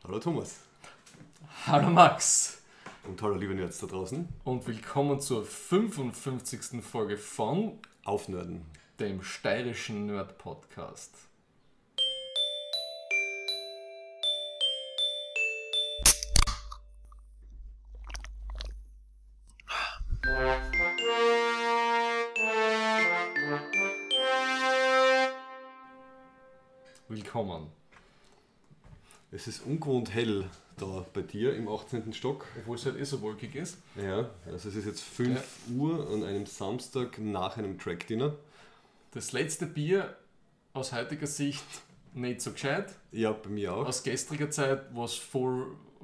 Hallo Thomas. Hallo Max. Und hallo liebe Nerds da draußen. Und willkommen zur 55. Folge von Aufnörden, dem steirischen Nerd-Podcast. Willkommen. Es ist ungewohnt hell da bei dir im 18. Stock. Obwohl es halt so wolkig ist. Ja, also es ist jetzt 5 Uhr an einem Samstag nach einem Track-Dinner. Das letzte Bier aus heutiger Sicht nicht so gescheit. Ja, bei mir auch. Aus gestriger Zeit war es voll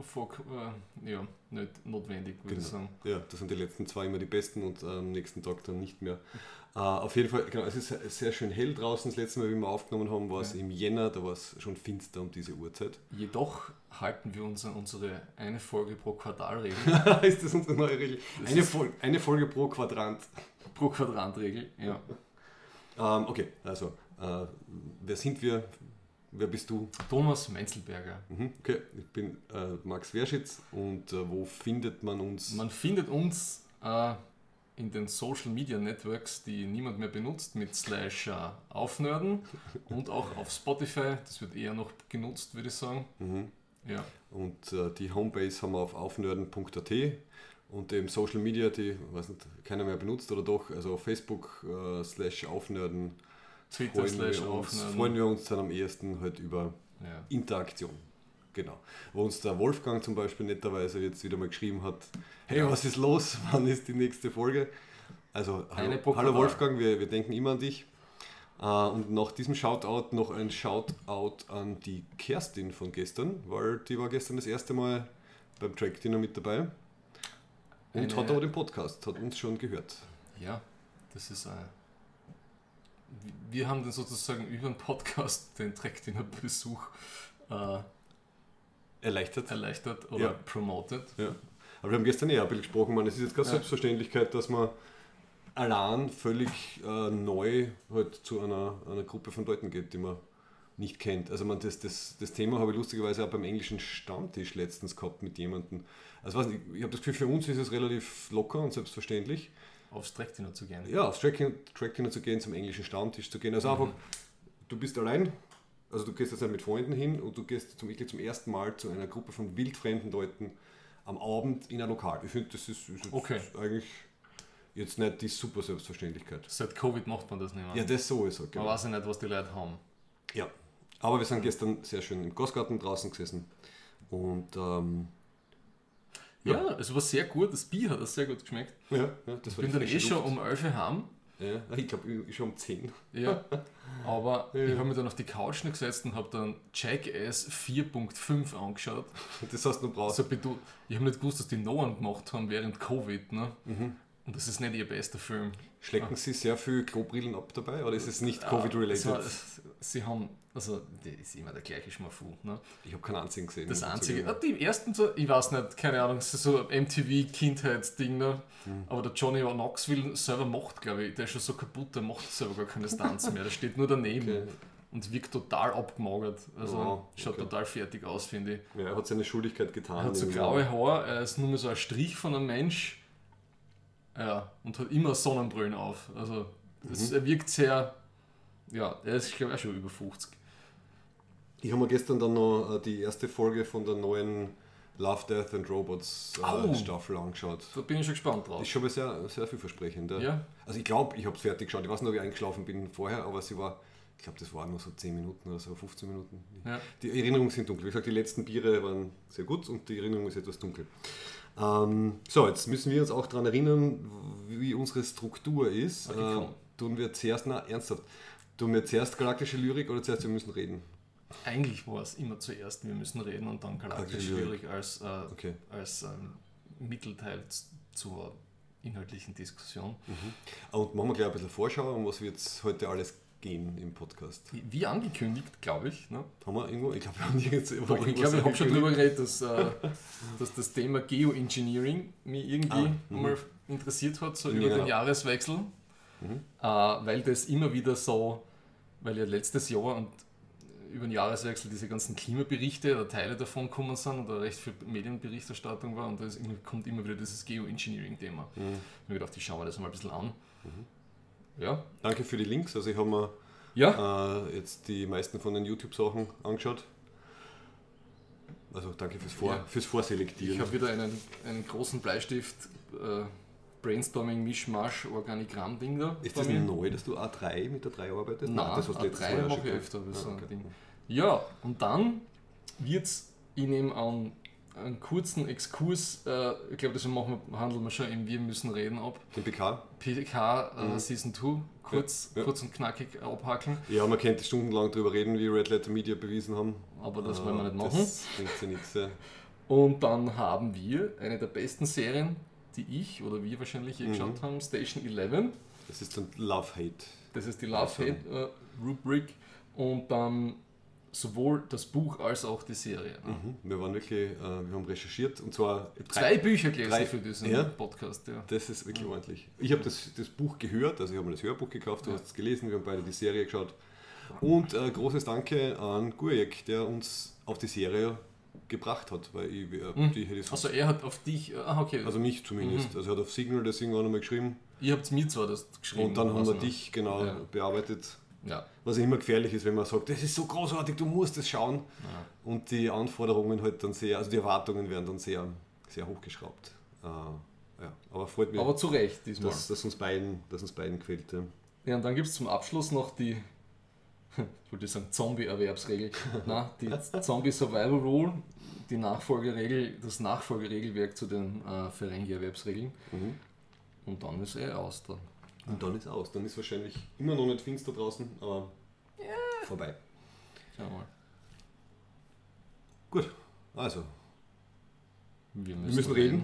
nicht notwendig, würde ich sagen. Ja, das sind die letzten 2 immer die besten und am nächsten Tag dann nicht mehr. Auf jeden Fall, genau, es ist sehr schön hell draußen. Das letzte Mal, wie wir aufgenommen haben, war es im Jänner, da war es schon finster um diese Uhrzeit. Jedoch halten wir uns an unsere eine Folge pro Quartal-Regel. Ist das unsere neue Regel? Eine Folge pro Quadrant. Pro Quadrant-Regel, ja. Okay, also, wer sind wir? Wer bist du? Thomas Menzelberger. Okay, ich bin Max Werschitz und wo findet man uns? Man findet uns in den Social Media Networks, die niemand mehr benutzt, mit /aufnörden und auch auf Spotify. Das wird eher noch genutzt, würde ich sagen. Ja. Und die Homebase haben wir auf aufnörden.at und eben Social Media, die weiß nicht, keiner mehr benutzt oder doch, also auf Facebook /aufnörden. Twitter freuen wir uns dann am ehesten halt über Interaktion. Genau. Wo uns der Wolfgang zum Beispiel netterweise jetzt wieder mal geschrieben hat, hey, was ist los? Wann ist die nächste Folge? Also, hallo Wolfgang, wir denken immer an dich. Und nach diesem Shoutout noch ein Shoutout an die Kerstin von gestern, weil die war gestern das erste Mal beim Track-Dinner mit dabei und hat aber den Podcast, hat uns schon gehört. Ja, das ist wir haben dann sozusagen über den Podcast den Track-Dinner-Besuch erleichtert oder promoted. Ja. Aber wir haben gestern ein bisschen gesprochen, man, es ist jetzt keine Selbstverständlichkeit, dass man allein völlig neu halt zu einer Gruppe von Leuten geht, die man nicht kennt. Also das Thema habe ich lustigerweise auch beim englischen Stammtisch letztens gehabt mit jemandem. Also ich habe das Gefühl, für uns ist es relativ locker und selbstverständlich. Aufs Track-Dinner zu gehen. Ja, aufs Track-Dinner zu gehen, zum englischen Stammtisch zu gehen. Also einfach, du bist allein, also du gehst jetzt nicht mit Freunden hin und du gehst zum ersten Mal zu einer Gruppe von wildfremden Leuten am Abend in ein Lokal. Ich finde, das ist eigentlich jetzt nicht die super Selbstverständlichkeit. Seit Covid macht man das nicht mehr. Ja, das sowieso. Genau. Man weiß ja nicht, was die Leute haben. Ja, aber wir sind gestern sehr schön im Gastgarten draußen gesessen und es war sehr gut, das Bier hat sehr gut geschmeckt. Ja, das ich bin dann schon um 11 Uhr heim. Ja, ich glaube, ich schon um 10. Ja, aber ich habe mich dann auf die Couch gesetzt und habe dann Jackass 4.5 angeschaut. Das heißt, du brauchst... Also, ich habe nicht gewusst, dass die Noah gemacht haben während Covid. Ne? Und das ist nicht ihr bester Film. Schlecken Sie sehr viel Klobrillen ab dabei oder ist es nicht Covid-related? Sie haben, also das ist immer der gleiche Schmafu. Ne? Ich habe keinen einzigen gesehen. Das einzige, die ersten, ich weiß nicht, keine Ahnung, das ist so ein MTV-Kindheitsding. Ne? Aber der Johnny Knoxville selber macht, glaube ich, der ist schon so kaputt, der macht selber gar keine Stunts mehr. Der steht nur daneben und wirkt total abgemagert. Also schaut total fertig aus, finde ich. Ja, er hat seine Schuldigkeit getan. Er hat so graue Haare, er ist nur mehr so ein Strich von einem Mensch. Ja, und hat immer Sonnenbrillen auf. Also er wirkt sehr, er ist glaube ich auch schon über 50. Ich habe mir gestern dann noch die erste Folge von der neuen Love, Death and Robots Staffel angeschaut. Da bin ich schon gespannt drauf. Ist schon mal sehr, sehr vielversprechend. Ja. Also ich glaube, ich habe es fertig geschaut. Ich weiß nicht, ob ich eingeschlafen bin vorher, aber ich glaube, das waren nur so 10 Minuten oder so, 15 Minuten. Ja. Die Erinnerungen sind dunkel. Wie gesagt, die letzten Biere waren sehr gut und die Erinnerung ist etwas dunkel. So, jetzt müssen wir uns auch daran erinnern, wie unsere Struktur ist. Okay, tun wir zuerst galaktische Lyrik oder zuerst wir müssen reden? Eigentlich war es immer zuerst, wir müssen reden und dann galaktische Lyrik als Mittelteil zur inhaltlichen Diskussion. Und machen wir gleich ein bisschen Vorschau, um was wird es heute alles gehen im Podcast. Wie angekündigt, glaube ich. Ne? Haben wir irgendwo? Ich glaube, wir haben nirgends ich habe schon darüber geredet, dass das Thema Geoengineering mich irgendwie mal interessiert hat, so über den Jahreswechsel. Weil das immer wieder so, weil ja letztes Jahr und über den Jahreswechsel diese ganzen Klimaberichte oder Teile davon gekommen sind oder recht viel Medienberichterstattung war und da kommt immer wieder dieses Geoengineering-Thema. Ich habe mir gedacht, ich schaue mir das mal ein bisschen an. Ja. Danke für die Links, also ich habe mir jetzt die meisten von den YouTube-Sachen angeschaut. Also danke fürs Vorselektieren. Ich habe wieder einen großen Bleistift Brainstorming, Mischmasch, Organigramm-Ding da. Ist das neu, dass du A3 mit der 3 arbeitest? Nein, das A3 mache ich öfter. Ding. Ja, und dann wird es, ich nehme an, einen kurzen Exkurs, ich glaube, das handeln wir schon im Wir müssen reden ab. Den PK? Season 2, kurz und knackig abhackeln. Ja, man könnte stundenlang darüber reden, wie Red Letter Media bewiesen haben. Aber das wollen wir nicht machen. Das bringt ja nichts. Ja. Und dann haben wir eine der besten Serien, die ich oder wir wahrscheinlich geschaut haben, Station 11. Das ist dann Love-Hate. Das ist die Love-Hate-Rubrik. Und dann sowohl das Buch als auch die Serie. Wir waren wirklich, wir haben recherchiert und zwar 2 Bücher gelesen für diesen Podcast. Ja. Das ist wirklich ordentlich. Ich habe das Buch gehört, also ich habe mir das Hörbuch gekauft, du hast es gelesen, wir haben beide die Serie geschaut. Und großes Danke an Gurjek, der uns auf die Serie gebracht hat, weil die hätte ich also er hat auf dich, okay. Also mich zumindest, also er hat auf Signal deswegen auch nochmal geschrieben. Ihr habt mir zwar das geschrieben. Und dann haben wir dich bearbeitet. Ja. Was immer gefährlich ist, wenn man sagt, das ist so großartig, du musst es schauen. Ja. Und die Anforderungen halt dann also die Erwartungen werden dann sehr, sehr hochgeschraubt. Aber freut mich. Aber zu Recht diesmal. Dass uns beiden gefällt. Ja, und dann gibt es zum Abschluss noch die, ich wollte sagen Zombie-Erwerbsregel, nein, die Zombie-Survival-Rule, die das Nachfolgeregelwerk zu den Ferengi-Erwerbsregeln. Und dann ist aus dann. Und dann ist aus. Dann ist wahrscheinlich immer noch nicht finster draußen, aber vorbei. Schauen wir mal. Gut, also. Wir müssen reden.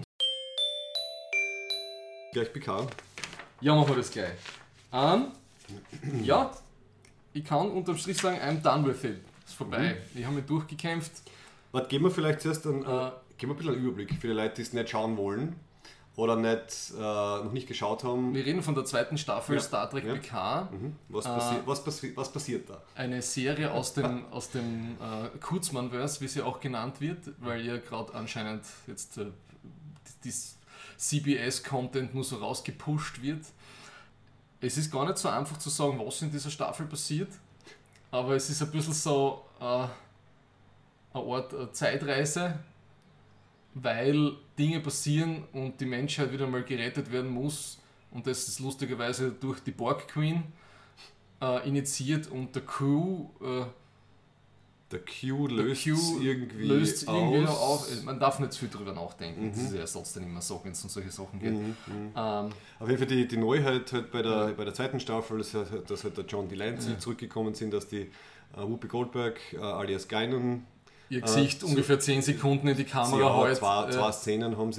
Gleich PK. Ja, machen wir das gleich. Ja, ich kann unterm Strich sagen, I'm done with it. Ist vorbei. Ich habe mich durchgekämpft. Warte, geben wir vielleicht zuerst geben wir ein bisschen einen Überblick für die Leute, die es nicht schauen wollen. Oder noch nicht geschaut haben. Wir reden von der 2. Staffel Star Trek PK. Was passiert da? Eine Serie aus dem Kurtzman-Verse, wie sie auch genannt wird, weil ja gerade anscheinend jetzt das CBS-Content nur so rausgepusht wird. Es ist gar nicht so einfach zu sagen, was in dieser Staffel passiert, aber es ist ein bisschen so eine Art Zeitreise, weil Dinge passieren und die Menschheit wieder mal gerettet werden muss und das ist lustigerweise durch die Borg Queen initiiert und der Q löst irgendwie auf. Man darf nicht zu viel drüber nachdenken, das ist ja sonst dann immer so, wenn es um solche Sachen geht. Auf jeden Fall die Neuheit halt bei der 2. Staffel, dass halt der John Delancey zurückgekommen sind, dass die Whoopi Goldberg alias Guinan ihr Gesicht ungefähr 10 Sekunden in die Kamera hält. Zwei Szenen hat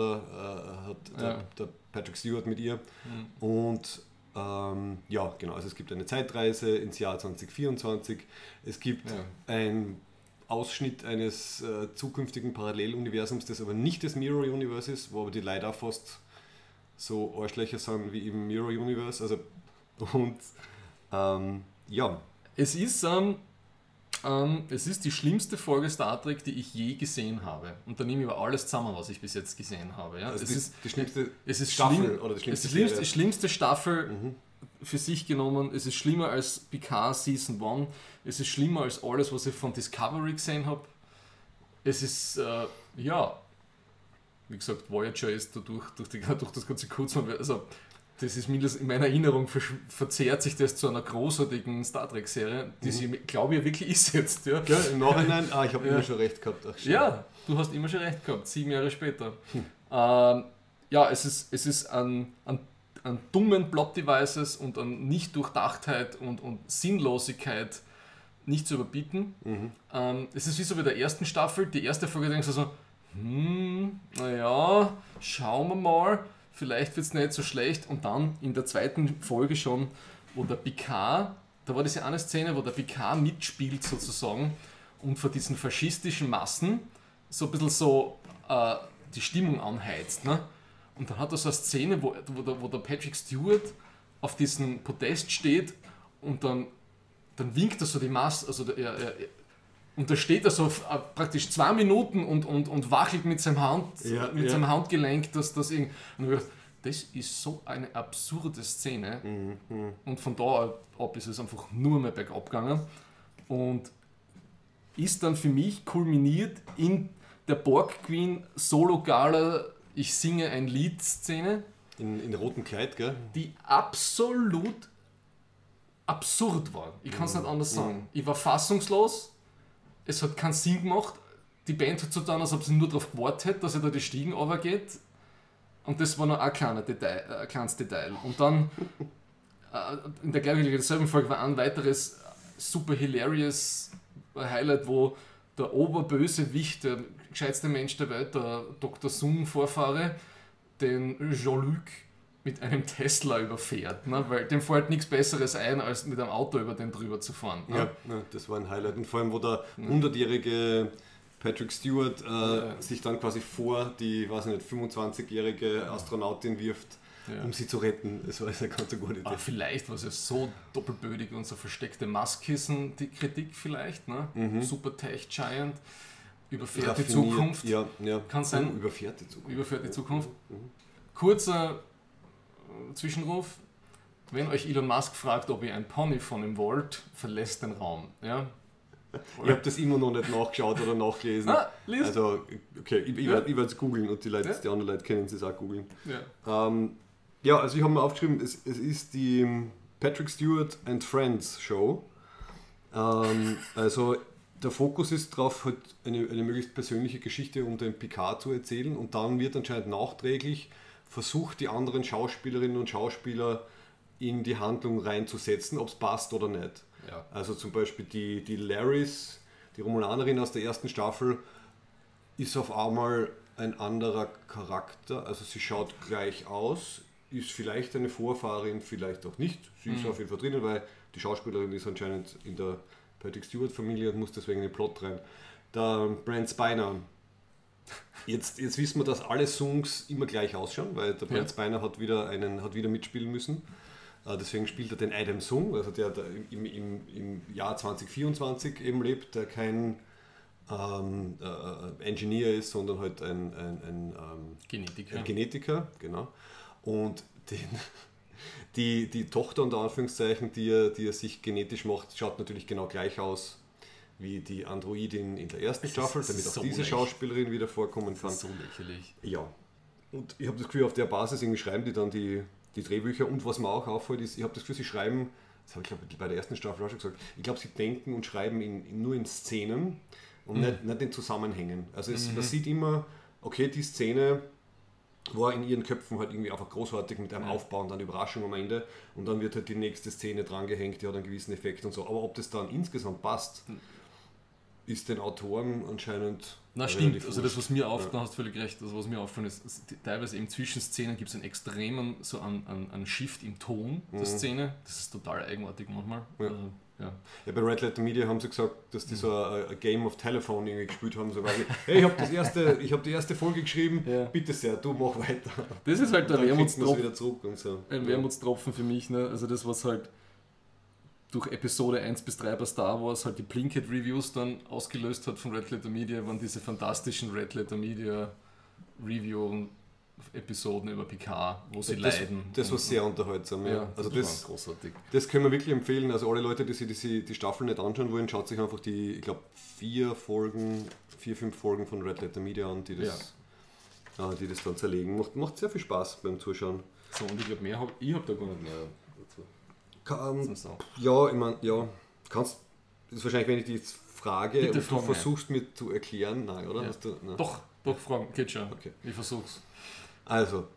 der Patrick Stewart mit ihr. Und genau, also es gibt eine Zeitreise ins Jahr 2024. Es gibt einen Ausschnitt eines zukünftigen Paralleluniversums, das aber nicht das Mirror Universe ist, wo aber die Leute auch fast so Arschlöcher sind wie im Mirror Universe. Also, und es ist die schlimmste Folge Star Trek, die ich je gesehen habe. Und da nehme ich aber alles zusammen, was ich bis jetzt gesehen habe. Ja? Also es ist die schlimmste Staffel oder die schlimmste Staffel für sich genommen. Es ist schlimmer als Picard Season 1. Es ist schlimmer als alles, was ich von Discovery gesehen habe. Es ist, wie gesagt, Voyager ist durch das ganze Kurzmann, also das ist mindestens in meiner Erinnerung, verzehrt sich das zu einer großartigen Star Trek-Serie, die sie, glaube ich, wirklich ist jetzt. Ja. Gell, im Nachhinein, ich habe immer schon recht gehabt. Ach, ja, du hast immer schon recht gehabt, 7 Jahre später. Es ist an dummen Plot-Devices und an Nicht-Durchdachtheit und Sinnlosigkeit nicht zu überbieten. Es ist wie so bei der ersten Staffel, die erste Folge denkst du so, schauen wir mal, vielleicht wird es nicht so schlecht. Und dann in der 2. Folge schon, wo der Picard, da war diese eine Szene, wo der Picard mitspielt sozusagen und vor diesen faschistischen Massen so ein bisschen so die Stimmung anheizt. Ne? Und dann hat er so eine Szene, wo der Patrick Stewart auf diesem Podest steht und dann dann winkt er so die Maske, also und da steht er so praktisch 2 Minuten und wachelt mit seinem seinem Handgelenk, dass das irgendwie. Und ich dachte, das ist so eine absurde Szene. Und von da ab ist es einfach nur mehr bergab gegangen. Und ist dann für mich kulminiert in der Borg Queen Solo-Gala Ich singe ein Lied-Szene. In rotem Kleid, gell? Die absolut absurd war. Ich kann es nicht anders sagen. Ich war fassungslos. Es hat keinen Sinn gemacht. Die Band hat so getan, als ob sie nur darauf gewartet hätte, dass er da die Stiegen runtergeht. Und das war noch ein kleines Detail. Und dann in derselben Folge war ein weiteres super hilarious Highlight, wo der Oberbösewicht, der gescheitste Mensch der Welt, der Dr. Sung-Vorfahre, den Jean-Luc mit einem Tesla überfährt, ne? Weil dem fällt nichts Besseres ein, als mit einem Auto über den drüber zu fahren. Ne? Ja, das war ein Highlight. Und vor allem, wo der 100-jährige Patrick Stewart sich dann quasi vor die, 25-jährige Astronautin wirft, um sie zu retten. Das war eine ganz gute Idee. Vielleicht war es ja so doppelbödig und so versteckte Masskissen, die Kritik vielleicht. Ne? Super Tech Giant, überfährt die Zukunft. Ja. Kann sein. Überfährt die Zukunft. Überfährt die Zukunft. Kurzer Zwischenruf. Wenn euch Elon Musk fragt, ob ihr ein Pony von ihm wollt, verlässt den Raum. Ja? Ich habe das immer noch nicht nachgeschaut oder nachgelesen. Also, okay, ich werde es googeln und die anderen Leute können es auch googeln. Also ich habe mir aufgeschrieben, es ist die Patrick Stewart and Friends Show. Also der Fokus ist darauf, halt eine möglichst persönliche Geschichte um den Picard zu erzählen und dann wird anscheinend nachträglich versucht, die anderen Schauspielerinnen und Schauspieler in die Handlung reinzusetzen, ob es passt oder nicht. Ja. Also zum Beispiel die Laris, die Romulanerin aus der ersten Staffel, ist auf einmal ein anderer Charakter. Also sie schaut gleich aus, ist vielleicht eine Vorfahrin, vielleicht auch nicht. Sie ist auf jeden Fall drinnen, weil die Schauspielerin ist anscheinend in der Patrick Stewart-Familie und muss deswegen in den Plot rein. Der Brent Spiner. Jetzt wissen wir, dass alle Songs immer gleich ausschauen, weil der Brent Spiner hat wieder mitspielen müssen. Deswegen spielt er den Adam Sung, also der im Jahr 2024 eben lebt, der kein Engineer ist, sondern halt ein Genetiker, genau. Und die Tochter unter Anführungszeichen, die er sich genetisch macht, schaut natürlich genau gleich aus wie die Androidin in der ersten Staffel, damit auch diese Schauspielerin wieder vorkommen kann. Das ist so lächerlich. Ja. Und ich habe das Gefühl, auf der Basis irgendwie schreiben die dann die Drehbücher. Und was mir auch auffällt, ist, ich habe das Gefühl, sie schreiben, das habe ich glaube bei der ersten Staffel auch schon gesagt, ich glaube, sie denken und schreiben nur in Szenen und nicht in Zusammenhängen. Also man sieht immer, okay, die Szene war in ihren Köpfen halt irgendwie einfach großartig mit einem Aufbau und dann Überraschung am Ende und dann wird halt die nächste Szene drangehängt, die hat einen gewissen Effekt und so. Aber ob das dann insgesamt passt, ist den Autoren anscheinend... Na stimmt, also das, was mir aufgefallen hast, völlig recht, also was mir aufgefallen ist, teilweise eben zwischen Szenen gibt es einen extremen, so einen Shift im Ton der Szene, das ist total eigenartig manchmal. Ja. Also, ja, bei Red Letter Media haben sie gesagt, dass die so ein Game of Telephone irgendwie gespielt haben, so quasi, hey, ich habe die erste Folge geschrieben, bitte sehr, du mach weiter. Das ist halt der Wermutstropfen, wieder zurück und so. Ein Wermutstropfen für mich, ne? Also das, was halt durch Episode 1 bis 3 bei Star Wars halt die Blinkhead Reviews dann ausgelöst hat von Red Letter Media, waren diese fantastischen Red Letter Media Review-Episoden über Picard, wo sie leiden. Das war sehr unterhaltsam. Ja. Also das war großartig. Das können wir wirklich empfehlen. Also alle Leute, die sich die Staffel nicht anschauen wollen, schaut sich einfach die, ich glaube, 4, 5 Folgen von Red Letter Media an, die das dann zerlegen. Macht sehr viel Spaß beim Zuschauen. So, und ich glaube, ich habe da gar nicht mehr dazu. Ja, ich meine, das ist wahrscheinlich, wenn ich dich jetzt frage, bitte und du versuchst mir zu erklären, nein, oder? Ja. Nein. Doch, fragen, geht schon. Okay. Ich versuch's. Also,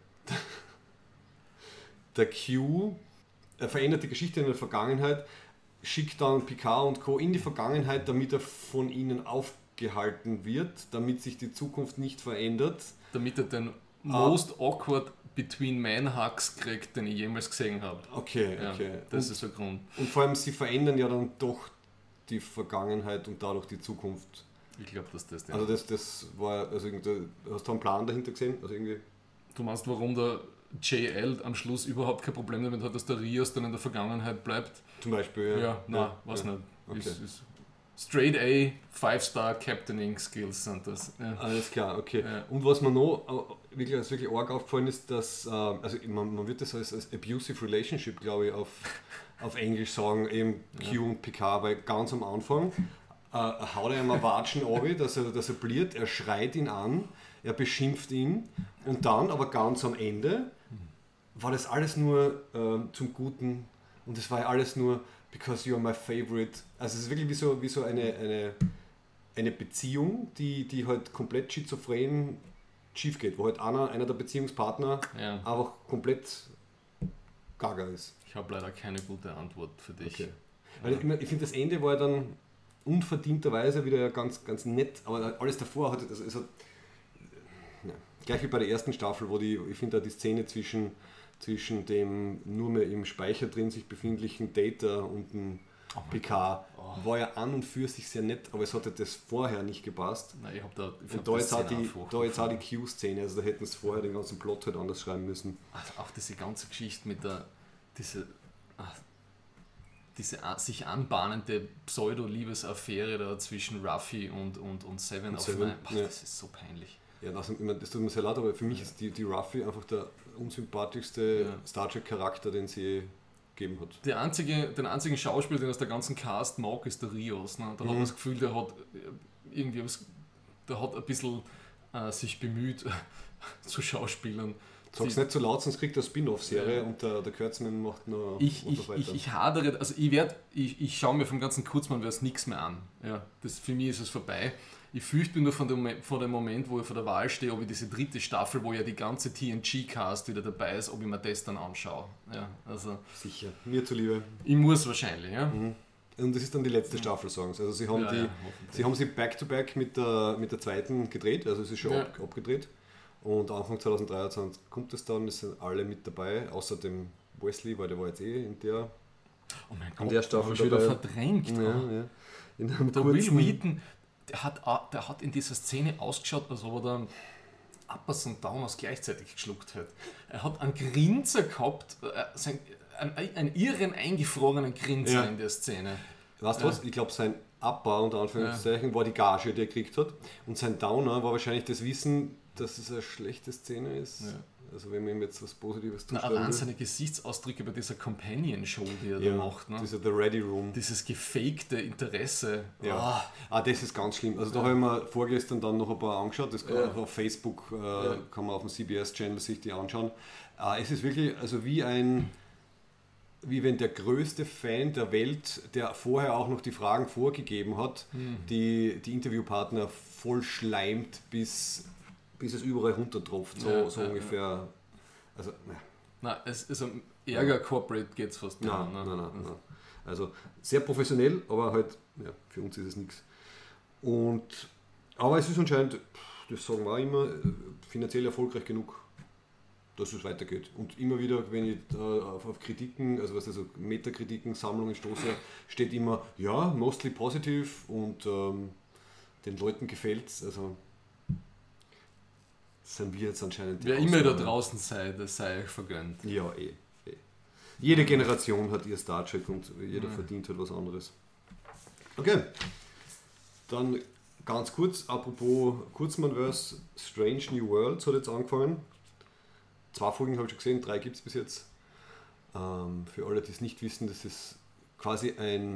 der Q verändert die Geschichte in der Vergangenheit, schickt dann Picard und Co. in die Vergangenheit, damit er von ihnen aufgehalten wird, damit sich die Zukunft nicht verändert. Damit er den most awkward Between Man-Hugs kriegt, den ich jemals gesehen habe. Okay. Das ist der Grund. Und vor allem, sie verändern ja dann doch die Vergangenheit und dadurch die Zukunft. Ich glaube, dass das... Also das war... Also hast du einen Plan dahinter gesehen? Also irgendwie... Du meinst, warum der JL am Schluss überhaupt kein Problem damit hat, dass der Rios dann in der Vergangenheit bleibt. Zum Beispiel, ja. Ja, nein, weiß nicht. Okay. Ist Straight A, 5-Star Captaining Skills sind das. Ja. Alles klar, okay. Ja. Und was mir noch wirklich arg aufgefallen ist, dass, also man wird das als Abusive Relationship, glaube ich, auf Englisch sagen, eben Q und PK, weil ganz am Anfang haut er ihm ein Watschen runter, dass er bliert, er schreit ihn an, er beschimpft ihn und dann, aber ganz am Ende, war das alles nur zum Guten und es war ja alles nur because you're my favorite. Also es ist wirklich wie so eine Beziehung, die halt komplett schizophren schief geht, wo halt einer der Beziehungspartner einfach komplett gaga ist. Ich habe leider keine gute Antwort für dich. Okay. Weil ich finde, das Ende war dann unverdienterweise wieder ganz, ganz nett, aber alles davor hat es hat, gleich wie bei der ersten Staffel, wo ich finde, die Szene zwischen dem nur mehr im Speicher drin sich befindlichen Data und dem PK war ja an und für sich sehr nett, aber es hatte das vorher nicht gepasst. Nein, und da jetzt auch die Q-Szene, also da hätten es vorher den ganzen Plot halt anders schreiben müssen. Also auch diese ganze Geschichte mit diese sich anbahnende Pseudo-Liebesaffäre da zwischen Ruffy und Seven. Das ist so peinlich. Ja, das tut mir sehr leid, aber für mich ist die Ruffy einfach der unsympathischste Star Trek-Charakter, den sie gegeben hat. Den einzigen Schauspieler, den aus der ganzen Cast mag, ist der Rios. Ne? Da hat man das Gefühl, der hat ein bisschen sich bemüht zu Schauspielern. Sag's nicht zu laut, sonst kriegt er eine Spin-off-Serie und der Kurtzman macht noch weiter. Ich hadere, also ich schaue mir vom ganzen Kurzmann-Vers nichts mehr an. Ja, für mich ist es vorbei. Ich fürchte nur von dem Moment, wo ich vor der Wahl stehe, ob ich diese dritte Staffel, wo ja die ganze TNG-Cast wieder dabei ist, ob ich mir das dann anschaue. Ja, also sicher, mir zuliebe. Ich muss wahrscheinlich, ja. Und das ist dann die letzte Staffel, sagen sie. Also sie haben sie back-to-back mit der zweiten gedreht, also es ist schon abgedreht. Und Anfang 2023 kommt es dann, es sind alle mit dabei, außer dem Wesley, weil der war jetzt in der in der Staffel schon wieder verdrängt. Ja. Der Will Wheaton, der hat in dieser Szene ausgeschaut, als ob er dann Uppers und Downers gleichzeitig geschluckt hat. Er hat einen Grinser gehabt, einen irren eingefrorenen Grinser in der Szene. Weißt du was? Ich glaube, sein Upper, unter Anführungszeichen, war die Gage, die er gekriegt hat. Und sein Downer war wahrscheinlich das Wissen, dass es eine schlechte Szene ist. Ja. Also wenn man ihm jetzt was Positives zustellen will. Allein seine Gesichtsausdrücke bei dieser Companion-Show, die er da macht. Ne? Dieser The Ready Room. Dieses gefakte Interesse. Ja. Das ist ganz schlimm. Also da habe ich mir vorgestern dann noch ein paar angeschaut. Das kann auf Facebook, kann man auf dem CBS-Channel sich die anschauen. Es ist wirklich also wie wenn der größte Fan der Welt, der vorher auch noch die Fragen vorgegeben hat, die Interviewpartner voll schleimt, bis es überall runtertropft, so ungefähr. Also, es ist ein Ärger Corporate geht es fast nicht. Nein. Also sehr professionell, aber halt, für uns ist es nichts. Aber es ist anscheinend, das sagen wir auch immer, finanziell erfolgreich genug, dass es weitergeht. Und immer wieder, wenn ich auf Kritiken, also Metakritiken, Sammlungen stoße, steht immer, mostly positive und den Leuten gefällt es. Also sind wir jetzt anscheinend wer immer da draußen sei, das sei euch vergönnt. Ja, Jede Generation hat ihr Star Trek und jeder verdient halt was anderes. Okay, dann ganz kurz, apropos Kurzmann-Verse, Strange New Worlds hat jetzt angefangen. 2 Folgen habe ich schon gesehen, 3 gibt es bis jetzt. Für alle, die es nicht wissen, das ist quasi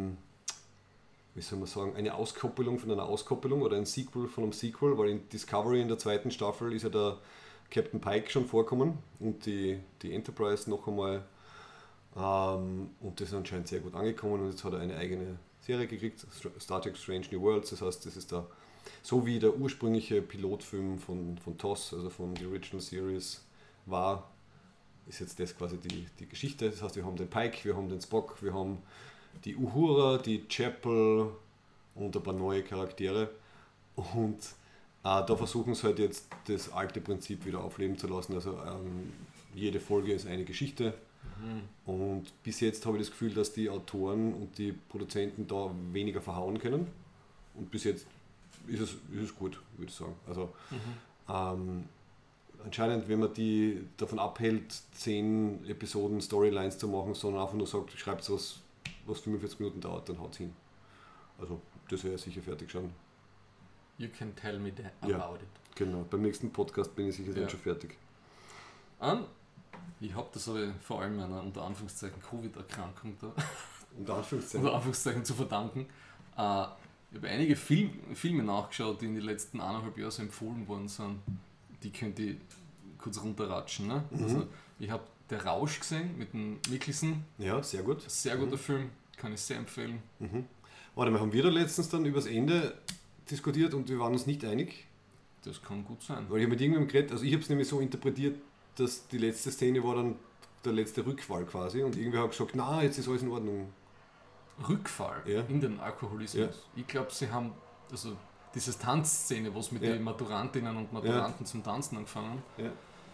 eine Auskoppelung von einer Auskoppelung oder ein Sequel von einem Sequel, weil in Discovery in der 2. Staffel ist ja der Captain Pike schon vorkommen und die Enterprise noch einmal und das ist anscheinend sehr gut angekommen und jetzt hat er eine eigene Serie gekriegt, Star Trek Strange New Worlds, das heißt, das ist da so wie der ursprüngliche Pilotfilm von TOS, also von der Original Series war, ist jetzt das quasi die Geschichte, das heißt, wir haben den Pike, wir haben den Spock, wir haben die Uhura, die Chapel und ein paar neue Charaktere und da versuchen sie halt jetzt das alte Prinzip wieder aufleben zu lassen, also jede Folge ist eine Geschichte und bis jetzt habe ich das Gefühl, dass die Autoren und die Produzenten da weniger verhauen können und bis jetzt ist es gut, würde ich sagen. Also anscheinend, wenn man die davon abhält, 10 Episoden Storylines zu machen, sondern einfach nur sagt, schreibt was 45 Minuten dauert, dann haut es hin. Also das wäre sicher fertig schon. You can tell me about it. Genau, beim nächsten Podcast bin ich sicher dann schon fertig. Ich habe das aber vor allem einer unter Anführungszeichen Covid-Erkrankung da unter Anführungszeichen zu verdanken. Ich habe einige Filme nachgeschaut, die in den letzten 1,5 Jahren so empfohlen worden sind. Die könnte ich kurz runterratschen. Ne? Also, ich habe Der Rausch gesehen mit dem Mikkelsen. Ja, sehr gut. Sehr guter Film, kann ich sehr empfehlen. Warte mal, haben wir da letztens dann übers Ende diskutiert und wir waren uns nicht einig? Das kann gut sein. Weil ich mit irgendjemandem geredet, also ich habe es nämlich so interpretiert, dass die letzte Szene war dann der letzte Rückfall quasi und irgendwer hat gesagt, na, jetzt ist alles in Ordnung. Rückfall in den Alkoholismus? Ja. Ich glaube, sie haben, also diese Tanzszene, wo es mit den Maturantinnen und Maturanten zum Tanzen angefangen haben. Ja.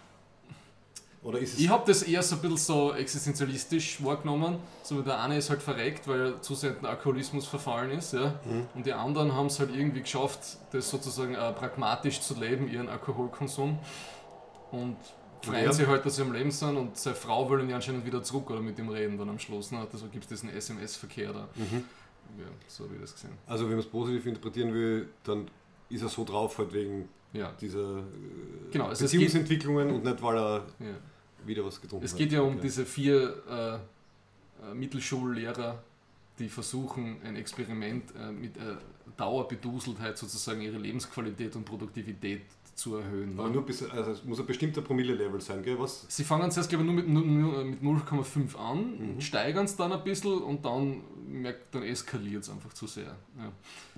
Oder ist es ich habe das eher so ein bisschen so existenzialistisch wahrgenommen. So, der eine ist halt verreckt, weil er zu sehr in den Alkoholismus verfallen ist. Ja? Und die anderen haben es halt irgendwie geschafft, das sozusagen pragmatisch zu leben, ihren Alkoholkonsum. Und freuen sich halt, dass sie am Leben sind und seine Frau will ihn ja anscheinend wieder zurück oder mit ihm reden dann am Schluss. Ne? Also gibt es diesen SMS-Verkehr da. Ja, so habe ich das gesehen. Also wenn man es positiv interpretieren will, dann ist er so drauf halt wegen dieser Beziehungsentwicklungen und nicht, weil er wieder was getrunken hat. Es geht ja um diese 4 Mittelschullehrer, die versuchen, ein Experiment mit Dauerbeduseltheit sozusagen ihre Lebensqualität und Produktivität zu erhöhen. Aber nur bis, also es muss ein bestimmter Promille-Level sein, gell? Was? Sie fangen zuerst, glaube ich, nur mit 0,5 an, steigern es dann ein bisschen und dann eskaliert es einfach zu sehr. Ja.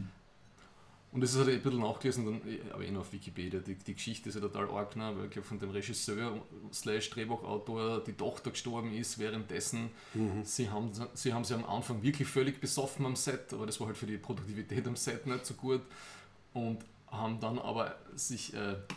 Und das ist halt ein bisschen nachgelesen, dann, aber nur auf Wikipedia, die Geschichte ist ja total arg, ne? Weil ich glaube von dem Regisseur / Drehbuchautor die Tochter gestorben ist, währenddessen sie haben sie am Anfang wirklich völlig besoffen am Set, aber das war halt für die Produktivität am Set nicht so gut und haben dann aber sich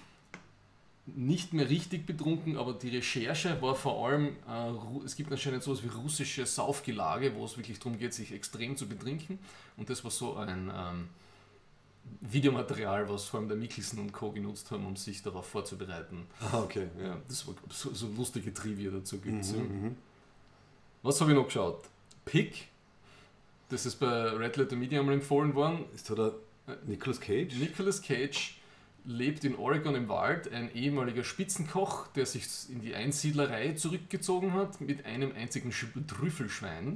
nicht mehr richtig betrunken, aber die Recherche war vor allem, es gibt anscheinend sowas wie russische Saufgelage, wo es wirklich darum geht, sich extrem zu betrinken und das war so ein Videomaterial, was vor allem der Mikkelsen und Co. genutzt haben, um sich darauf vorzubereiten. Okay. Ja, das war so lustige Trivia dazu gibt. Was habe ich noch geschaut? Pick, das ist bei Red Letter Media einmal empfohlen worden. Ist da der Nicolas Cage? Nicolas Cage lebt in Oregon im Wald, ein ehemaliger Spitzenkoch, der sich in die Einsiedlerei zurückgezogen hat mit einem einzigen Trüffelschwein,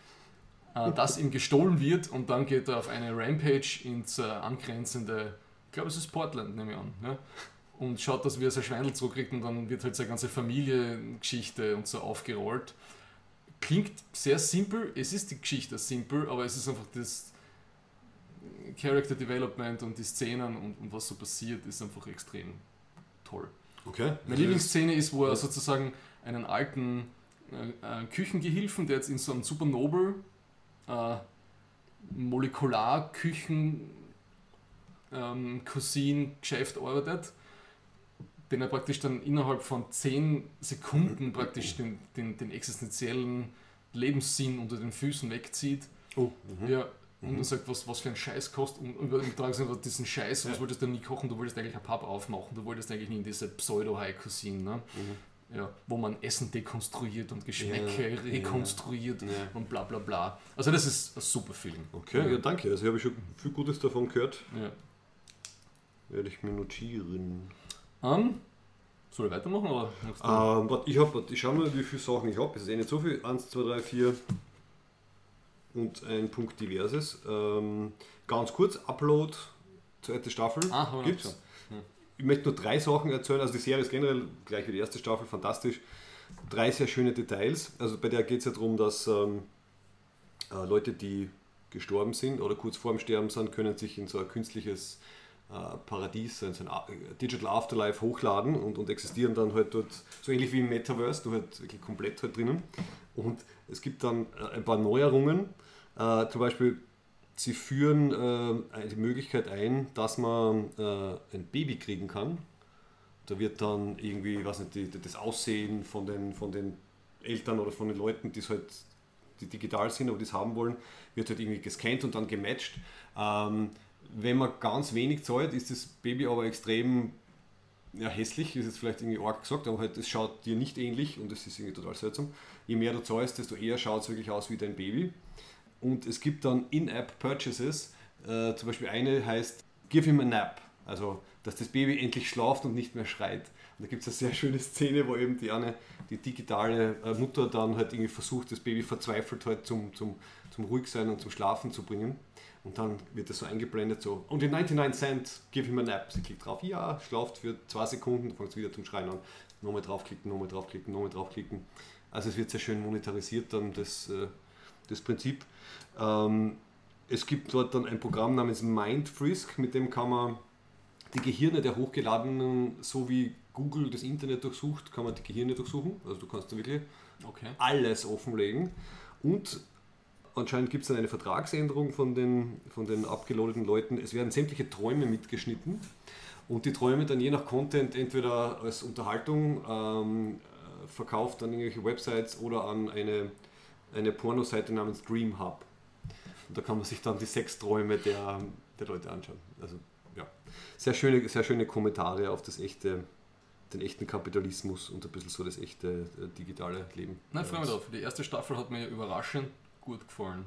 das ihm gestohlen wird und dann geht er auf eine Rampage ins angrenzende, ich glaube es ist Portland, nehme ich an, ja, und schaut, dass er sein Schweindel zurückkriegt und dann wird halt seine ganze Familiengeschichte und so aufgerollt. Klingt sehr simpel, es ist die Geschichte simpel, aber es ist einfach das Character Development und die Szenen und was so passiert, ist einfach extrem toll. Okay. Meine Lieblingsszene ist, wo er sozusagen einen alten Küchengehilfen, der jetzt in so einem Super Nobel Molekularküchen Cousin-Geschäft arbeitet, den er praktisch dann innerhalb von 10 Sekunden praktisch den existenziellen Lebenssinn unter den Füßen wegzieht. Ja, und er sagt, was für ein Scheiß kostet und übertragen sie diesen Scheiß, was wolltest du nie kochen, du wolltest eigentlich ein Pub aufmachen, du wolltest eigentlich nie in diese Pseudo-High-Cuisine, ne? Ja, wo man Essen dekonstruiert und Geschmäcke rekonstruiert und bla bla bla. Also das ist ein super Film. Okay, ja danke, also habe ich schon viel Gutes davon gehört. Ja. Werde ich mir notieren. Soll ich weitermachen? Oder ich schaue mal, wie viele Sachen ich habe. Es ist nicht so viel. 1, 2, 3, 4 und ein Punkt Diverses. Ganz kurz, Upload, zweite Staffel gibt es. Ich möchte nur 3 Sachen erzählen. Also die Serie ist generell gleich wie die erste Staffel fantastisch. 3 sehr schöne Details. Also bei der geht es ja darum, dass Leute, die gestorben sind oder kurz vor dem Sterben sind, können sich in so ein künstliches Paradies, so ein Digital Afterlife hochladen und existieren dann halt dort, so ähnlich wie im Metaverse, du halt wirklich komplett halt drinnen. Und es gibt dann ein paar Neuerungen, zum Beispiel sie führen die Möglichkeit ein, dass man ein Baby kriegen kann. Da wird dann irgendwie, ich weiß nicht, das Aussehen von den Eltern oder von den Leuten, die digital sind, aber die es haben wollen, wird halt irgendwie gescannt und dann gematcht. Wenn man ganz wenig zahlt, ist das Baby aber extrem hässlich, ist jetzt vielleicht irgendwie arg gesagt, aber halt, es schaut dir nicht ähnlich und es ist irgendwie total seltsam. Je mehr du zahlst, desto eher schaut es wirklich aus wie dein Baby. Und es gibt dann In-App-Purchases, zum Beispiel eine heißt Give him a nap, also dass das Baby endlich schlaft und nicht mehr schreit. Und da gibt es eine sehr schöne Szene, wo eben die digitale Mutter dann halt irgendwie versucht, das Baby verzweifelt halt zum ruhig sein und zum Schlafen zu bringen. Und dann wird das so eingeblendet, so, und in 99 Cent, give him a nap. Sie klickt drauf, ja, schlaft für 2 Sekunden, dann fängt es wieder zum Schreien an. Nochmal draufklicken, nochmal draufklicken, nochmal draufklicken. Also es wird sehr schön monetarisiert dann das Prinzip. Es gibt dort dann ein Programm namens Mindfrisk, mit dem kann man die Gehirne der Hochgeladenen, so wie Google das Internet durchsucht, kann man die Gehirne durchsuchen. Also du kannst da wirklich alles offenlegen. Und anscheinend gibt es dann eine Vertragsänderung von den abgeloadeten Leuten. Es werden sämtliche Träume mitgeschnitten und die Träume dann je nach Content entweder als Unterhaltung verkauft an irgendwelche Websites oder an eine Pornoseite namens Dream Hub. Und da kann man sich dann die Sexträume der Leute anschauen. Also ja, sehr schöne Kommentare auf den echten Kapitalismus und ein bisschen so das echte digitale Leben. Nein, freue mich drauf. Die erste Staffel hat mir überraschend gut gefallen.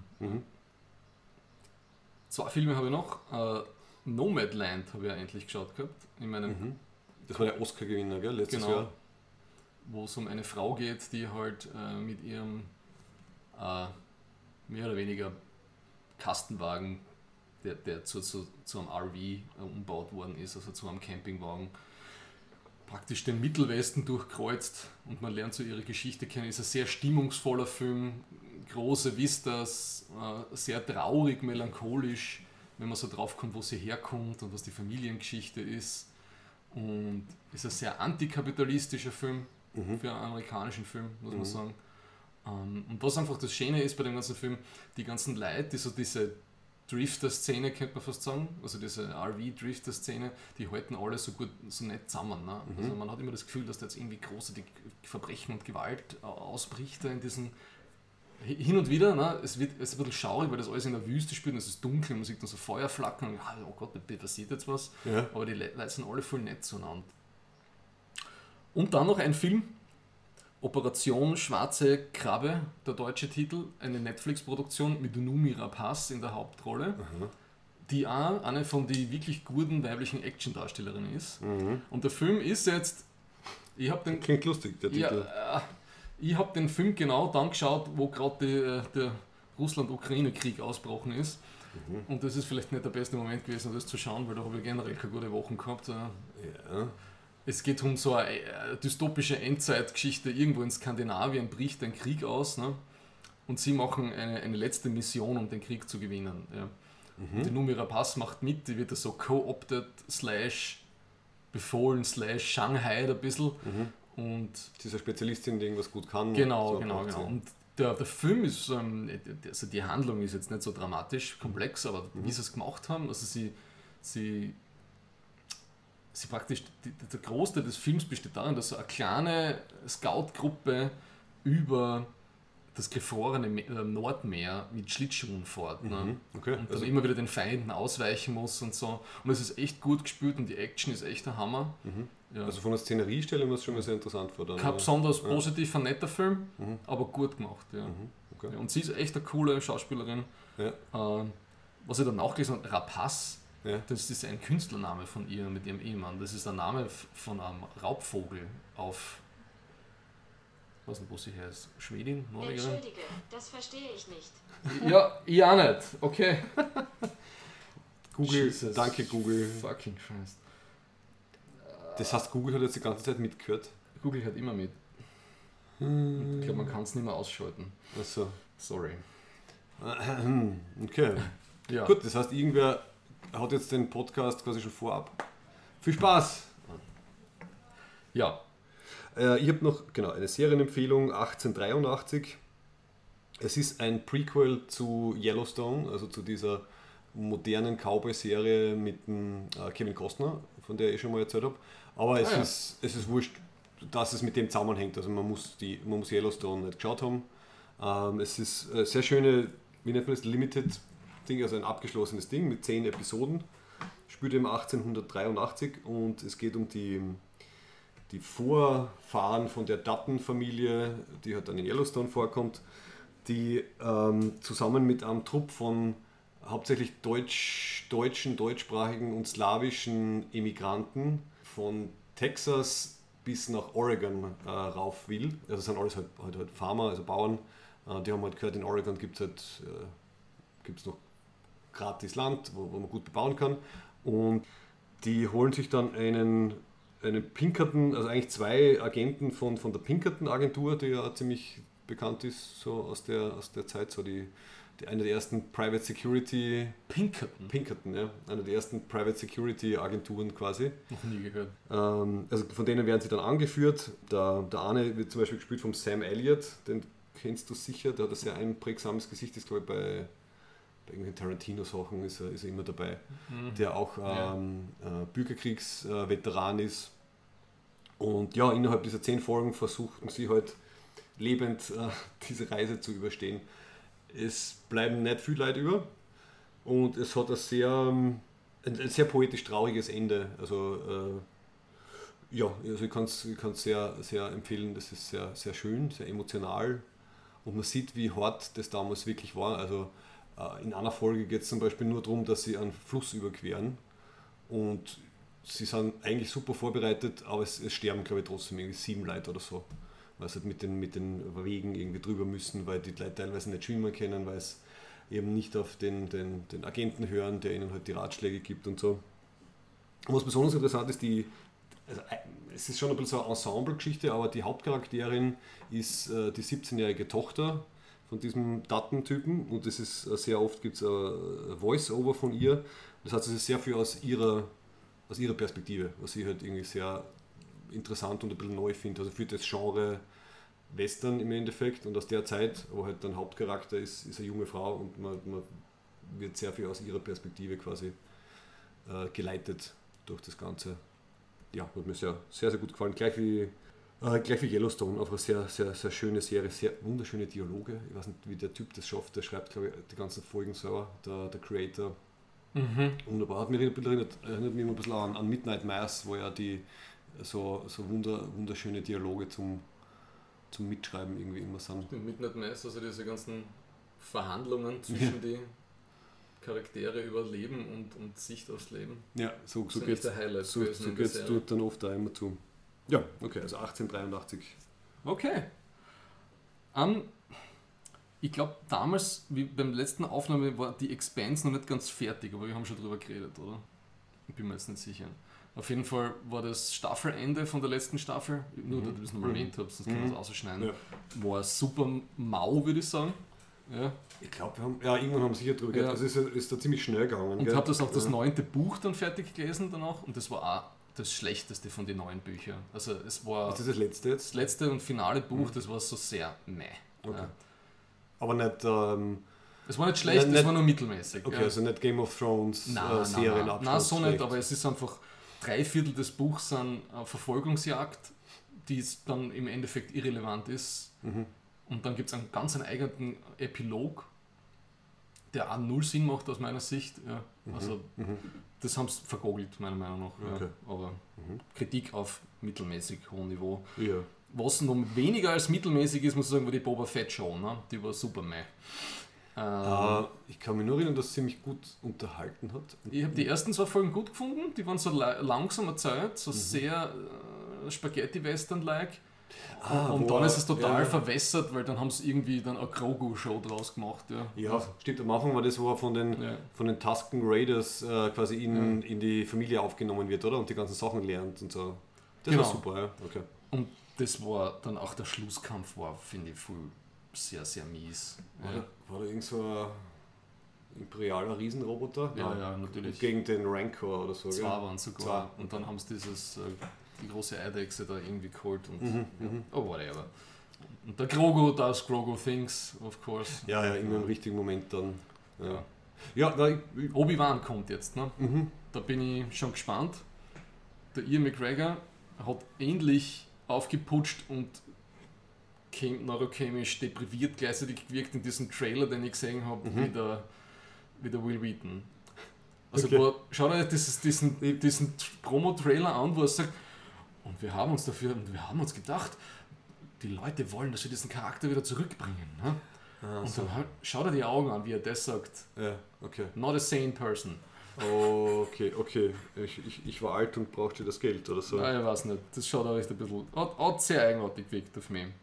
2 Filme habe ich noch. Nomadland habe ich ja endlich geschaut gehabt. In meinem Das war der Oscar-Gewinner, gell? Letztes Jahr. Wo es um eine Frau geht, die halt mit ihrem mehr oder weniger Kastenwagen, der zu einem RV umgebaut worden ist, also zu einem Campingwagen, praktisch den Mittelwesten durchkreuzt und man lernt so ihre Geschichte kennen. Ist ein sehr stimmungsvoller Film, große Vistas, sehr traurig, melancholisch, wenn man so drauf kommt, wo sie herkommt und was die Familiengeschichte ist. Und ist ein sehr antikapitalistischer Film für einen amerikanischen Film, muss man sagen. Und was einfach das Schöne ist bei dem ganzen Film, die ganzen Leute, die so diese Drifter-Szene, könnte man fast sagen, also diese RV-Drifter-Szene, die halten alle so gut, so nett zusammen. Ne? Also man hat immer das Gefühl, dass da jetzt irgendwie große Verbrechen und Gewalt ausbricht da in diesen. Hin und wieder, ne? Es ist ein bisschen schaurig, weil das alles in der Wüste spielt und es ist dunkel, man sieht dann so Feuer flackern und oh Gott, da passiert jetzt was. Ja. Aber die Leute sind alle voll nett zueinander. Und dann noch ein Film, Operation Schwarze Krabbe, der deutsche Titel, eine Netflix-Produktion mit Noomi Rapace in der Hauptrolle, die auch eine von den wirklich guten weiblichen Action-Darstellerinnen ist. Und der Film ist jetzt, klingt lustig, der Titel. Ja, ich habe den Film genau dann geschaut, wo gerade der Russland-Ukraine-Krieg ausgebrochen ist. Und das ist vielleicht nicht der beste Moment gewesen, das zu schauen, weil da habe ich generell keine gute Wochen gehabt. Ja. Es geht um so eine dystopische Endzeitgeschichte. Irgendwo in Skandinavien bricht ein Krieg aus, ne? Und sie machen eine letzte Mission, um den Krieg zu gewinnen. Ja. Die Noomi Rapace macht mit, die wird so co-opted / befohlen / Shanghai ein bisschen. Und sie ist eine Spezialistin, die irgendwas gut kann. Genau. Und der Film ist, also die Handlung ist jetzt nicht so dramatisch komplex, aber wie sie es gemacht haben, also sie praktisch, der Großteil des Films besteht darin, dass so eine kleine Scout-Gruppe über das gefrorene Nordmeer mit Schlittschuhen fährt. Ne? Okay. Und dann immer wieder den Feinden ausweichen muss und so. Und es ist echt gut gespielt und die Action ist echt der Hammer. Ja. Also von der Szenerie stelle ich mir das schon mal sehr interessant vor. Kein besonders positiv ein netter Film, aber gut gemacht. Ja. Okay. Ja, und sie ist echt eine coole Schauspielerin. Ja. Was ich dann nachgelesen habe, Rapace, das ist ein Künstlername von ihr mit ihrem Ehemann. Das ist der Name von einem Raubvogel auf, ich weiß nicht, wo sie her ist, Schwedin, Norwegerin? Entschuldige, das verstehe ich nicht. Ja, ich auch nicht, okay. Google, Jesus. Danke Google. Fucking Christ. Das heißt, Google hat jetzt die ganze Zeit mitgehört? Google hat immer mit. Ich glaube, man kann es nicht mehr ausschalten. Achso. Sorry. Okay. Ja. Gut, das heißt, irgendwer hat jetzt den Podcast quasi schon vorab. Viel Spaß! Ja. Ich habe noch eine Serienempfehlung, 1883. Es ist ein Prequel zu Yellowstone, also zu dieser modernen Cowboy-Serie mit dem Kevin Costner, von der ich schon mal erzählt habe. Aber es ist wurscht, dass es mit dem zusammenhängt. Also man muss Yellowstone nicht geschaut haben. Es ist sehr schöne, wie nennt man das, Limited Ding, also ein abgeschlossenes Ding mit 10 Episoden. Spielt im 1883 und es geht um die die Vorfahren von der Dutton-Familie, die halt dann in Yellowstone vorkommt, die zusammen mit einem Trupp von hauptsächlich deutschen, deutschsprachigen und slawischen Emigranten von Texas bis nach Oregon rauf will. Also das sind alles halt Farmer, also Bauern. Die haben halt gehört, in Oregon gibt es noch gratis Land, wo man gut bebauen kann. Und die holen sich dann einen Pinkerton, also eigentlich 2 Agenten von der Pinkerton-Agentur, die ja ziemlich bekannt ist, so aus der Zeit, so eine der ersten Private Security... Pinkerton, ja. Eine der ersten Private Security Agenturen quasi. Noch nie gehört. Also von denen werden sie dann angeführt. Der eine wird zum Beispiel gespielt vom Sam Elliott, den kennst du sicher, der hat ein sehr einprägsames Gesicht, ist glaube ich bei irgendwelchen Tarantino-Sachen ist er immer dabei, der auch Bürgerkriegsveteran ist. Und ja, innerhalb dieser 10 Folgen versuchten sie halt lebend diese Reise zu überstehen. Es bleiben nicht viel Leute über und es hat ein sehr poetisch trauriges Ende. Also ich kann es sehr, sehr empfehlen. Das ist sehr, sehr schön, sehr emotional und man sieht, wie hart das damals wirklich war. Also in einer Folge geht es zum Beispiel nur darum, dass sie einen Fluss überqueren und sie sind eigentlich super vorbereitet, aber es sterben, glaube ich, trotzdem irgendwie 7 Leute oder so, weil sie halt mit den Wegen irgendwie drüber müssen, weil die Leute teilweise nicht schwimmen können, weil es eben nicht auf den Agenten hören, der ihnen halt die Ratschläge gibt und so. Und was besonders interessant ist, es ist schon ein bisschen so eine Ensemble-Geschichte, aber die Hauptcharakterin ist die 17-jährige Tochter von diesem Dutton-Typen und das ist sehr oft gibt es ein Voice-Over von ihr. Das heißt, es ist sehr viel aus ihrer Perspektive, was ich halt irgendwie sehr interessant und ein bisschen neu finde. Also für das Genre Western im Endeffekt und aus der Zeit, wo halt dann Hauptcharakter ist eine junge Frau und man wird sehr viel aus ihrer Perspektive quasi geleitet durch das Ganze. Ja, hat mir sehr, sehr, sehr gut gefallen. Gleich wie Yellowstone, einfach eine sehr, sehr, sehr schöne Serie, sehr wunderschöne Dialoge. Ich weiß nicht, wie der Typ das schafft, der schreibt, glaube ich, die ganzen Folgen selber, der Creator. Wunderbar. Hat mich erinnert mich immer ein bisschen an Midnight Mass, wo ja die so wunderschöne Dialoge zum Mitschreiben irgendwie immer sind. Midnight Mass, also diese ganzen Verhandlungen zwischen die Charaktere über Leben und Sicht aufs Leben. Ja, so geht es dort dann oft auch immer zu. Ja, okay, also 1883. Okay. Ich glaube, damals, wie beim letzten Aufnahme, war die Expanse noch nicht ganz fertig, aber wir haben schon drüber geredet, oder? Ich bin mir jetzt nicht sicher. Auf jeden Fall war das Staffelende von der letzten Staffel, nur dass ich das nochmal erwähnt habe, sonst kann man das ausschneiden, war super mau, würde ich sagen. Ja. Ich glaube, irgendwann haben wir sicher drüber geredet. Also ist da ziemlich schnell gegangen. Und habe das auch das 9. Buch dann fertig gelesen danach und das war auch das schlechteste von den 9 Büchern. Also es war... Ist das letzte jetzt? Das letzte und finale Buch, das war so sehr meh. Okay. Aber nicht... es war nicht schlecht, es war nur mittelmäßig. Okay, also nicht Game of Thrones Serienabschluss. Nein, so nicht, aber es ist einfach 3/4 des Buchs an Verfolgungsjagd, die dann im Endeffekt irrelevant ist. Und dann gibt es einen ganz eigenen Epilog, der auch null Sinn macht aus meiner Sicht. Ja. Also das haben sie vergogelt, meiner Meinung nach. Okay. Ja. Aber Kritik auf mittelmäßig hohem Niveau. Ja. Was noch weniger als mittelmäßig ist, muss ich sagen, war die Boba Fett Show. Ne? Die war super meh. Ich kann mich nur erinnern, dass sie mich gut unterhalten hat. Ich habe die ersten 2 Folgen gut gefunden. Die waren so langsam erzählt, so sehr Spaghetti-Western-like. Und dann ist es total verwässert, weil dann haben sie irgendwie dann eine Grogu-Show draus gemacht. Ja, stimmt. Am Anfang war das, wo er von den Tusken Raiders quasi in die Familie aufgenommen wird, oder? Und die ganzen Sachen lernt und so. Das war super, ja. Okay. Und das war dann auch der Schlusskampf, finde ich, sehr, sehr mies. War da irgend so ein imperialer Riesenroboter? Ja, natürlich. Gegen den Rancor oder so. 2 waren sogar. Und dann haben sie die große Eidechse da irgendwie geholt und oh whatever. Und der Grogu does Grogu things, of course. Ja, immer im richtigen Moment dann. Obi-Wan kommt jetzt, ne? Da bin ich schon gespannt. Der Ian McGregor hat ähnlich aufgeputscht und neurochemisch depriviert gleichzeitig gewirkt in diesem Trailer, den ich gesehen habe, wie der Will Wheaton. Also schau dir diesen Promo-Trailer an, wo er sagt, Und wir haben uns gedacht, die Leute wollen, dass wir diesen Charakter wieder zurückbringen. Ne? Und dann schaut er die Augen an, wie er das sagt. Ja, okay. Not a sane person. Okay. Ich war alt und brauchte das Geld oder so. Nein, ich weiß nicht. Das schaut auch echt ein bisschen... Hat sehr eigenartig gewirkt auf mich.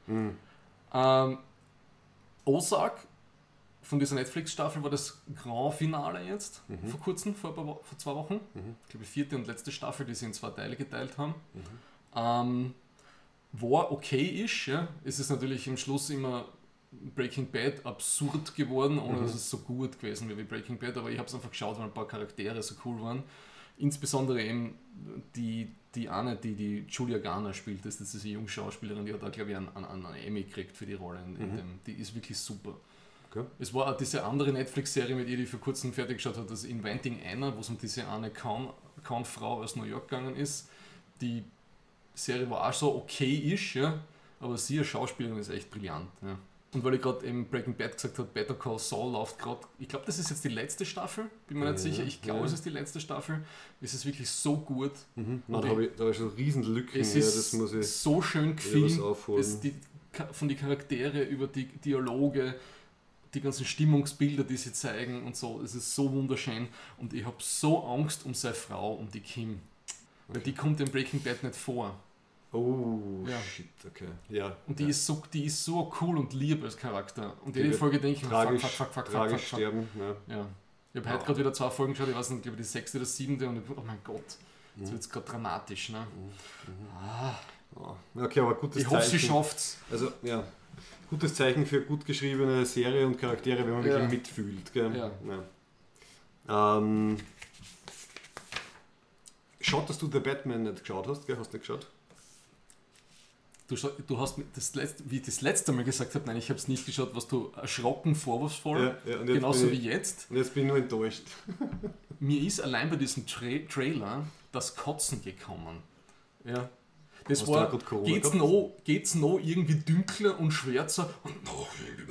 Ozark von dieser Netflix-Staffel war das Grand Finale jetzt, vor kurzem, vor 2 Wochen. Ich glaube, die 4. und letzte Staffel, die sie in 2 Teile geteilt haben. War okay ist, ja. Es ist natürlich im Schluss immer Breaking Bad absurd geworden, ohne dass es so gut gewesen wäre wie Breaking Bad, aber ich habe es einfach geschaut, weil ein paar Charaktere so cool waren. Insbesondere eben die eine, die Julia Garner spielt, das ist diese junge Schauspielerin, die hat da, glaube ich, einen Emmy gekriegt für die Rolle in dem. Die ist wirklich super. Okay. Es war auch diese andere Netflix-Serie mit ihr, die ich vor kurzem fertig geschaut habe, das Inventing Anna, wo es um diese eine Frau aus New York gegangen ist. Die Serie war auch so okay-ish, ja, aber sie als Schauspielerin ist echt brillant. Ja. Und weil ich gerade eben Breaking Bad gesagt habe, Better Call Saul läuft gerade, ich glaube, das ist jetzt die letzte Staffel, bin mir nicht sicher, ich glaube, es ist die letzte Staffel, es ist wirklich so gut. Da habe ich schon riesen Lücken, es ist das muss ich so schön gefilmt, von den Charaktere über die Dialoge, die ganzen Stimmungsbilder, die sie zeigen und so, es ist so wunderschön und ich habe so Angst um seine Frau, um die Kim, weil die kommt in Breaking Bad nicht vor. Oh, ja. Shit, okay. Ja. Und die ist so cool und lieb als Charakter. Und jede Folge denke ich mir, fuck. Sterben. Ja. Ich habe heute gerade wieder 2 Folgen geschaut, ich weiß nicht, glaube die 6. oder 7. und oh mein Gott, jetzt wird es gerade dramatisch. Ne? Okay, aber gutes Zeichen. Ich hoffe, sie schafft's. Also, ja, gutes Zeichen für gut geschriebene Serie und Charaktere, wenn man wirklich mitfühlt. Gell? Ja. Schaut, dass du The Batman nicht geschaut hast, gell? Hast du nicht geschaut? Du hast mir wie ich das letzte Mal gesagt habe, nein, ich habe es nicht geschaut, was du erschrocken, vorwurfsvoll, genauso wie jetzt. Und jetzt bin ich nur enttäuscht. Mir ist allein bei diesem Trailer das Kotzen gekommen. Ja. Das war, geht's noch irgendwie dünkler und schwärzer und noch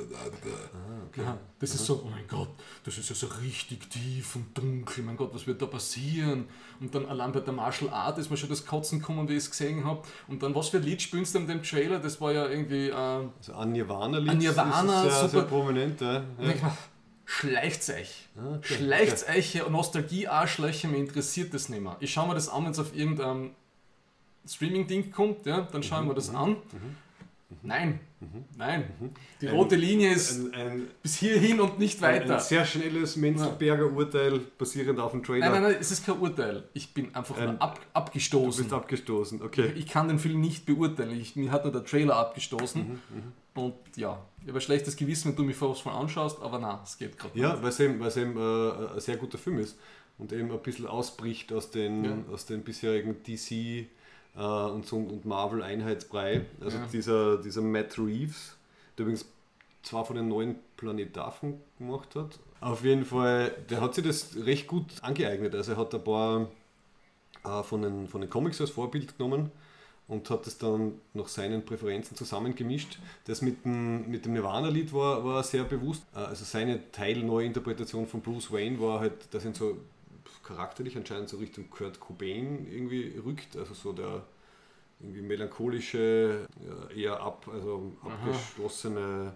das ist so, oh mein Gott, das ist ja so richtig tief und dunkel, mein Gott, was wird da passieren? Und dann allein bei der Martial Art ist mir schon das Kotzen gekommen, wie ich es gesehen habe. Und dann, was für ein Lied spielst du in dem Trailer? Das war ja irgendwie... also ein Nirvana-Lied. Ein Nirvana, super sehr prominent. Ja. Schleicht's euch. Schleicht's euch, Nostalgie-Arschlöcher, mir interessiert das nicht mehr. Ich schaue mir das an, wenn es auf irgendeinem Streaming-Ding kommt, ja, dann schauen wir das an. Nein. Die rote Linie ist bis hierhin und nicht weiter. Ein sehr schnelles Menzelberger Urteil basierend auf dem Trailer. Nein, es ist kein Urteil. Ich bin einfach nur abgestoßen. Du bist abgestoßen, okay. Ich kann den Film nicht beurteilen. Mir hat nur der Trailer abgestoßen. Und ja, ich habe ein schlechtes Gewissen, wenn du mich vorwärts mal anschaust, aber nein, es geht gerade nicht. Ja, weil es eben ein sehr guter Film ist und eben ein bisschen ausbricht aus den bisherigen DC und Marvel Einheitsbrei. Also dieser Matt Reeves, der übrigens 2 von den neuen Planet Affen gemacht hat. Auf jeden Fall, der hat sich das recht gut angeeignet. Also er hat ein paar von den Comics als Vorbild genommen und hat das dann nach seinen Präferenzen zusammengemischt. Das mit dem Nirvana-Lied war sehr bewusst. Also seine Teilneuinterpretation von Bruce Wayne war halt, dass ihn so charakterlich anscheinend so Richtung Kurt Cobain irgendwie rückt, also so der irgendwie melancholische, eher abgeschlossene,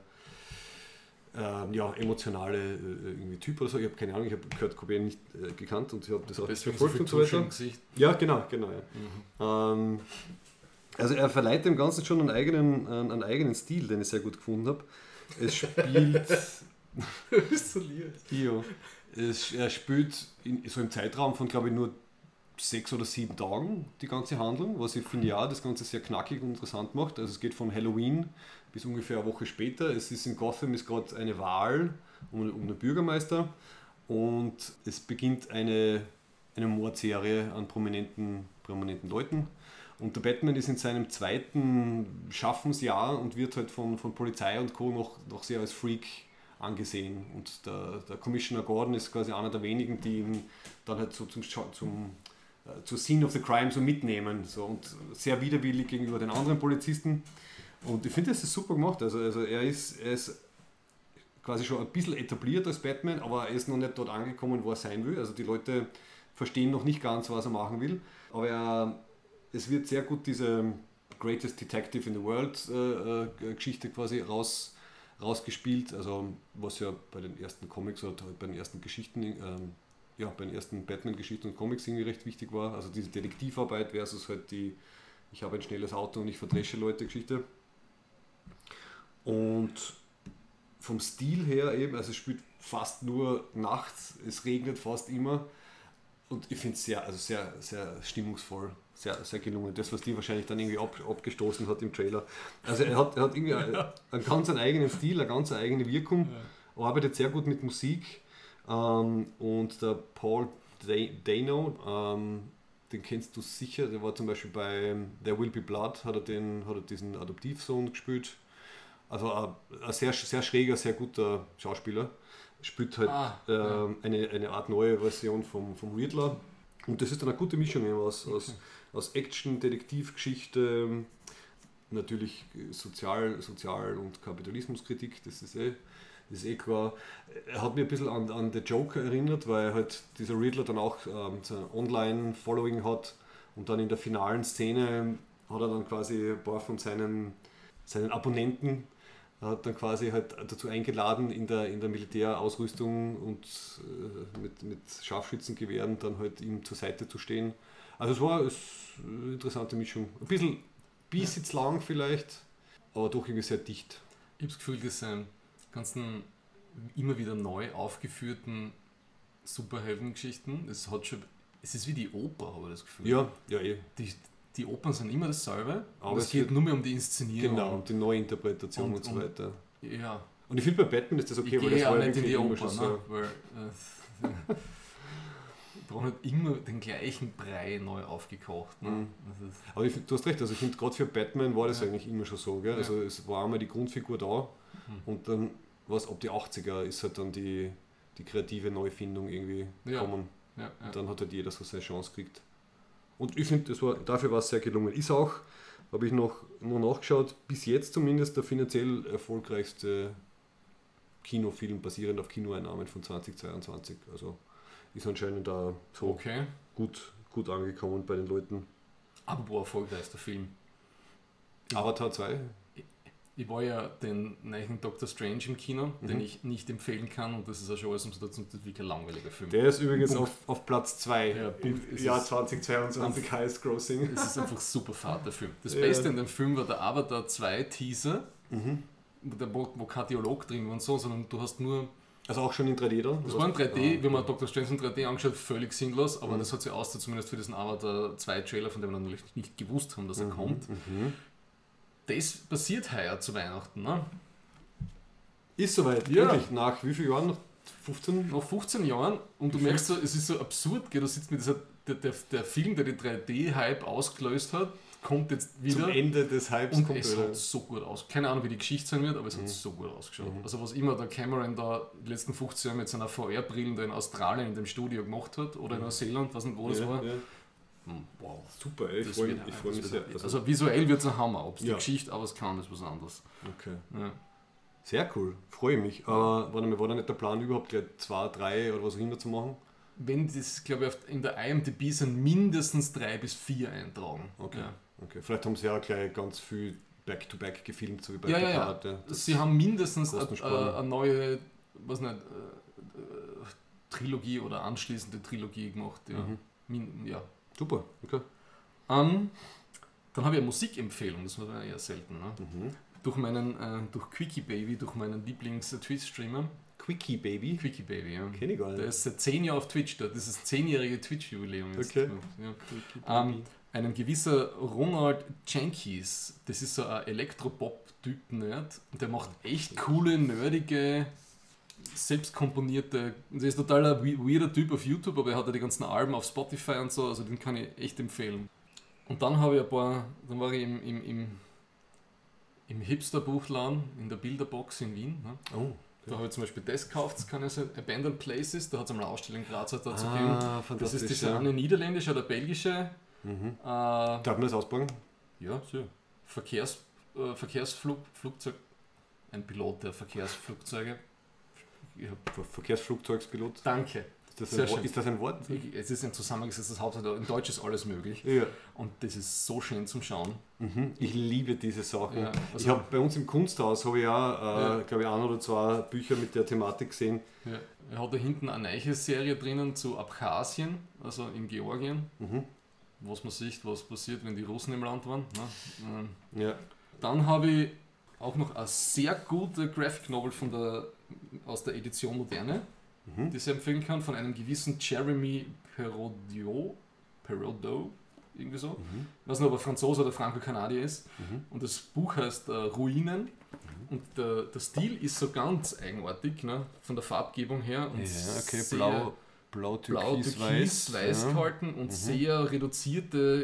emotionale irgendwie Typ oder so. Ich habe keine Ahnung, ich habe Kurt Cobain nicht gekannt und ich habe das auch nicht verfolgt und so weiter. Ja, genau. Ja. Also er verleiht dem Ganzen schon einen eigenen Stil, den ich sehr gut gefunden habe. Es spielt... Du bist so lieb. Er spielt so im Zeitraum von, glaube ich, nur 6 oder 7 Tagen die ganze Handlung, was ich finde, das Ganze sehr knackig und interessant macht. Also es geht von Halloween bis ungefähr eine Woche später. Es ist in Gotham ist gerade eine Wahl um einen Bürgermeister und es beginnt eine Mordserie an prominenten Leuten. Und der Batman ist in seinem 2. Schaffensjahr und wird halt von Polizei und Co. noch sehr als Freak angesehen. Und der Commissioner Gordon ist quasi einer der wenigen, die ihn dann halt so zur Scene of the Crime so mitnehmen. So, und sehr widerwillig gegenüber den anderen Polizisten. Und ich finde, das ist super gemacht. Also er ist quasi schon ein bisschen etabliert als Batman, aber er ist noch nicht dort angekommen, wo er sein will. Also die Leute verstehen noch nicht ganz, was er machen will. Aber es wird sehr gut diese Greatest Detective in the World Geschichte quasi rausgespielt, also was ja bei den ersten Comics oder bei den ersten Geschichten, bei den ersten Batman-Geschichten und Comics irgendwie recht wichtig war, also diese Detektivarbeit versus halt die ich habe ein schnelles Auto und ich verdresche Leute Geschichte. Und vom Stil her eben, also es spielt fast nur nachts, es regnet fast immer und ich finde es sehr, sehr stimmungsvoll, sehr, sehr gelungen. Das, was die wahrscheinlich dann irgendwie abgestoßen hat im Trailer. Also er hat irgendwie einen ganz eigenen Stil, eine ganz eigene Wirkung, arbeitet sehr gut mit Musik und der Paul Dano, den kennst du sicher, der war zum Beispiel bei There Will Be Blood, hat er diesen Adoptivsohn gespielt. Also ein sehr, sehr schräger, sehr guter Schauspieler. Spielt halt eine Art neue Version vom Riddler. Und das ist dann eine gute Mischung aus Action, Detektivgeschichte, natürlich Sozial- und Kapitalismuskritik, das ist eh klar. Er hat mich ein bisschen an The Joker erinnert, weil halt dieser Riddler dann auch so ein Online-Following hat und dann in der finalen Szene hat er dann quasi ein paar von seinen Abonnenten hat dann quasi halt dazu eingeladen, in der Militärausrüstung und mit Scharfschützengewehren dann halt ihm zur Seite zu stehen. Also es war eine interessante Mischung. Ein bisschen zu lang vielleicht, aber doch irgendwie sehr dicht. Ich habe das Gefühl, dass ganzen immer wieder neu aufgeführten Superheldengeschichten, es ist wie die Oper, habe ich das Gefühl. Ja, eh. Die Opern sind immer dasselbe, aber es geht nur mehr um die Inszenierung. Genau, um die Neuinterpretation und so weiter. Ja. Und ich finde bei Batman ist das okay, weil das war ja nicht in die Oper, schon so. Weil brauchen halt immer den gleichen Brei neu aufgekocht. Ne? Mhm. Aber du hast recht, also ich finde gerade für Batman war das eigentlich immer schon so. Gell? Ja. Also es war einmal die Grundfigur da und dann ab die 80er ist halt dann die kreative Neufindung irgendwie gekommen. Ja. Und dann hat halt jeder so seine Chance gekriegt. Und ich finde, dafür war es sehr gelungen. Ist auch, habe ich noch nachgeschaut, bis jetzt zumindest der finanziell erfolgreichste Kinofilm basierend auf Kinoeinnahmen von 2022. Also ist anscheinend da so gut angekommen bei den Leuten. Apropos erfolgreichster Film. Avatar 2. Ich war ja den neuen Doctor Strange im Kino, den ich nicht empfehlen kann und das ist auch schon alles, um so dazu wirklich ein langweiliger Film. Der ist übrigens auf Platz 2 im Jahr 2022 Highest Grossing. Es ist einfach super fad, der Film. Das Beste an dem Film war der Avatar 2 Teaser, wo kein Dialog drin war und so, sondern du hast nur... Also auch schon in 3D da? Das war in 3D, wenn man Dr. Strange in 3D angeschaut, völlig sinnlos, aber das hat sich ausgezahlt, zumindest für diesen Avatar 2 Trailer, von dem wir natürlich nicht gewusst haben, dass er kommt. Das passiert heuer zu Weihnachten, ne? Ist soweit, wirklich. Nach wie vielen Jahren? 15? Nach 15 Jahren und du merkst so, es ist so absurd, gell? Du sitzt mit der Film, der den 3D-Hype ausgelöst hat, kommt jetzt wieder. Zum Ende des Hypes und es hat so gut aus. Keine Ahnung, wie die Geschichte sein wird, aber es hat so gut ausgeschaut. Also was immer der Cameron da die letzten 15 Jahre mit seiner VR-Brille da in Australien in dem Studio gemacht hat oder in Neuseeland, weiß nicht wo das war. Ja. Wow. Super, ich freue mich sehr. Also visuell wird es ein Hammer, ob es die Geschichte aber es kann, ist was anderes. Okay. Ja. Sehr cool, freue mich. Aber war da nicht der Plan überhaupt gleich 2, 3 oder was auch immer zu machen? Wenn das, glaube ich, in der IMDb sind mindestens 3 bis 4 eintragen. Okay. Ja. Okay. Vielleicht haben sie ja gleich ganz viel Back-to-Back gefilmt, so wie bei Picard. Ja. Sie haben mindestens eine neue, was nicht, Trilogie oder anschließende Trilogie gemacht. Ja. Ja. Super, okay. Dann habe ich eine Musikempfehlung, das war eher selten. Ne? Durch Quickie Baby, durch meinen Lieblings-Twitch-Streamer. Quickie Baby? Quickie Baby, ja. Kenn ich gar nicht. Der ist seit 10 Jahren auf Twitch da. Das ist das 10-jährige Twitch-Jubiläum jetzt. Okay. Ja. Einen gewisser Ronald Jenkins, das ist so ein Elektropop-Typ-Nerd. Der macht echt coole, nerdige, selbstkomponierte. Der ist total ein weirder Typ auf YouTube, aber er hat ja die ganzen Alben auf Spotify und so, also den kann ich echt empfehlen. Und dann habe ich dann war ich im Hipster-Buchladen in der Bilderbox in Wien. Ne? Oh. Okay. Da habe ich zum Beispiel das gekauft, das kann ich sagen, Abandoned Places, da hat es einmal eine Ausstellung in Graz dazu gegeben. Das ist diese eine niederländische oder belgische. Darf man das ausbauen? Ja, so. Verkehrsflugzeug, ein Pilot der Verkehrsflugzeuge. Verkehrsflugzeugspilot? Danke. Ist das ein Wort? Es ist ein zusammengesetztes Hauptwort. In Deutsch ist alles möglich. Ja. Und das ist so schön zum Schauen. Ich liebe diese Sachen. Ja, also ich habe bei uns im Kunsthaus, habe ich auch, glaube ich, 1 oder 2 Bücher mit der Thematik gesehen. Ja. Er hat da hinten eine neue Serie drinnen zu Abchasien, also in Georgien. Was man sieht, was passiert, wenn die Russen im Land waren. Ne? Ja. Dann habe ich auch noch eine sehr gute Graphic Novel aus der Edition Moderne, die ich empfehlen kann, von einem gewissen Jeremy Perraudot, irgendwie so. Ich weiß nicht, ob er Franzose oder Franco-Kanadier ist. Und das Buch heißt Ruinen. Und der Stil ist so ganz eigenartig, ne? Von der Farbgebung her. Und okay, sehr blau, türkis, weiß gehalten und sehr reduzierter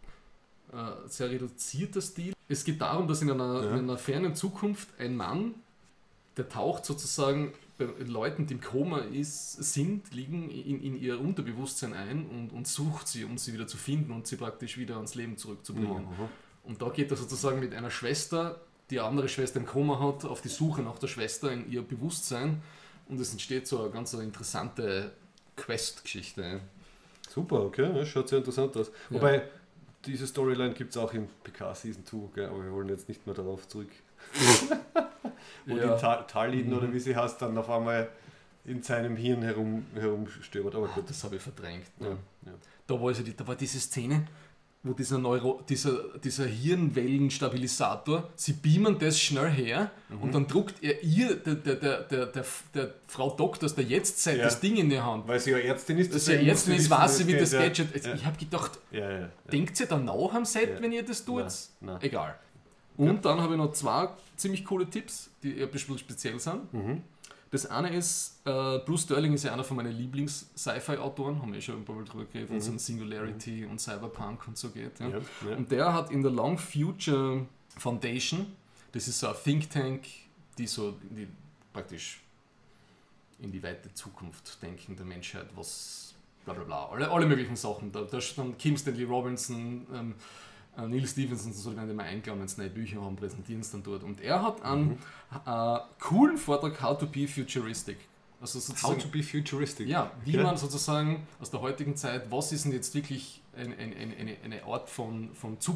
Stil. Es geht darum, dass in einer fernen Zukunft ein Mann, der taucht sozusagen bei Leuten, die im Koma liegen in ihr Unterbewusstsein ein und sucht sie, um sie wieder zu finden und sie praktisch wieder ans Leben zurückzubringen. Und da geht er sozusagen mit einer Schwester, die eine andere Schwester im Koma hat, auf die Suche nach der Schwester in ihr Bewusstsein und es entsteht so eine ganz interessante Quest-Geschichte. Super, okay, das schaut sehr interessant aus. Ja. Wobei, diese Storyline gibt es auch in PK Season 2, gell? Aber wir wollen jetzt nicht mehr darauf zurück. Wo die Tallinn oder wie sie heißt, dann auf einmal in seinem Hirn herumstöbert. Aber gut, das habe ich verdrängt. Ja. Da war diese Szene, wo dieser Hirnwellenstabilisator, sie beamen das schnell her und dann druckt er der Frau Doktor der Jetztzeit das Ding in die Hand. Weil sie ja Ärztin ist. Weiß sie, wie das Gadget. Ich habe gedacht, ja. denkt ihr danach am Set, wenn ihr das tut? Nein. Egal. Und dann habe ich noch 2 ziemlich coole Tipps, die ein bisschen speziell sind. Das eine ist, Bruce Sterling ist ja einer von meinen Lieblings-Sci-Fi-Autoren, haben wir schon ein paar Mal drüber geredet, wenn es um Singularity und Cyberpunk und so geht. Ja. Und der hat in der Long Future Foundation, das ist so ein Think Tank, die praktisch in die weite Zukunft denken der Menschheit, was bla bla bla, alle möglichen Sachen. Da ist dann Kim Stanley Robinson, Neil Stephenson, so werden die mal eingeladen, wenn sie neue Bücher haben, präsentieren es dann dort. Und er hat einen coolen Vortrag, How to be Futuristic. Also How to be Futuristic? Ja, wie man sozusagen aus der heutigen Zeit, was ist denn jetzt wirklich eine Art von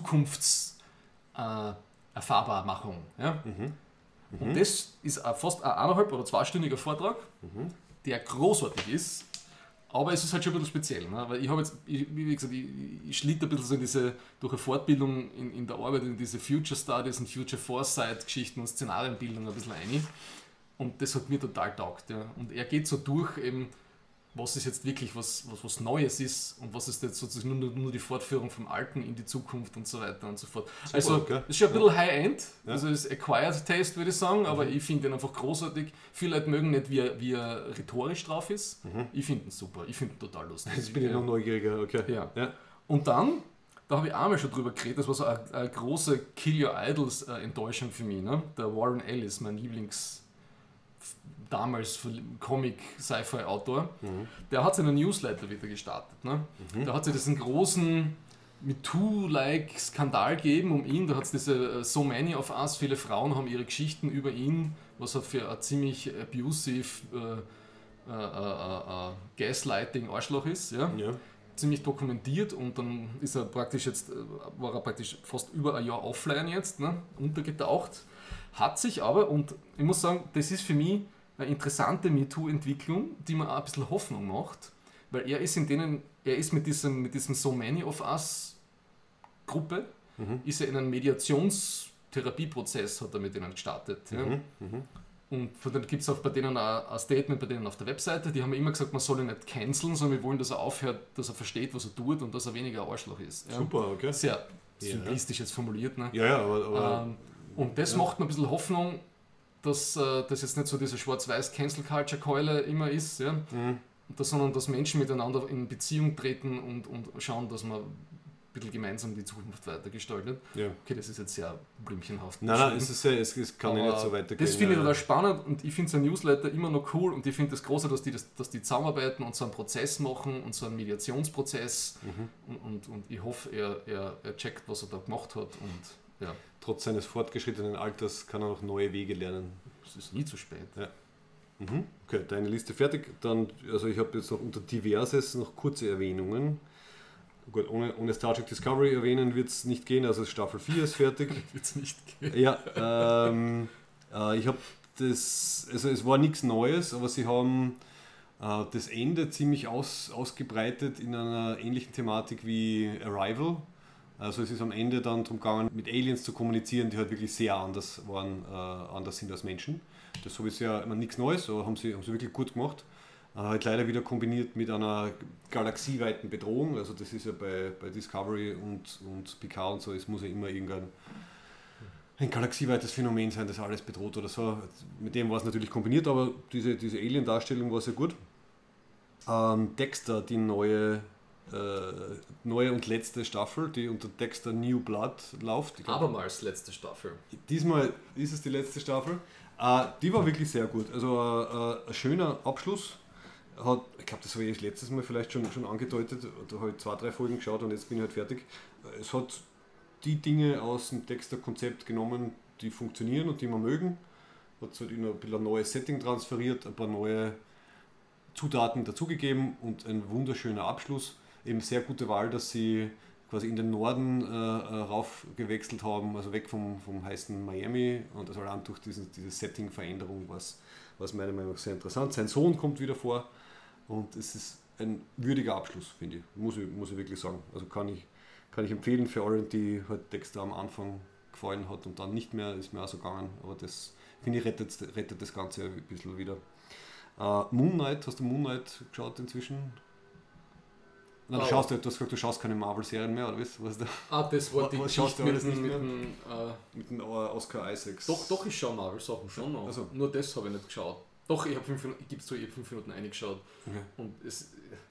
Zukunftserfahrbarmachung. Ja? Und das ist fast ein 1,5- oder 2-stündiger Vortrag, der großartig ist. Aber es ist halt schon ein bisschen speziell, ne? Weil ich habe jetzt, wie gesagt, ich schlitter ein bisschen so durch eine Fortbildung in der Arbeit in diese Future Studies und Future Foresight Geschichten und Szenarienbildung ein bisschen rein. Und das hat mir total taugt. Ja. Und er geht so durch, eben, was ist jetzt wirklich was Neues ist und was ist jetzt sozusagen nur die Fortführung vom Alten in die Zukunft und so weiter und so fort. Super, also, das ist schon ein bisschen High-End, also das ist Acquired Taste, würde ich sagen, aber ich finde ihn einfach großartig. Viele Leute mögen nicht, wie er rhetorisch drauf ist. Ich finde ihn super, ich finde ihn total lustig. Jetzt bin ich noch neugieriger, okay. Ja. Und dann, da habe ich einmal schon drüber geredet, das war so eine große Kill Your Idols Enttäuschung für mich. Ne? Der Warren Ellis, mein damals Comic-Sci-Fi-Autor, der hat seinen Newsletter wieder gestartet. Ne? Da hat es diesen großen MeToo-like Skandal gegeben um ihn. Da hat es diese So Many of Us, viele Frauen haben ihre Geschichten über ihn, was er für ein ziemlich abusive Gaslighting Arschloch ist. Ja? Ziemlich dokumentiert und dann ist er war er praktisch fast über ein Jahr offline jetzt, ne? Untergetaucht. Hat sich aber, und ich muss sagen, das ist für mich eine interessante MeToo-Entwicklung, die mir auch ein bisschen Hoffnung macht, weil er ist mit diesem So Many of Us Gruppe, ist er in einem Mediationstherapieprozess, hat er mit denen gestartet. Ja? Und dann gibt es auch bei denen ein Statement bei denen auf der Webseite, die haben immer gesagt, man soll ihn nicht canceln, sondern wir wollen, dass er aufhört, dass er versteht, was er tut und dass er weniger ein Arschloch ist. Ja? Super, okay. Sehr simplistisch jetzt formuliert. Ne? Ja, aber und das macht mir ein bisschen Hoffnung, dass das jetzt nicht so diese schwarz-weiß Cancel-Culture-Keule immer ist, ja? Sondern dass Menschen miteinander in Beziehung treten und schauen, dass man ein bisschen gemeinsam die Zukunft weitergestaltet. Ja. Okay, das ist jetzt sehr blümchenhaft. Nein, es kann nicht so weitergehen. Das finde ich total spannend und ich finde so ein Newsletter immer noch cool und ich finde das große, dass die zusammenarbeiten und so einen Prozess machen und so einen Mediationsprozess und ich hoffe, er checkt, was er da gemacht hat und ja. Trotz seines fortgeschrittenen Alters kann er noch neue Wege lernen. Es ist nie zu spät. Ja. Okay, deine Liste fertig. Dann, also ich habe jetzt noch unter Diverses noch kurze Erwähnungen. Gut, ohne Star Trek Discovery erwähnen wird es nicht gehen, also Staffel 4 ist fertig. Wird es nicht gehen. Ja, ich habe das, also es war nichts Neues, aber sie haben das Ende ziemlich ausgebreitet in einer ähnlichen Thematik wie Arrival. Also es ist am Ende dann darum gegangen, mit Aliens zu kommunizieren, die halt wirklich sehr anders sind als Menschen. Das ist sowieso ja immer nichts Neues, aber haben sie wirklich gut gemacht. Halt leider wieder kombiniert mit einer galaxieweiten Bedrohung. Also das ist ja bei Discovery und Picard und so, es muss ja immer ein galaxieweites Phänomen sein, das alles bedroht oder so. Mit dem war es natürlich kombiniert, aber diese Alien-Darstellung war sehr gut. Dexter, die neue und letzte Staffel, die unter Dexter New Blood läuft. Abermals letzte Staffel. Diesmal ist es die letzte Staffel. Die war wirklich sehr gut. Also ein schöner Abschluss. Ich glaube, das habe ich letztes Mal vielleicht schon angedeutet. Da habe ich 2-3 Folgen geschaut und jetzt bin ich halt fertig. Es hat die Dinge aus dem Dexter-Konzept genommen, die funktionieren und die wir mögen. Hat halt ein bisschen ein neues Setting transferiert, ein paar neue Zutaten dazugegeben und ein wunderschöner Abschluss. Eben sehr gute Wahl, dass sie quasi in den Norden rauf gewechselt haben, also weg vom heißen Miami und also allein durch diese Setting-Veränderung was meiner Meinung nach sehr interessant. Sein Sohn kommt wieder vor und es ist ein würdiger Abschluss, finde ich. Muss ich wirklich sagen. Also kann ich empfehlen für alle, die halt Dexter am Anfang gefallen hat und dann nicht mehr, ist mir auch so gegangen, aber das, finde ich, rettet das Ganze ein bisschen wieder. Moon Knight, hast du Moon Knight geschaut inzwischen? Nein, du hast gesagt, du schaust keine Marvel-Serien mehr, oder was da? Das war die Geschichte mit mit dem Oscar Isaacs. Doch, ich schaue Marvel-Sachen schon noch. Also. Nur das habe ich nicht geschaut. Doch, ich habe 5 Minuten reingeschaut. Okay. Und es...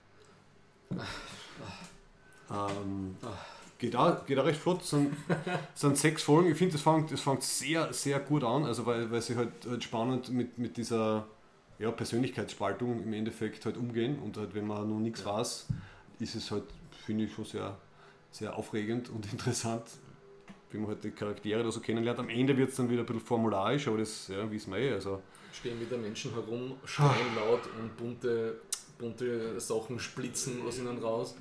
Geht auch recht flott, es sind 6 Folgen. Ich finde, das fängt sehr, sehr gut an, also weil sie halt spannend mit dieser Persönlichkeitsspaltung im Endeffekt halt umgehen und halt, wenn man noch nichts weiß, ist es halt, finde ich, schon sehr, sehr aufregend und interessant, wie man halt die Charaktere da so kennenlernt. Am Ende wird es dann wieder ein bisschen formularisch, aber das wissen wir also. Stehen wieder Menschen herum, schreien laut und bunte Sachen splitzen aus ihnen raus.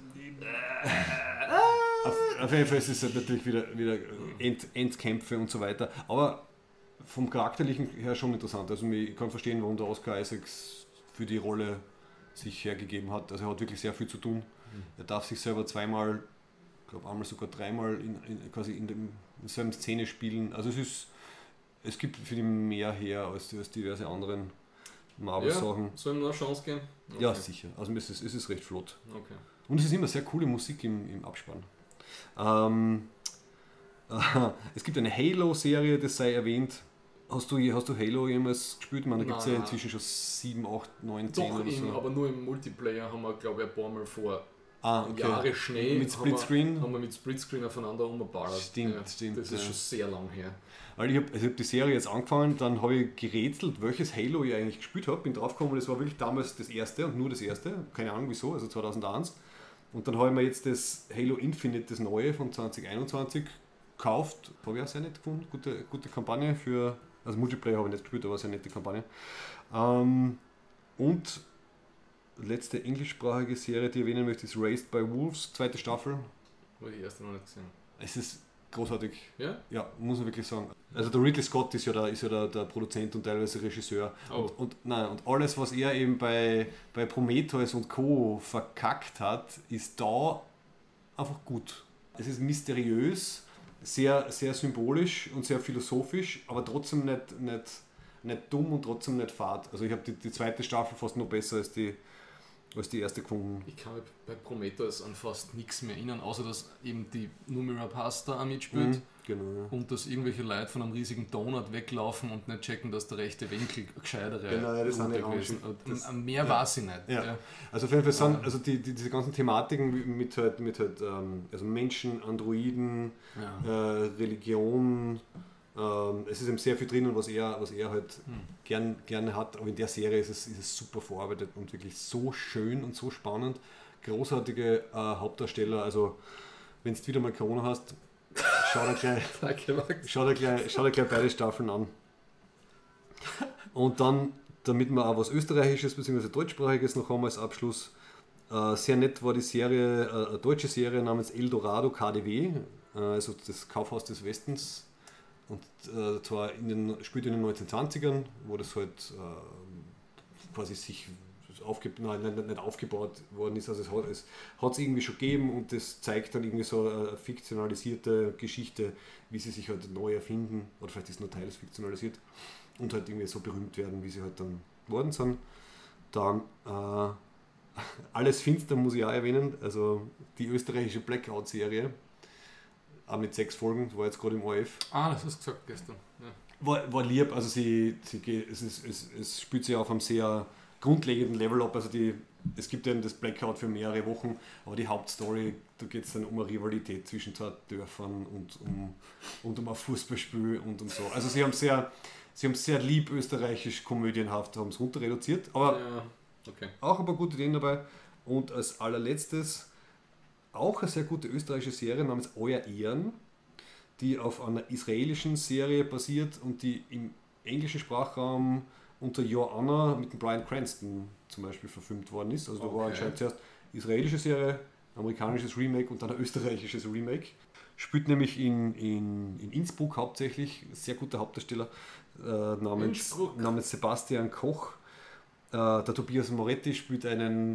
Auf jeden Fall ist es halt natürlich wieder Endkämpfe und so weiter, aber vom Charakterlichen her schon interessant. Also ich kann verstehen, warum der Oscar Isaacs für die Rolle sich hergegeben hat. Also er hat wirklich sehr viel zu tun. Er darf sich selber zweimal, ich glaube einmal sogar 3-mal quasi in derselben Szene spielen. Also es gibt für ihn mehr her als diverse anderen Marvel-Sachen. Ja, soll ihm noch eine Chance geben? Okay. Ja, sicher. Also es ist recht flott. Okay. Und es ist immer sehr coole Musik im Abspann. Es gibt eine Halo-Serie, das sei erwähnt. Hast du Halo jemals gespielt? Da gibt es ja inzwischen schon 7, 8, 9, 10 Doch, oder so. aber nur im Multiplayer haben wir, glaube ich, ein paar Mal vor okay. Jahre Schnee mit Splitscreen haben wir mit Splitscreen aufeinander umgeballert. Stimmt. Das ist schon sehr lang her. Weil ich hab die Serie jetzt angefangen, dann habe ich gerätselt, welches Halo ich eigentlich gespielt habe. Bin draufgekommen, das war wirklich damals das erste und nur das erste. Keine Ahnung wieso, also 2001. Und dann habe ich mir jetzt das Halo Infinite, das neue von 2021, gekauft. Habe ich auch sehr nett gefunden. Gute Kampagne für. Also Multiplayer habe ich nicht gespielt, aber sehr nette Kampagne. Und letzte englischsprachige Serie, die ich erwähnen möchte, ist Raised by Wolves, 2. Staffel. Habe ich die erste noch nicht gesehen. Es ist großartig. Ja? Ja, muss man wirklich sagen. Also der Ridley Scott ist ja der Produzent und teilweise Regisseur. Oh. Und alles, was er eben bei Prometheus und Co. verkackt hat, ist da einfach gut. Es ist mysteriös, sehr, sehr symbolisch und sehr philosophisch, aber trotzdem nicht dumm und trotzdem nicht fad. Also ich habe die 2. Staffel fast noch besser als die erste gefunden. Ich kann mich bei Prometheus an fast nichts mehr erinnern, außer dass eben die Numera Pasta auch mitspielt. Genau, ja. Und dass irgendwelche Leute von einem riesigen Donut weglaufen und nicht checken, dass der rechte Winkel gescheitere Route gewesen ist. Mehr weiß ich nicht. Ja. Ja. Also auf jeden Fall sind also diese ganzen Thematiken mit also Menschen, Androiden, Religion, es ist eben sehr viel drinnen, was er halt gerne hat, aber in der Serie ist es super verarbeitet und wirklich so schön und so spannend. Großartige Hauptdarsteller, also wenn du wieder mal Corona hast, schau dir gleich beide Staffeln an. Und dann damit wir auch was Österreichisches bzw. Deutschsprachiges noch haben als Abschluss. Sehr nett war die Serie, eine deutsche Serie namens Eldorado KDW, also das Kaufhaus des Westens. Und zwar spielt in den 1920ern, wo das halt quasi sich nicht aufgebaut worden ist. Also es hat es irgendwie schon gegeben und das zeigt dann irgendwie so eine fiktionalisierte Geschichte, wie sie sich halt neu erfinden, oder vielleicht ist nur teils fiktionalisiert und halt irgendwie so berühmt werden, wie sie halt dann geworden sind. Dann Alles finster muss ich auch erwähnen, also die österreichische Blackout-Serie, auch mit 6 Folgen, war jetzt gerade im ORF. Das hast du gesagt gestern. Ja. War lieb, also es spielt sich auf einem sehr grundlegenden Level ab, also es gibt eben das Blackout für mehrere Wochen, aber die Hauptstory, da geht es dann um eine Rivalität zwischen 2 Dörfern und um ein Fußballspiel und um so. Also sie haben sehr lieb österreichisch komödienhaft, haben es runter reduziert, aber okay. Auch ein paar gute Ideen dabei. Und als allerletztes auch eine sehr gute österreichische Serie namens Euer Ehren, die auf einer israelischen Serie basiert und die im englischen Sprachraum unter Your Honor mit dem Bryan Cranston zum Beispiel verfilmt worden ist. Also da war anscheinend zuerst israelische Serie, amerikanisches Remake und dann ein österreichisches Remake. Spielt nämlich in Innsbruck hauptsächlich, sehr guter Hauptdarsteller namens Sebastian Koch. Der Tobias Moretti spielt einen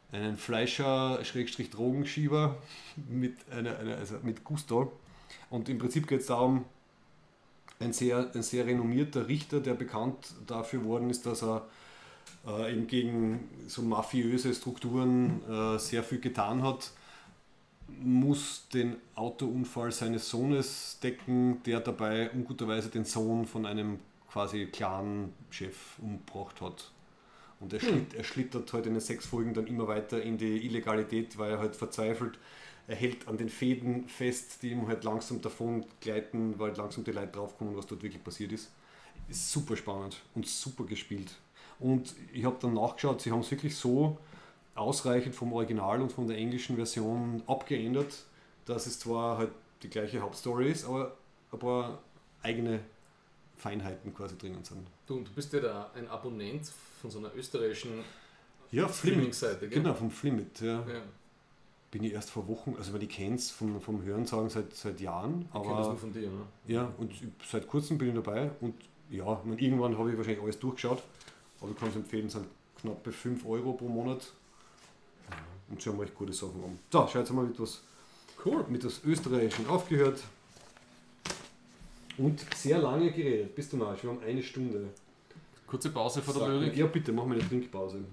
Fleischer-Drogenschieber mit Gusto. Und im Prinzip geht es darum, ein sehr renommierter Richter, der bekannt dafür geworden ist, dass er eben gegen so mafiöse Strukturen sehr viel getan hat, muss den Autounfall seines Sohnes decken, der dabei unguterweise den Sohn von einem quasi Clan-Chef umgebracht hat. Und er schlittert halt in den 6 Folgen dann immer weiter in die Illegalität, weil er halt verzweifelt, er hält an den Fäden fest, die ihm halt langsam davon gleiten, weil langsam die Leute draufkommen, was dort wirklich passiert ist. Ist super spannend und super gespielt. Und ich habe dann nachgeschaut, sie haben es wirklich so ausreichend vom Original und von der englischen Version abgeändert, dass es zwar halt die gleiche Hauptstory ist, aber ein paar eigene Feinheiten quasi drinnen sind. Du bist ja da ein Abonnent von so einer österreichischen Streaming-Seite, genau, vom Flimit. Ja. Bin ich erst vor Wochen, also weil ich kenne es vom Hörensagen seit Jahren. Aber ich kenne das nur von dir, ne? Ja, und seit kurzem bin ich dabei und ja, irgendwann habe ich wahrscheinlich alles durchgeschaut, aber ich kann es empfehlen, es sind knappe 5 Euro pro Monat und schauen wir echt gute Sachen an. So, schau jetzt mal mit das Österreichischen aufgehört. Und sehr lange geredet. Bist du narrisch? Wir haben 1 Stunde. Kurze Pause vor der Lyrik? Ja, bitte, machen wir eine Trinkpause.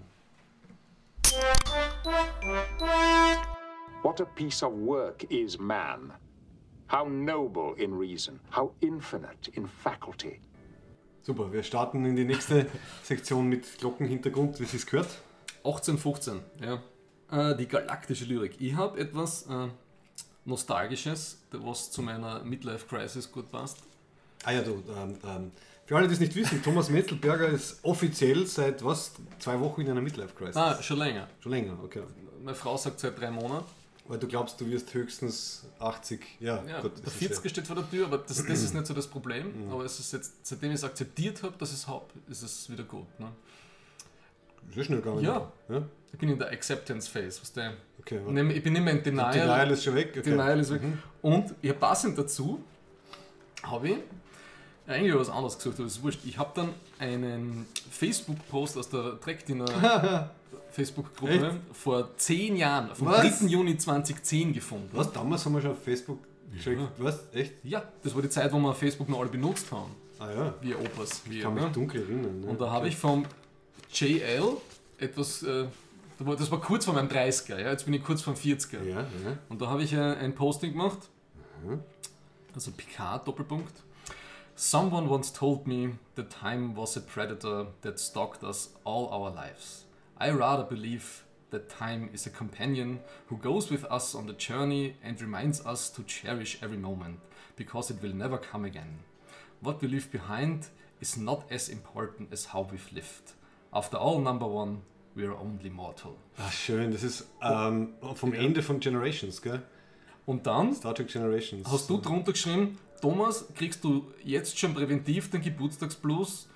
What a piece of work is man. How noble in reason, how infinite in faculty. Super, wir starten in die nächste Sektion mit Glockenhintergrund, wie es gehört. 1815, ja. Die galaktische Lyrik. Ich habe etwas Nostalgisches, was zu meiner Midlife-Crisis gut passt. Ah ja, für alle, die es nicht wissen, Thomas Metzelberger ist offiziell seit 2 Wochen in einer Midlife-Crisis. Schon länger. Schon länger, okay. Meine Frau sagt seit 3 Monaten. Weil du glaubst, du wirst höchstens 80. Ja, gut, der 40er steht vor der Tür, aber das ist nicht so das Problem. Aber es ist jetzt, seitdem ich es akzeptiert habe, dass ich es habe, ist es wieder gut. Ne? So schnell gegangen. Ja. Ich bin in der Acceptance-Phase. Okay, ich bin nicht mehr in Denial. Denial ist schon weg. Okay. Denial ist weg. Und passend dazu habe ich eigentlich was anderes gesucht, aber das ist wurscht. Ich habe dann einen Facebook-Post aus der Trackdiener Facebook-Gruppe vor 10 Jahren, vom 3. Juni 2010 gefunden. Was? Damals haben wir schon auf Facebook geschickt. Ja. Was? Echt? Ja, das war die Zeit, wo wir Facebook noch alle benutzt haben. Ah ja. Wir Opas. Ich kann mich dunkel erinnern. Ne? Und da habe ich vom JL etwas, das war kurz vor meinem 30er, ja? Jetzt bin ich kurz vor dem 40er. Ja. Und da habe ich ein Posting gemacht, also Picard, Doppelpunkt. Someone once told me that time was a predator that stalked us all our lives. I rather believe that time is a companion who goes with us on the journey and reminds us to cherish every moment, because it will never come again. What we leave behind is not as important as how we've lived. After all, number one, we are only mortal. Ach schön, das ist vom Ende von Generations, gell? Und dann Star Trek Generations. Hast du drunter geschrieben, Thomas, kriegst du jetzt schon präventiv den Geburtstagsblues?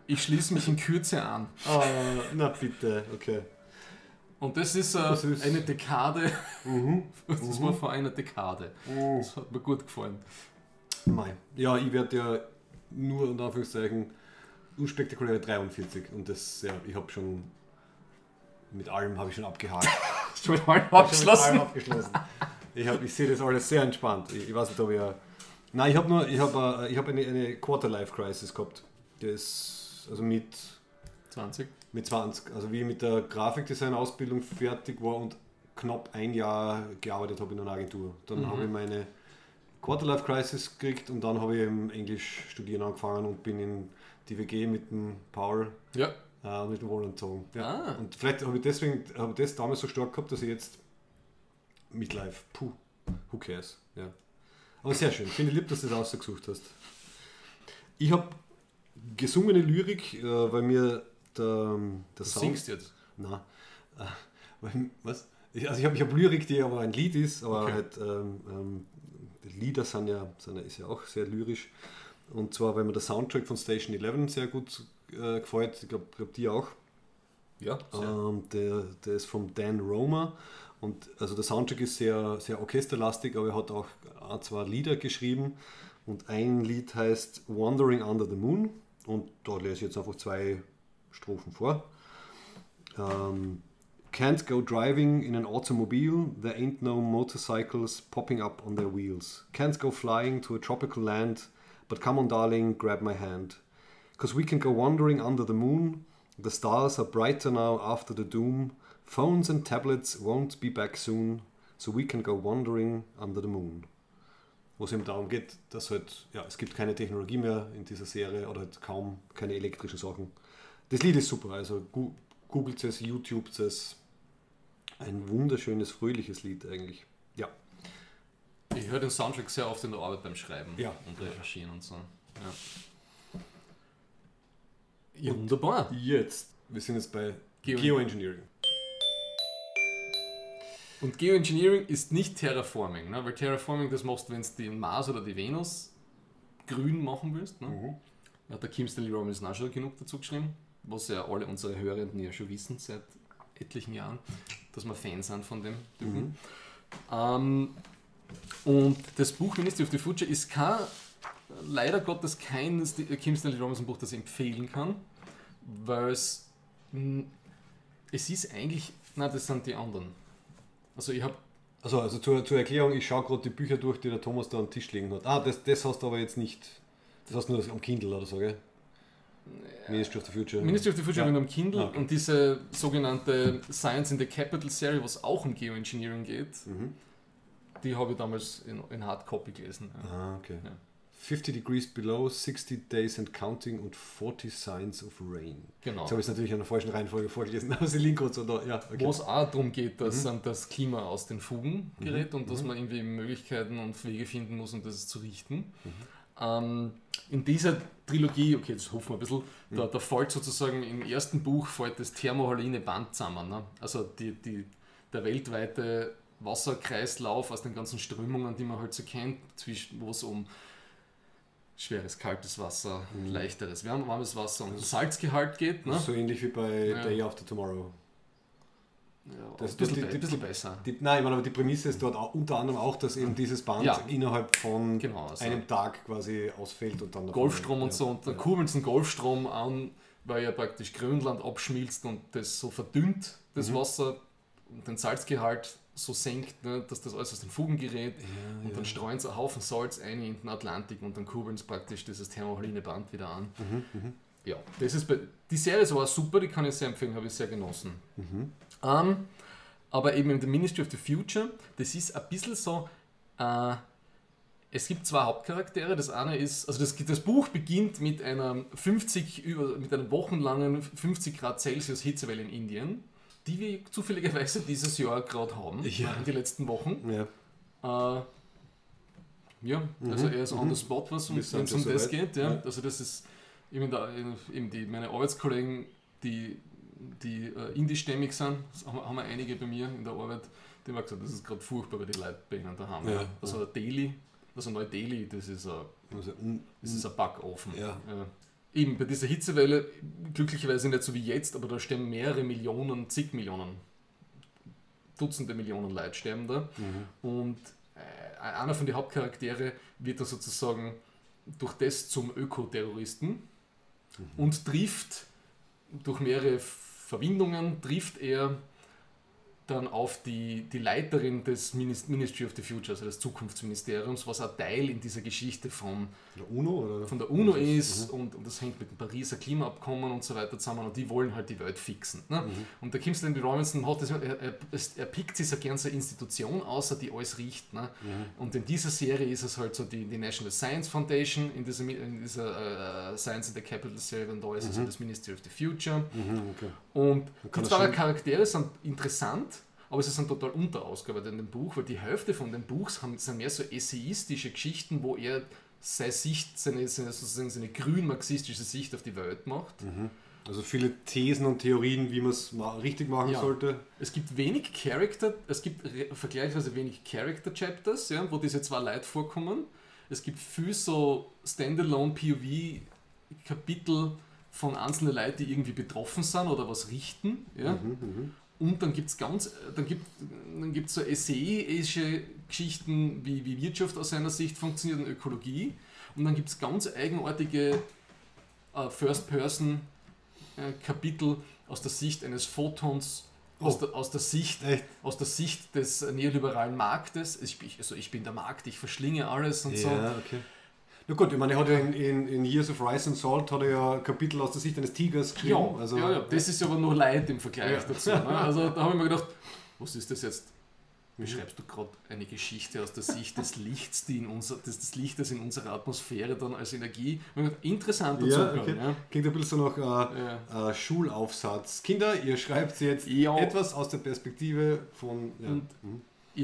Ich schließe mich in Kürze an. Oh, na bitte, okay. Und das ist eine Dekade. Das war vor einer Dekade. Das hat mir gut gefallen. Mei. Ja, ich werde ja nur unter Anführungszeichen unspektakuläre 43 und das, ja, ich habe schon mit allem schon abgehakt. Schon mit allem abgeschlossen. Ich sehe das alles sehr entspannt. Ich weiß nicht, ob ich... Nein, ich habe eine Quarter-Life-Crisis gehabt. Das, also mit 20. Mit 20. Also wie ich mit der Grafikdesign-Ausbildung fertig war und knapp ein Jahr gearbeitet habe in einer Agentur. Dann habe ich meine Quarter-Life-Crisis gekriegt und dann habe ich im Englisch studieren angefangen und bin in die WG mit dem Paul und mit dem Roland gezogen. Ja. Und vielleicht habe ich das damals so stark gehabt, dass ich jetzt Midlife, who cares. Ja. Aber sehr schön, finde ich lieb, dass du das ausgesucht hast. Ich habe gesungene Lyrik, weil mir der du Sound... singst jetzt? Nein. Was? Ich habe Lyrik, die aber ein Lied ist, aber okay. halt Lieder ist ja auch sehr lyrisch. Und zwar, weil mir der Soundtrack von Station 11 sehr gut gefällt. Ich glaube, die auch. Ja. Der ist vom Dan Romer. Und also der Soundtrack ist sehr, sehr orchesterlastig, aber er hat auch ein, zwei Lieder geschrieben. Und ein Lied heißt Wandering Under the Moon. Und da lese ich jetzt einfach 2 Strophen vor. Can't go driving in an automobile, there ain't no motorcycles popping up on their wheels. Can't go flying to a tropical land, but come on darling, grab my hand. 'Cause we can go wandering under the moon, the stars are brighter now after the doom, phones and tablets won't be back soon, so we can go wandering under the moon. Wo es eben darum geht, dass halt, ja, es gibt keine Technologie mehr in dieser Serie oder halt kaum keine elektrischen Sachen. Das Lied ist super, also googelt es, YouTubet es. Ein wunderschönes, fröhliches Lied eigentlich. Ja. Ich höre den Soundtrack sehr oft in der Arbeit beim Schreiben und recherchieren und so. Ja. Wunderbar. Jetzt, wir sind jetzt bei Geoengineering. Und Geoengineering ist nicht Terraforming, ne? Weil Terraforming, das machst du, wenn du den Mars oder die Venus grün machen willst. Ne? Da hat der Kim Stanley Robinson auch schon genug dazu geschrieben, was ja alle unsere Hörenden ja schon wissen seit etlichen Jahren, dass wir Fans sind von dem Typen. Und das Buch Ministry of the Future ist leider Gottes kein Kim Stanley Robinson Buch, das ich empfehlen kann, weil es ist eigentlich, das sind die anderen. Also ich habe... Also zur Erklärung, ich schaue gerade die Bücher durch, die der Thomas da am Tisch liegen hat. Das hast du aber jetzt nicht, das hast du nur am Kindle oder so, gell? Ministry of the Future. Ministry of the Future am Kindle und diese sogenannte Science in the Capital Serie, was auch um Geoengineering geht, die habe ich damals in Hardcopy gelesen. Ja. Okay. Ja. 50 Degrees Below, 60 Days and Counting und 40 Signs of Rain. Genau. Jetzt habe ich es natürlich in der falschen Reihenfolge vorgelesen, aber sie liegen gerade so da. Ja, okay. Wo es auch darum geht, dass das Klima aus den Fugen gerät und dass man irgendwie Möglichkeiten und Wege finden muss, um das zu richten. In dieser Trilogie, okay, jetzt hoffen wir ein bisschen, da fällt sozusagen im ersten Buch das thermohaline Band zusammen. Ne? Also der weltweite Wasserkreislauf aus den ganzen Strömungen, die man halt so kennt, wo es um schweres, kaltes Wasser, leichteres, warmes Wasser und Salzgehalt geht. Ne? So ähnlich wie bei Day After Tomorrow. Ja, ein bisschen besser. Aber die Prämisse ist dort auch, unter anderem auch, dass eben dieses Band innerhalb von einem Tag quasi ausfällt und dann Golfstrom und so, und dann kurbeln sie den Golfstrom an, weil ja praktisch Grönland abschmilzt und das so verdünnt, das Wasser, und den Salzgehalt so senkt, ne, dass das alles aus den Fugen gerät, und dann streuen sie einen Haufen Salz ein in den Atlantik und dann kurbeln sie praktisch dieses thermohaline Band wieder an. Ja, die Serie ist aber super, die kann ich sehr empfehlen, habe ich sehr genossen. Aber eben in The Ministry of the Future, das ist ein bisschen so, es gibt 2 Hauptcharaktere. Das eine ist, also das Buch beginnt mit einer wochenlangen 50 Grad Celsius Hitzewelle in Indien, die wir zufälligerweise dieses Jahr gerade haben, in den letzten Wochen. Also eher so on the spot, wenn es um das geht. Ja. Also das ist eben meine Arbeitskollegen, die indischstämmig sind, haben wir einige bei mir in der Arbeit, die haben gesagt, das ist gerade furchtbar bei den Leuten bei ihnen daheim. Also Neu-Delhi, das ist ein Backofen. eben bei dieser Hitzewelle, glücklicherweise nicht so wie jetzt, aber da sterben mehrere Millionen, zig Millionen, Dutzende Millionen Leute sterben da. Und einer von den Hauptcharaktere wird da sozusagen durch das zum Ökoterroristen und trifft durch mehrere Verwindungen, trifft er dann auf die Leiterin des Ministry of the Future, also des Zukunftsministeriums, was ein Teil in dieser Geschichte von der UNO, oder? Von der UNO ist und das hängt mit dem Pariser Klimaabkommen und so weiter zusammen und die wollen halt die Welt fixen. Ne? Und der Kim Stanley Robinson hat das, er pickt sich so gern so eine Institution außer die alles riecht. Ne? Und in dieser Serie ist es halt so die National Science Foundation, in dieser Science in the Capital Serie, und da ist es so das Ministry of the Future. Okay. Und die zwei Charaktere sind interessant, aber sie sind total unterausgearbeitet in dem Buch, weil die Hälfte von den Buchs sind mehr so essayistische Geschichten, wo er seine grün-marxistische Sicht auf die Welt macht. Also viele Thesen und Theorien, wie man es richtig machen sollte. Es gibt vergleichsweise wenig Character-Chapters, ja, wo diese zwei Leute vorkommen. Es gibt viel so Standalone-POV-Kapitel von einzelnen Leuten, die irgendwie betroffen sind oder was richten. Ja. Und dann gibt's so essayische Geschichten, wie Wirtschaft aus seiner Sicht funktioniert und Ökologie. Und dann gibt es ganz eigenartige First-Person-Kapitel aus der Sicht eines Photons, aus der Sicht des neoliberalen Marktes. Ich bin der Markt, ich verschlinge alles und so. Okay. Na gut, ich meine, er hat ja in Years of Rice and Salt hat er ja Kapitel aus der Sicht eines Tigers geschrieben. Ja, das ist aber nur Leid im Vergleich dazu. Ne? Also da habe ich mir gedacht, was ist das jetzt? Beschreibst du gerade eine Geschichte aus der Sicht des Lichts, des Lichtes in unserer Atmosphäre dann als Energie? Interessanter Zugang. Okay. Ja. Klingt ein bisschen so nach Schulaufsatz. Kinder, ihr schreibt jetzt etwas aus der Perspektive von... Ja. Und ich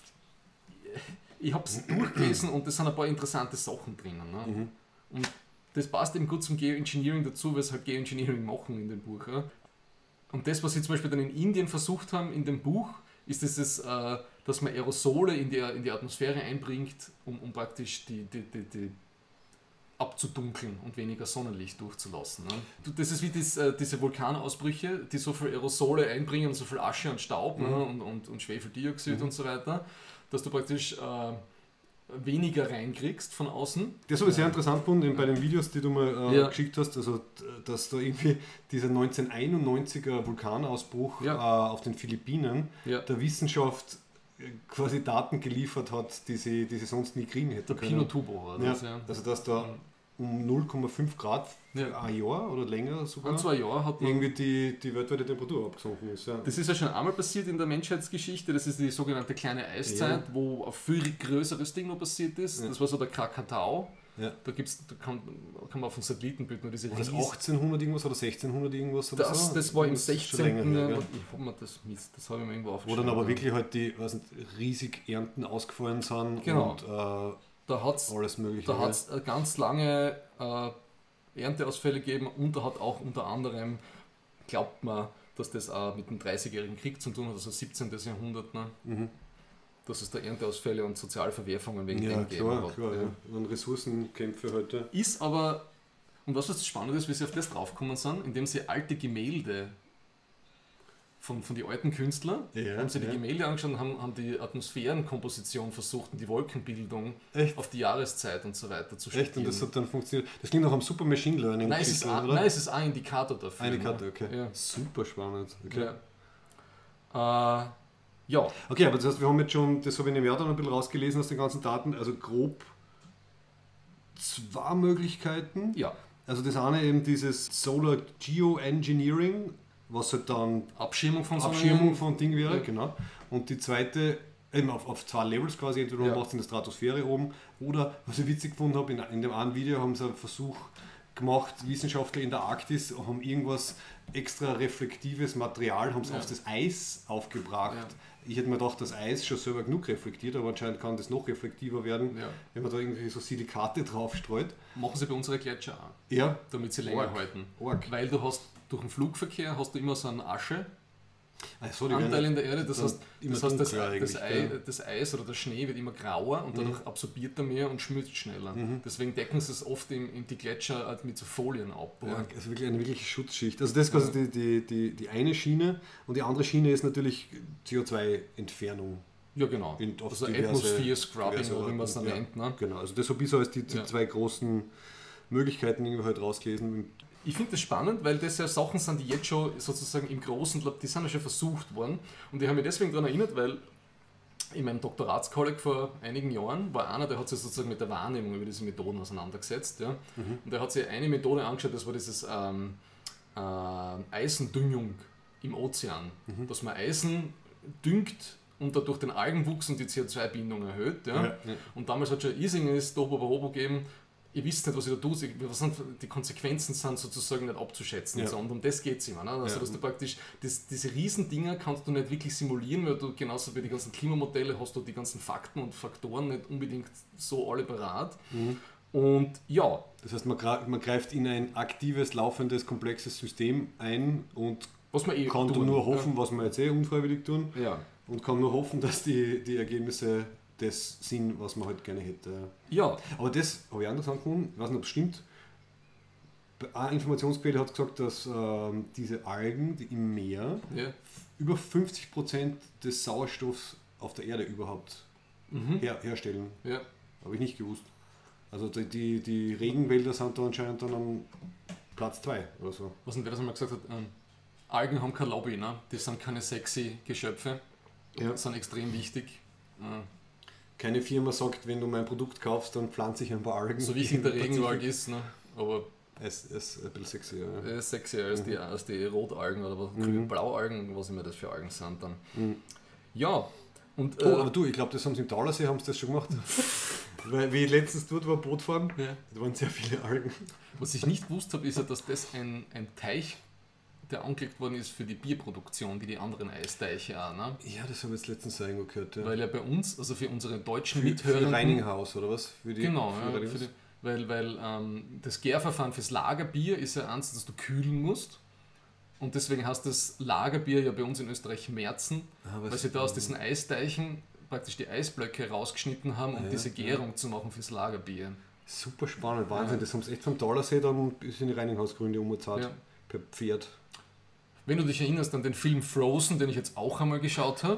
hab's durchgelesen und es sind ein paar interessante Sachen drinnen. Ne? Und das passt eben gut zum Geoengineering dazu, weil sie halt Geoengineering machen in dem Buch. Ja? Und das, was sie zum Beispiel dann in Indien versucht haben in dem Buch, ist es, dass man Aerosole in die Atmosphäre einbringt, um praktisch die abzudunkeln und weniger Sonnenlicht durchzulassen. Ne? Das ist wie diese Vulkanausbrüche, die so viel Aerosole einbringen, so viel Asche und Staub und Schwefeldioxid und so weiter, dass du praktisch weniger reinkriegst von außen. Das habe ich sehr interessant gefunden bei den Videos, die du mir geschickt hast, also dass da irgendwie dieser 1991er Vulkanausbruch auf den Philippinen der Wissenschaft quasi Daten geliefert hat, die sie sonst nie kriegen hätten können. Pinatubo war das, Also dass da um 0,5 Grad ein Jahr oder länger sogar an 2 Jahren hat irgendwie die weltweite Temperatur abgesunken ist. Ja. Das ist ja schon einmal passiert in der Menschheitsgeschichte, das ist die sogenannte kleine Eiszeit, wo ein viel größeres Ding noch passiert ist. Das war so der Krakatau. Ja. Da kann man auf dem Satellitenbild nur diese... War das 1800 irgendwas oder 1600 irgendwas? Oder das war im 16. Jahrhundert. Das habe ich mir irgendwo aufgeschrieben. Wo dann aber wirklich halt die riesig Ernten ausgefallen sind und alles Mögliche. Da hat es ganz lange Ernteausfälle gegeben und da hat auch unter anderem, glaubt man, dass das auch mit dem 30-jährigen Krieg zu tun hat, also 17. Jahrhundert. Ne? Dass es da Ernteausfälle und Sozialverwerfungen wegen dem gegeben hat. Klar, ja. Und Ressourcenkämpfe heute. Ist aber, und was das Spannende ist, wie sie auf das draufgekommen sind, indem sie alte Gemälde von den alten Künstlern, haben sie die Gemälde angeschaut und haben die Atmosphärenkomposition versucht und die Wolkenbildung auf die Jahreszeit und so weiter zu studieren. Echt? Und das hat dann funktioniert? Das klingt nach einem super Machine Learning. Nein, es ist ein Indikator dafür. Ein Indikator, okay. Ja. Super spannend. Okay. Ja. Okay, aber das heißt, wir haben jetzt schon, das habe ich im Jahr dann ein bisschen rausgelesen aus den ganzen Daten, also grob 2 Möglichkeiten. Ja. Also das eine eben dieses Solar Geoengineering, was halt dann Abschirmung von Ding wäre, genau. Und die zweite, eben auf 2 Levels quasi, entweder du machst in der Stratosphäre oben oder, was ich witzig gefunden habe, in dem einen Video haben sie einen Versuch gemacht, Wissenschaftler in der Arktis haben irgendwas extra reflektives Material, haben es auf das Eis aufgebracht. Ja. Ich hätte mir gedacht, das Eis schon selber genug reflektiert, aber anscheinend kann das noch reflektiver werden, wenn man da irgendwie so Silikate drauf streut. Machen sie bei unseren Gletscher auch, damit sie länger halten. Org. Weil du hast durch den Flugverkehr hast du immer so einen Also, Anteil in der Erde. Das heißt, das das Eis oder der Schnee wird immer grauer und dadurch absorbiert er mehr und schmilzt schneller. Deswegen decken sie es oft in die Gletscher halt mit so Folien ab. Ja, also wirklich eine wirkliche Schutzschicht. Also das ist quasi die eine Schiene und die andere Schiene ist natürlich CO2-Entfernung. Ja, genau. Also Atmosphere Scrubbing oder wie man es nennt. Ne? Genau, also das habe ich so als die zwei großen Möglichkeiten irgendwie halt rausgelesen. Ich finde das spannend, weil das ja Sachen sind, die jetzt schon sozusagen im Großen, die sind ja schon versucht worden. Und ich habe mich deswegen daran erinnert, weil in meinem Doktoratskolleg vor einigen Jahren war einer, der hat sich sozusagen mit der Wahrnehmung über diese Methoden auseinandergesetzt. Ja? Und der hat sich eine Methode angeschaut, das war dieses Eisendüngung im Ozean. Dass man Eisen düngt und dadurch den Algenwuchs und die CO2-Bindung erhöht. Ja? Und damals hat schon irrsinniges Tohuwabohu gegeben. Ihr wisst nicht, was ich da tue, die Konsequenzen sind sozusagen nicht abzuschätzen. Ja. Und um das geht es immer. Ne? Also, dass du praktisch diese Riesendinger kannst du nicht wirklich simulieren, weil du genauso wie die ganzen Klimamodelle hast du die ganzen Fakten und Faktoren nicht unbedingt so alle parat. Und ja. Das heißt, man greift in ein aktives, laufendes, komplexes System ein und was man kann nur hoffen, was wir jetzt unfreiwillig tun. Ja. Und kann nur hoffen, dass die Ergebnisse das sind, was man halt gerne hätte. Ja. Aber das habe ich anders angefangen, ich weiß nicht, ob es stimmt. Eine Informationsquelle hat gesagt, dass diese Algen, die im Meer, über 50% des Sauerstoffs auf der Erde überhaupt herstellen. Ja. Habe ich nicht gewusst. Also die Regenwälder sind da anscheinend dann an Platz 2 oder so. Was denn wer das einmal gesagt hat, Algen haben kein Lobby, ne? Die sind keine sexy Geschöpfe, sind extrem wichtig. Keine Firma sagt, wenn du mein Produkt kaufst, dann pflanze ich ein paar Algen. So wichtig der Regenwald ist, ne? Aber es ist ein bisschen sexier. Ja. Es ist sexier als die Rotalgen oder Blaualgen, was immer das für Algen sind dann. Ja. Und, aber du, ich glaube, das haben sie im Taulersee haben sie das schon gemacht. Weil wie ich letztens dort war, Boot fahren, da waren sehr viele Algen. Was ich nicht gewusst habe, ist ja, dass das ein Teich, der angelegt worden ist für die Bierproduktion, wie die anderen Eisteiche auch. Ne? Ja, das habe ich jetzt letztens irgendwo gehört. Ja. Weil ja bei uns, also für unsere deutschen Mithörer. Für Reininghaus oder was? Genau, weil das Gärverfahren fürs Lagerbier ist ja eins, das du kühlen musst. Und deswegen heißt das Lagerbier ja bei uns in Österreich Märzen, weil sie da aus diesen Eisteichen praktisch die Eisblöcke rausgeschnitten haben, um diese Gärung zu machen fürs Lagerbier. Super spannend, Wahnsinn. Das haben sie echt vom Taulersee dann bis in die Reininghausgründe umgezahlt. Per Pferd. Wenn du dich erinnerst an den Film Frozen, den ich jetzt auch einmal geschaut habe.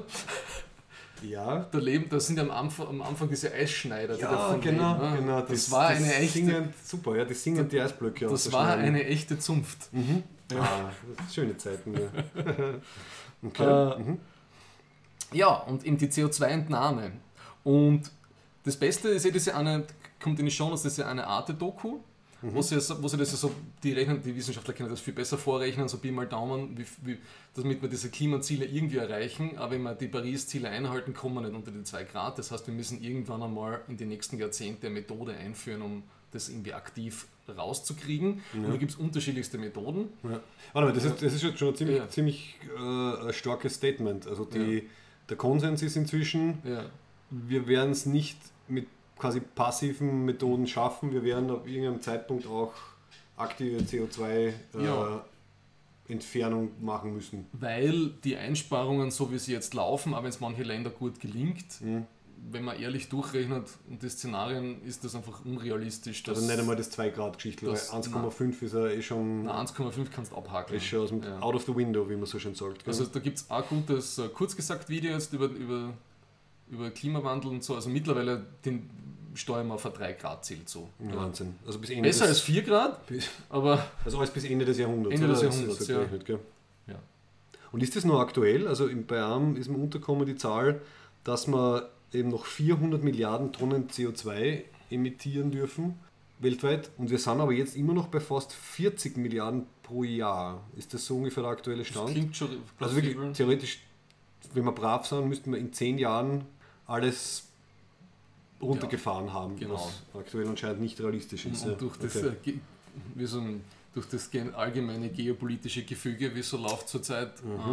Ja. Da sind ja am Anfang diese Eisschneider, die davon genau. Das war eine echte. Super, die singen die Eisblöcke aus. Das war eine echte Zunft. Ja, schöne Zeiten. Ja. Okay. Ja, und eben die CO2-Entnahme. Und das Beste ist kommt in die Show, das ist ja eine Arte-Doku, wo sie das ja so, die Wissenschaftler können das viel besser vorrechnen, so Pi mal Daumen, damit wir diese Klimaziele irgendwie erreichen, aber wenn wir die Paris-Ziele einhalten, kommen wir nicht unter die 2 Grad. Das heißt, wir müssen irgendwann einmal in den nächsten Jahrzehnten eine Methode einführen, um das irgendwie aktiv rauszukriegen. Und da gibt es unterschiedlichste Methoden. Ja. Warte mal, das ist jetzt schon ein ziemlich starkes Statement. Also der Konsens ist inzwischen, wir werden es nicht mit quasi passiven Methoden schaffen, wir werden ab irgendeinem Zeitpunkt auch aktive CO2-Entfernung machen müssen. Weil die Einsparungen, so wie sie jetzt laufen, aber wenn es manche Länder gut gelingt, wenn man ehrlich durchrechnet und die Szenarien, ist das einfach unrealistisch. Also nicht einmal das 2-Grad-Geschichte, weil 1,5 ist ja schon... 1,5 kannst du abhaken. Ist schon aus dem out of the window, wie man so schön sagt. Gell? Also da gibt es auch gutes, kurz gesagt, Video jetzt über Klimawandel und so. Also mittlerweile steuern wir auf ein 3-Grad-Ziel zu. Wahnsinn. Also bis Ende besser als 4 Grad, aber... Also alles bis Ende des Jahrhunderts. Ende des Jahrhunderts, ja. Und ist das noch aktuell? Also bei einem ist mir untergekommen die Zahl, dass wir eben noch 400 Milliarden Tonnen CO2 emittieren dürfen weltweit. Und wir sind aber jetzt immer noch bei fast 40 Milliarden pro Jahr. Ist das so ungefähr der aktuelle Stand? Das klingt schon also wirklich theoretisch, wenn wir brav sind, müssten wir in 10 Jahren alles runtergefahren haben, genau. Was aktuell anscheinend nicht realistisch ist. Und durch das allgemeine geopolitische Gefüge, wie es so läuft zurzeit,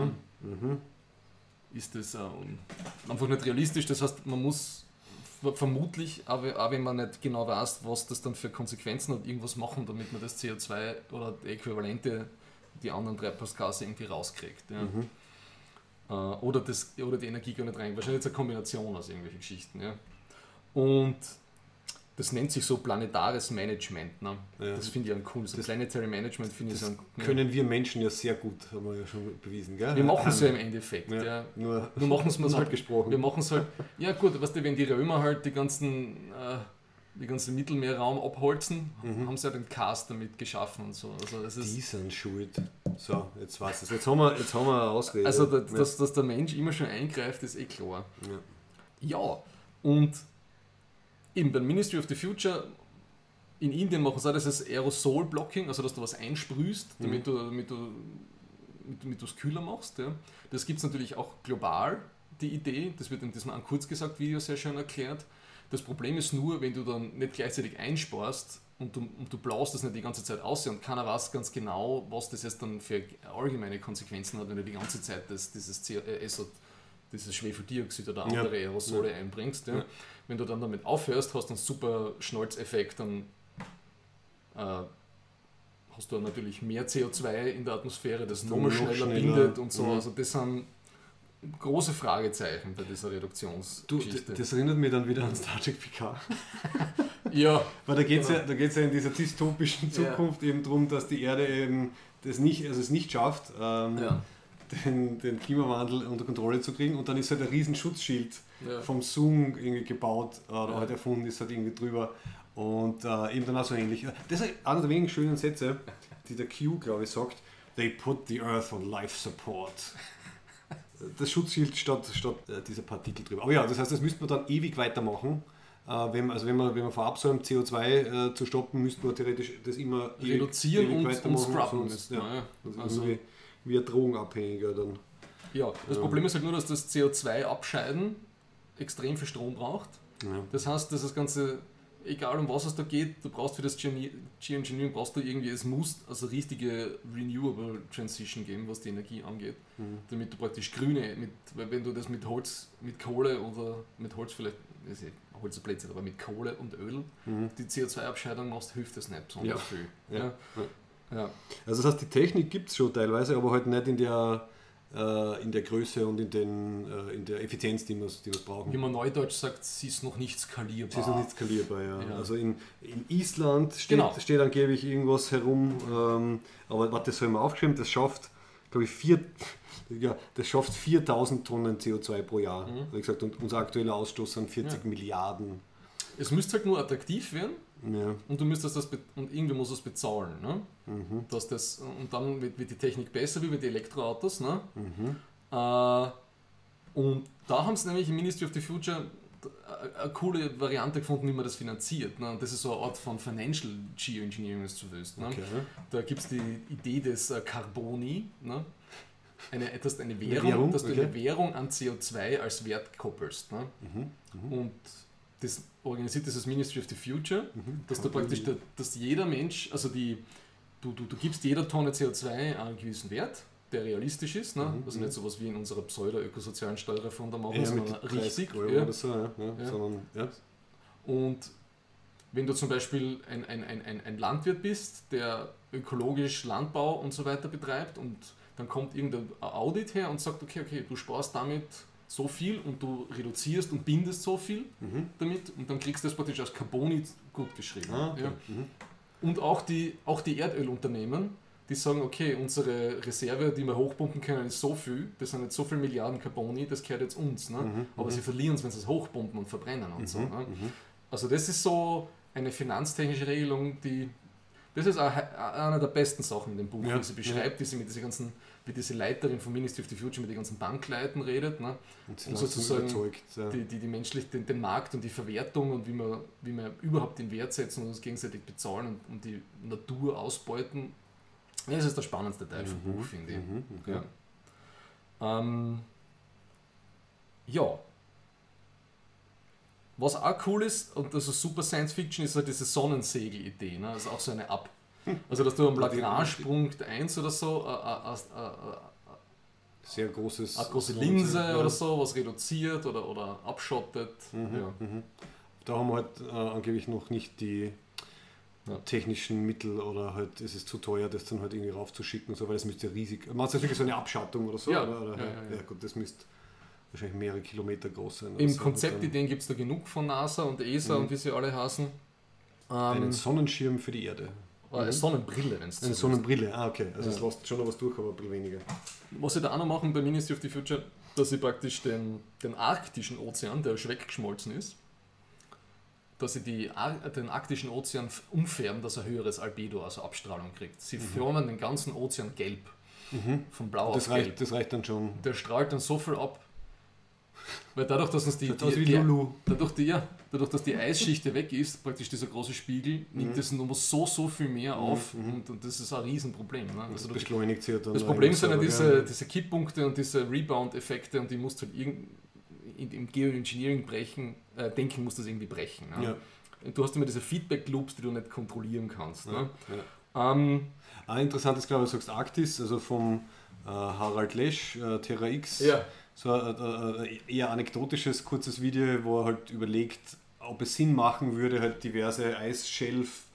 ist das einfach nicht realistisch. Das heißt, man muss vermutlich, auch wenn man nicht genau weiß, was das dann für Konsequenzen hat, irgendwas machen, damit man das CO2 oder die Äquivalente, die anderen Treibhausgase irgendwie rauskriegt. Ja. Oder die Energie gar nicht rein. Wahrscheinlich ist es eine Kombination aus irgendwelchen Geschichten. Ja. Und das nennt sich so planetares Management. Ne? Ja. Das finde ich ein cooles. Das Planetary Management finde ich so können wir Menschen ja sehr gut, haben wir ja schon bewiesen. Gell? Wir machen es ja im Endeffekt. Ja. Nur machen es halt gesprochen. Wir machen es halt, ja gut, weißt du, wenn die Römer halt den ganzen Mittelmeerraum abholzen, haben sie ja den Cast damit geschaffen und so. Also das ist, die sind schuld. So, jetzt weiß es. Jetzt haben wir eine Ausrede. Also, dass der Mensch immer schon eingreift, ist eh klar. Ja, und eben beim Ministry of the Future in Indien machen sie auch das Aerosol-Blocking, also dass du was einsprühst, damit du es kühler machst. Ja. Das gibt es natürlich auch global, die Idee. Das wird in diesem Kurzgesagt-Video sehr schön erklärt. Das Problem ist nur, wenn du dann nicht gleichzeitig einsparst und du blaust das nicht die ganze Zeit aus und keiner weiß ganz genau, was das jetzt dann für allgemeine Konsequenzen hat, wenn du die ganze Zeit dieses Schwefeldioxid oder andere Aerosole einbringst. Ja. Wenn du dann damit aufhörst, hast du einen super Schnolzeffekt, dann hast du natürlich mehr CO2 in der Atmosphäre, das noch schneller bindet und so. Also das sind große Fragezeichen bei dieser Reduktionsgeschichte. Das erinnert mich dann wieder an Star Trek Picard. Ja. Weil da geht es ja in dieser dystopischen Zukunft eben darum, dass die Erde eben es nicht schafft, den Klimawandel unter Kontrolle zu kriegen, und dann ist halt ein riesen Schutzschild vom Zoom irgendwie gebaut oder halt erfunden, ist halt irgendwie drüber, und eben dann auch so ähnlich. Das ist einer der wenigen schönen Sätze, die der Q, glaube ich, sagt: They put the Earth on life support. Das Schutzschild statt dieser Partikel drüber. Aber ja, das heißt, das müsste man dann ewig weitermachen. Wenn man vorab so ein CO2 zu stoppen, müsste man theoretisch das immer reduzieren und scrubben. Also wie ein Drogenabhängiger dann. Ja, das Problem ist halt nur, dass das CO2-Abscheiden extrem viel Strom braucht. Ja. Das heißt, dass das Ganze, egal um was es da geht, du brauchst für das Geoengineering brauchst du irgendwie, es muss also richtige Renewable Transition geben, was die Energie angeht, damit du praktisch grüne, weil wenn du das mit Holz, mit Kohle oder mit Holz vielleicht, Holz ist Blödsinn, aber mit Kohle und Öl die CO2-Abscheidung machst, hilft das nicht besonders viel. Ja. Also das heißt, die Technik gibt es schon teilweise, aber halt nicht in der Größe und in der Effizienz, die wir brauchen. Wie man neudeutsch sagt, sie ist noch nicht skalierbar. Sie ist noch nicht skalierbar, ja. Also in Island steht angeblich irgendwas herum, aber warte, das haben wir aufgeschrieben, das schafft, glaube ich, 4000 Tonnen CO2 pro Jahr. Wie gesagt, und unser aktueller Ausstoß sind 40 Milliarden. Es müsste halt nur attraktiv werden. Ja. Und du müsstest und irgendwie muss es bezahlen. Ne? Dass das, und dann wird die Technik besser, wie mit den Elektroautos. Ne? Und da haben sie nämlich im Ministry of the Future eine coole Variante gefunden, wie man das finanziert. Ne? Und das ist so eine Art von Financial Geoengineering, wenn du willst. Ne? Okay. Da gibt es die Idee des Carboni. Ne? Eine Währung, dass du eine Währung an CO2 als Wert koppelst. Ne? Und das organisiert das Ministry of the Future, dass du praktisch, dass jeder Mensch, also du gibst jeder Tonne CO2 einen gewissen Wert, der realistisch ist, ne? Also nicht sowas wie in unserer pseudo-ökosozialen Steuerreform da machen, sondern richtig. Oder so, sondern, und wenn du zum Beispiel ein Landwirt bist, der ökologisch Landbau und so weiter betreibt, und dann kommt irgendein Audit her und sagt, okay, du sparst damit so viel und du reduzierst und bindest so viel damit, und dann kriegst du das praktisch als Carboni gut geschrieben. Okay. Und auch die Erdölunternehmen, die sagen, okay, unsere Reserve, die wir hochpumpen können, ist so viel, das sind jetzt so viele Milliarden Carboni, das gehört jetzt uns. Ne? Aber sie verlieren es, wenn sie es hochpumpen und verbrennen und so. Ne? Also das ist so eine finanztechnische Regelung, das ist eine der besten Sachen in dem Buch, wie sie beschreibt, wie sie mit dieser ganzen, wie diese Leiterin vom Ministry of the Future mit den ganzen Bankleuten redet, ne? Und sozusagen die menschlich den Markt und die Verwertung und wie wir überhaupt den Wert setzen und uns gegenseitig bezahlen und die Natur ausbeuten. Das ist der spannendste Teil vom Buch, finde ich. Okay. Ja. Was auch cool ist, und das ist super Science Fiction, ist halt diese Sonnensegel-Idee. Ne? Das ist auch so eine also dass du am Lagrange-Punkt 1 oder so sehr große Linse oder so, was reduziert oder abschottet. Da haben wir halt angeblich noch nicht die technischen Mittel oder halt ist es zu teuer, das dann halt irgendwie raufzuschicken, so, weil das müsste riesig. Meinst du wirklich so eine Abschattung oder so? Ja, oder? Ja, gut, das müsste wahrscheinlich mehrere Kilometer groß sein. Im Konzeptideen gibt es da genug von NASA und ESA und wie sie alle heißen. Einen Sonnenschirm für die Erde. Eine Sonnenbrille, wenn es eine Sonnenbrille, okay. Also es lässt schon noch was durch, aber ein bisschen weniger. Was sie da auch noch machen bei Ministry of the Future, dass sie praktisch den arktischen Ozean, der schon weggeschmolzen ist, dass sie den arktischen Ozean umfärben, dass er höheres Albedo, also Abstrahlung kriegt. Sie färben den ganzen Ozean gelb. Von blau auf gelb. Das reicht dann schon. Der strahlt dann so viel ab, weil dadurch, dass uns dadurch, dass die Eisschicht weg ist, praktisch dieser große Spiegel, nimmt das nochmal so viel mehr auf und das ist ein Riesenproblem. Ne? Also das beschleunigt sich dann. Das Problem sind ja diese Kipppunkte und diese Rebound-Effekte und die musst du halt im Geoengineering denken musst du das irgendwie brechen. Ne? Ja. Und du hast immer diese Feedback-Loops, die du nicht kontrollieren kannst. Ne? Interessant ist, glaube ich, du sagst Arktis, also vom Harald Lesch, Terra X. Ja. So ein eher anekdotisches, kurzes Video, wo er halt überlegt, ob es Sinn machen würde, halt diverse Eisshelves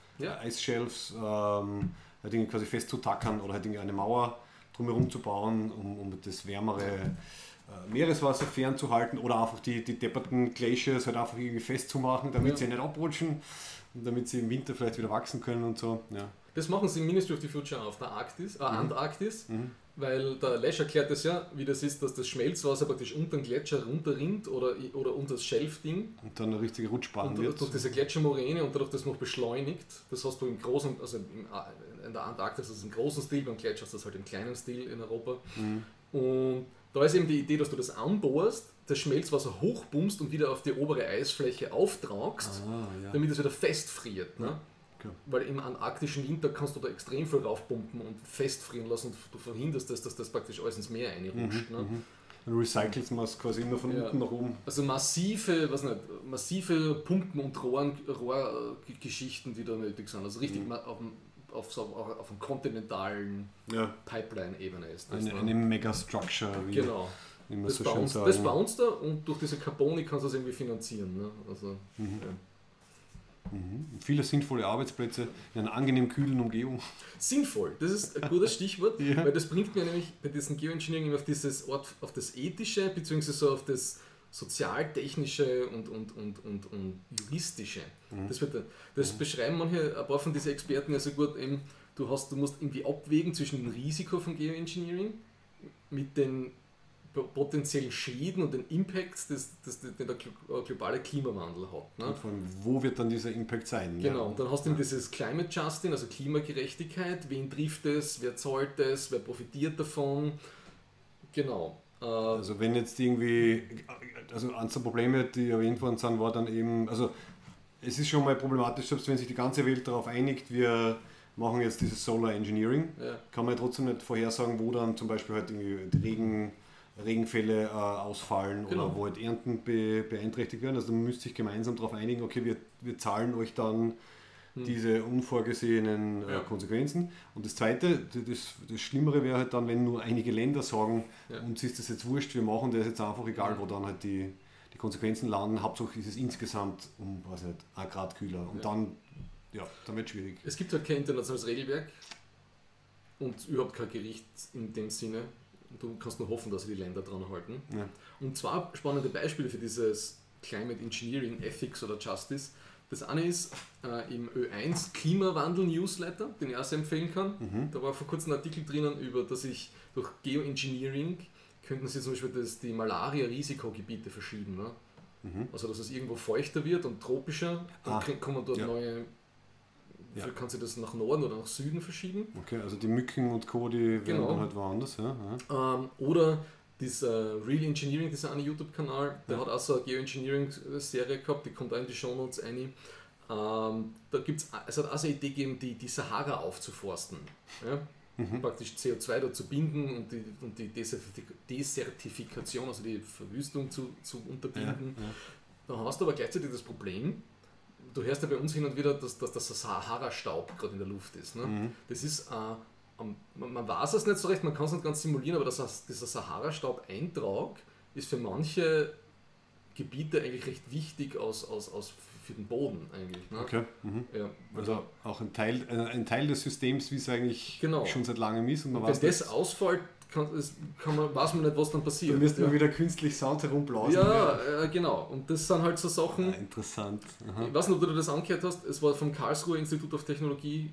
halt irgendwie quasi festzutackern oder halt irgendwie eine Mauer drumherum zu bauen, um das wärmere Meereswasser fernzuhalten oder einfach die depperten Glaciers halt einfach irgendwie festzumachen, damit sie nicht abrutschen und damit sie im Winter vielleicht wieder wachsen können und so. Ja. Das machen sie im Ministry of the Future auf der Antarktis. Weil der Lesch erklärt das ja, wie das ist, dass das Schmelzwasser praktisch unter den Gletscher runterrinnt oder unter das Schelfding. Und dann eine richtige Rutschbahn wird. Durch diese Gletschermoräne und dadurch das noch beschleunigt. Das hast du im großen, also in der Antarktis ist es im großen Stil, beim Gletscher ist das halt im kleinen Stil in Europa. Und da ist eben die Idee, dass du das anbohrst, das Schmelzwasser hochpumpst und wieder auf die obere Eisfläche auftragst, damit es wieder festfriert. Ne? Okay. Weil im antarktischen Winter kannst du da extrem viel raufpumpen und festfrieren lassen und du verhinderst das, dass das praktisch alles ins Meer reinrutscht. Ne? Du recycelst man es quasi immer von unten nach oben. Also massive Pumpen und Rohrgeschichten, die da nötig sind. Also richtig auf einem kontinentalen Pipeline-Ebene ist das. Eine Megastructure, wie genau. man so schön sagt. Das baust du und durch diese Carboni kannst du das irgendwie finanzieren. Ne? Also, Viele sinnvolle Arbeitsplätze in einer angenehm kühlen Umgebung. Sinnvoll, das ist ein gutes Stichwort, weil das bringt mir nämlich bei diesem Geoengineering immer auf das Ethische, beziehungsweise so auf das Sozialtechnische und Juristische. Das beschreiben manche, ein paar von diesen Experten ja so gut, eben, du musst irgendwie abwägen zwischen dem Risiko von Geoengineering mit den potenziellen Schäden und den Impacts, den der globale Klimawandel hat. Ne? Und vor allem, wo wird dann dieser Impact sein? Genau, und dann hast du eben dieses Climate Justin, also Klimagerechtigkeit, wen trifft es, wer zahlt es, wer profitiert davon, genau. Also wenn jetzt irgendwie, also eines der Probleme, die erwähnt worden sind, war dann eben, also es ist schon mal problematisch, selbst wenn sich die ganze Welt darauf einigt, wir machen jetzt dieses Solar Engineering, kann man ja trotzdem nicht vorhersagen, wo dann zum Beispiel halt irgendwie Regenfälle ausfallen oder wo halt Ernten beeinträchtigt werden. Also man müsste sich gemeinsam darauf einigen, okay, wir zahlen euch dann diese unvorgesehenen Konsequenzen. Und das Zweite, das Schlimmere wäre halt dann, wenn nur einige Länder sagen, uns ist das jetzt wurscht, wir machen das jetzt einfach, egal wo dann halt die Konsequenzen landen. Hauptsächlich ist es insgesamt um 1 Grad kühler. Und dann wird es schwierig. Es gibt halt kein internationales Regelwerk und überhaupt kein Gericht in dem Sinne. Du kannst nur hoffen, dass sich die Länder dran halten. Ja. Und zwar spannende Beispiele für dieses Climate Engineering, Ethics oder Justice. Das eine ist im Ö1 Klimawandel Newsletter, den ich auch sehr empfehlen kann. Da war vor kurzem ein Artikel drinnen, dass ich durch Geoengineering könnten sie zum Beispiel die Malaria-Risikogebiete verschieben. Ne? Also dass es irgendwo feuchter wird und tropischer, dann kommen dort neue. Kann sie das nach Norden oder nach Süden verschieben. Okay, also die Mücken und Co., die werden dann halt woanders. Oder dieser Real Engineering, dieser eine YouTube-Kanal, der hat auch so eine Geoengineering-Serie gehabt, die kommt auch in die Shownotes rein. Es hat auch so eine Idee gegeben, die Sahara aufzuforsten. Ja? Praktisch CO2 da zu binden und die Desertifikation, also die Verwüstung zu unterbinden. Da hast du aber gleichzeitig das Problem, du hörst ja bei uns hin und wieder, dass der Sahara-Staub gerade in der Luft ist. Ne? Das ist, man weiß es nicht so recht, man kann es nicht ganz simulieren, aber dieser Sahara-Staub-Eintrag ist für manche Gebiete eigentlich recht wichtig aus für den Boden eigentlich. Ne? Okay. Ja, Also auch ein Teil des Systems, wie es eigentlich schon seit langem ist. Und man wenn das ausfällt, weiß man nicht, was dann passiert. Dann müsste man wieder künstlich Sound herumblasen. Ja, genau. Und das sind halt so Sachen... interessant. Aha. Ich weiß nicht, ob du das angehört hast. Es war vom Karlsruher Institute of Technology,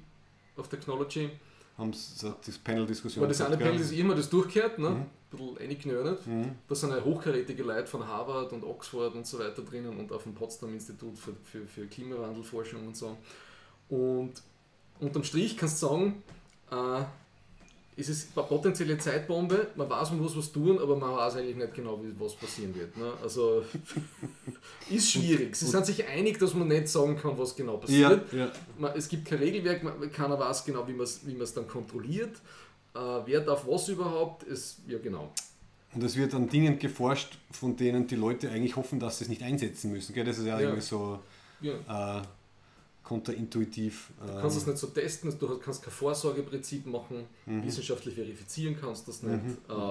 haben sie das Panel-Diskussion. War das eine Panel, das immer das durchgehört, ne? Ein bisschen reingeknödert. Da sind ja hochkarätige Leute von Harvard und Oxford und so weiter drinnen und auf dem Potsdam-Institut für Klimawandelforschung und so. Und unterm Strich kannst du sagen, es ist eine potenzielle Zeitbombe, man weiß, man muss was tun, aber man weiß eigentlich nicht genau, was passieren wird. Ne? Also ist schwierig. Sie sind sich einig, dass man nicht sagen kann, was genau passiert. Ja. Es gibt kein Regelwerk, keiner weiß genau, wie man es dann kontrolliert. Wer darf was überhaupt? Ja, genau. Und es wird an Dingen geforscht, von denen die Leute eigentlich hoffen, dass sie es nicht einsetzen müssen. Gell? Das ist ja irgendwie so... Ja. Kontraintuitiv. Du kannst es nicht so testen, du kannst kein Vorsorgeprinzip machen, wissenschaftlich verifizieren kannst das nicht.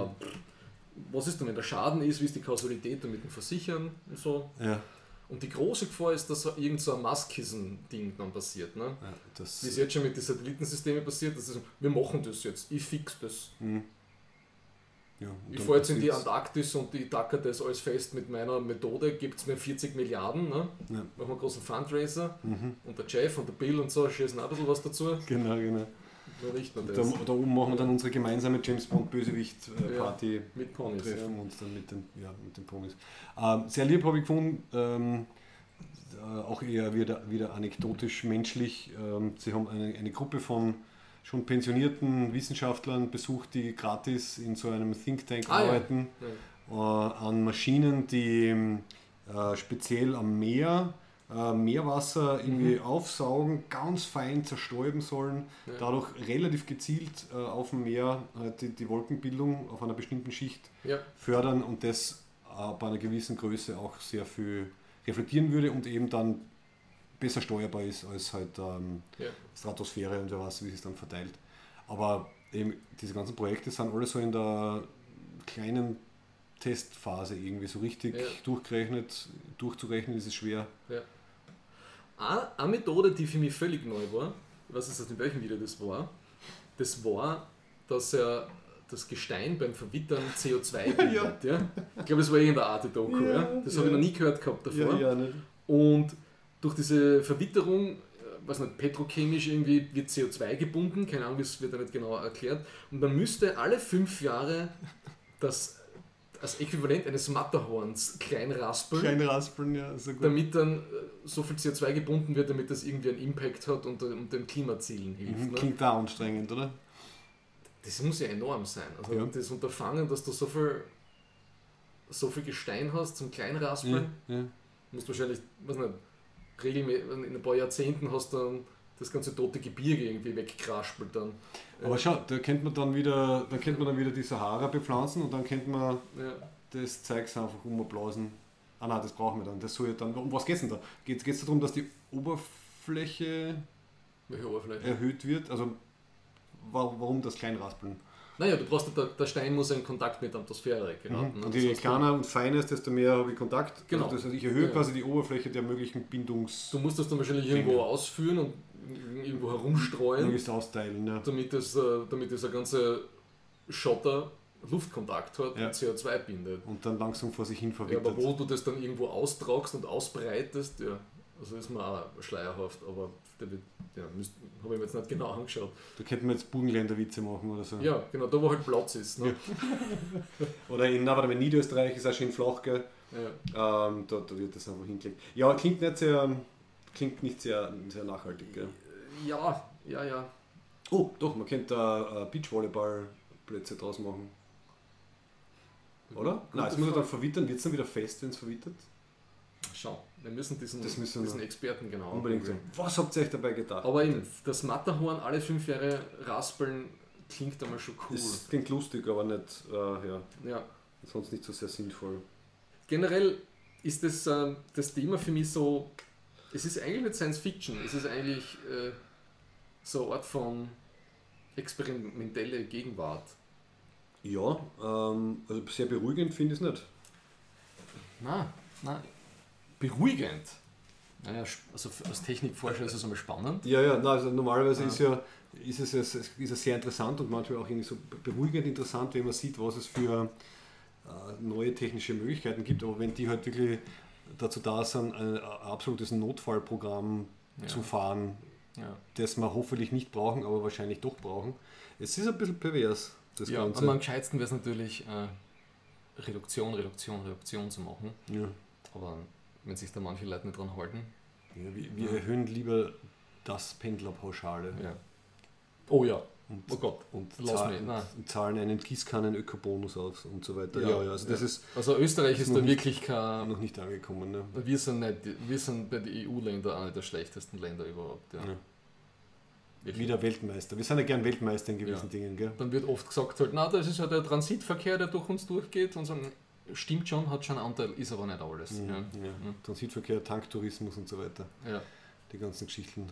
Was ist dann, wenn der Schaden ist, wie ist die Kausalität mit dem Versichern und so. Ja. Und die große Gefahr ist, dass irgend so ein Masskissen-Ding dann passiert. Ne? Ja, wie es jetzt schon mit den Satellitensystemen passiert, dass wir machen das jetzt, ich fix das. Ja, ich fahre jetzt in die Antarktis und ich tacke das alles fest mit meiner Methode, gibt es mir 40 Milliarden, ne? Ja. Machen wir einen großen Fundraiser und der Jeff und der Bill und so schießen auch ein bisschen was dazu. Genau. Da oben machen wir dann unsere gemeinsame James Bond Bösewicht Party mit Ponys, treffen uns dann mit den Ponys. Sehr lieb habe ich gefunden, auch eher wieder anekdotisch menschlich. Sie haben eine Gruppe von schon pensionierten Wissenschaftlern besucht, die gratis in so einem Think Tank arbeiten, an Maschinen, die speziell am Meer Meerwasser irgendwie aufsaugen, ganz fein zerstäuben sollen, dadurch relativ gezielt auf dem Meer die Wolkenbildung auf einer bestimmten Schicht fördern und das bei einer gewissen Größe auch sehr viel reflektieren würde und eben dann besser steuerbar ist als halt Stratosphäre und wer weiß, wie es dann verteilt. Aber eben diese ganzen Projekte sind alle so in der kleinen Testphase irgendwie so richtig durchzurechnen ist es schwer. Ja. Eine Methode, die für mich völlig neu war, ich weiß nicht, in welchem Video das war, dass er das Gestein beim Verwittern CO2 bildet. Ja. Ich glaube, das war irgendeine Art Doku. Das habe ich noch nie gehört gehabt davor. Nicht. Und durch diese Verwitterung, weiß nicht, petrochemisch irgendwie wird CO2 gebunden, keine Ahnung, das wird da nicht genau erklärt. Und man müsste alle 5 Jahre das als Äquivalent eines Matterhorns kleinraspeln, ja, so gut. Damit dann so viel CO2 gebunden wird, damit das irgendwie einen Impact hat und den Klimazielen hilft. Klingt da anstrengend, oder? Das muss ja enorm sein. Also das Unterfangen, dass du so viel Gestein hast zum Kleinraspeln, musst du wahrscheinlich, weiß nicht, regelmäßig in ein paar Jahrzehnten hast du dann das ganze tote Gebirge irgendwie wegkraspelt dann. Aber schau, da kennt man dann wieder die Sahara bepflanzen und dann kennt man das Zeugs einfach umblasen. Ah nein, das brauchen wir dann. Das soll ja dann. Um was geht's denn da? Geht's darum, dass die Oberfläche erhöht wird? Also warum das Kleinraspeln? Naja, du brauchst, der Stein muss in Kontakt mit der Atmosphäre geraten. Und je kleiner und feiner ist, desto mehr habe ich Kontakt. Genau. Also das heißt, ich erhöhe quasi die Oberfläche der möglichen Bindungs... Du musst das dann wahrscheinlich irgendwo ausführen und irgendwo herumstreuen. Irgendwie austeilen, damit dieser ganze Schotter Luftkontakt hat und CO2 bindet. Und dann langsam vor sich hin verwittert. Aber wo du das dann irgendwo austragst und ausbreitest, also ist mir auch schleierhaft, aber habe ich mir jetzt nicht genau angeschaut. Da könnten wir jetzt Burgenländer-Witze machen oder so. Ja, genau, da wo halt Platz ist. Ne? Oder in Niederösterreich ist auch schön flach, gell? Ja. Da wird das einfach hingelegt. Ja, klingt nicht sehr nachhaltig, gell? Ja. Oh, doch, man könnte da Beachvolleyballplätze draus machen. Oder? Nein, es muss ja dann verwittern. Wird es dann wieder fest, wenn es verwittert? Schau, wir müssen diesen Experten genau unbedingt sagen. Was habt ihr euch dabei gedacht? Aber eben, das Matterhorn alle 5 Jahre raspeln klingt einmal schon cool. Es klingt lustig, aber nicht, sonst nicht so sehr sinnvoll. Generell ist das Thema für mich so, es ist eigentlich nicht Science Fiction, es ist eigentlich so eine Art von experimentelle Gegenwart. Ja, also sehr beruhigend finde ich es nicht. Nein. Beruhigend. Naja, also als Technikforscher ist es einmal spannend. Ja, also normalerweise ist es sehr interessant und manchmal auch irgendwie so beruhigend interessant, wenn man sieht, was es für neue technische Möglichkeiten gibt, aber wenn die halt wirklich dazu da sind, ein absolutes Notfallprogramm zu fahren, das wir hoffentlich nicht brauchen, aber wahrscheinlich doch brauchen. Es ist ein bisschen pervers, das Ganze. Aber am gescheitsten wäre es natürlich, Reduktion zu machen. Ja. Aber wenn sich da manche Leute nicht dran halten. Ja, wir erhöhen lieber das Pendlerpauschale. Ja. Oh ja. Oh Gott. Und zahlen einen Gießkannen-Ökobonus aus und so weiter. Also das ist. Also Österreich ist da nicht, wirklich kein. Noch nicht angekommen. Ne? Wir sind bei den EU-Ländern eine der schlechtesten Länder überhaupt. Ja. Wieder Weltmeister. Wir sind ja gern Weltmeister in gewissen Dingen. Gell? Dann wird oft gesagt, halt, das ist ja der Transitverkehr, der durch uns durchgeht. Und sagen, stimmt schon, hat schon einen Anteil, ist aber nicht alles. Transitverkehr, Tanktourismus und so weiter. Ja. Die ganzen Geschichten.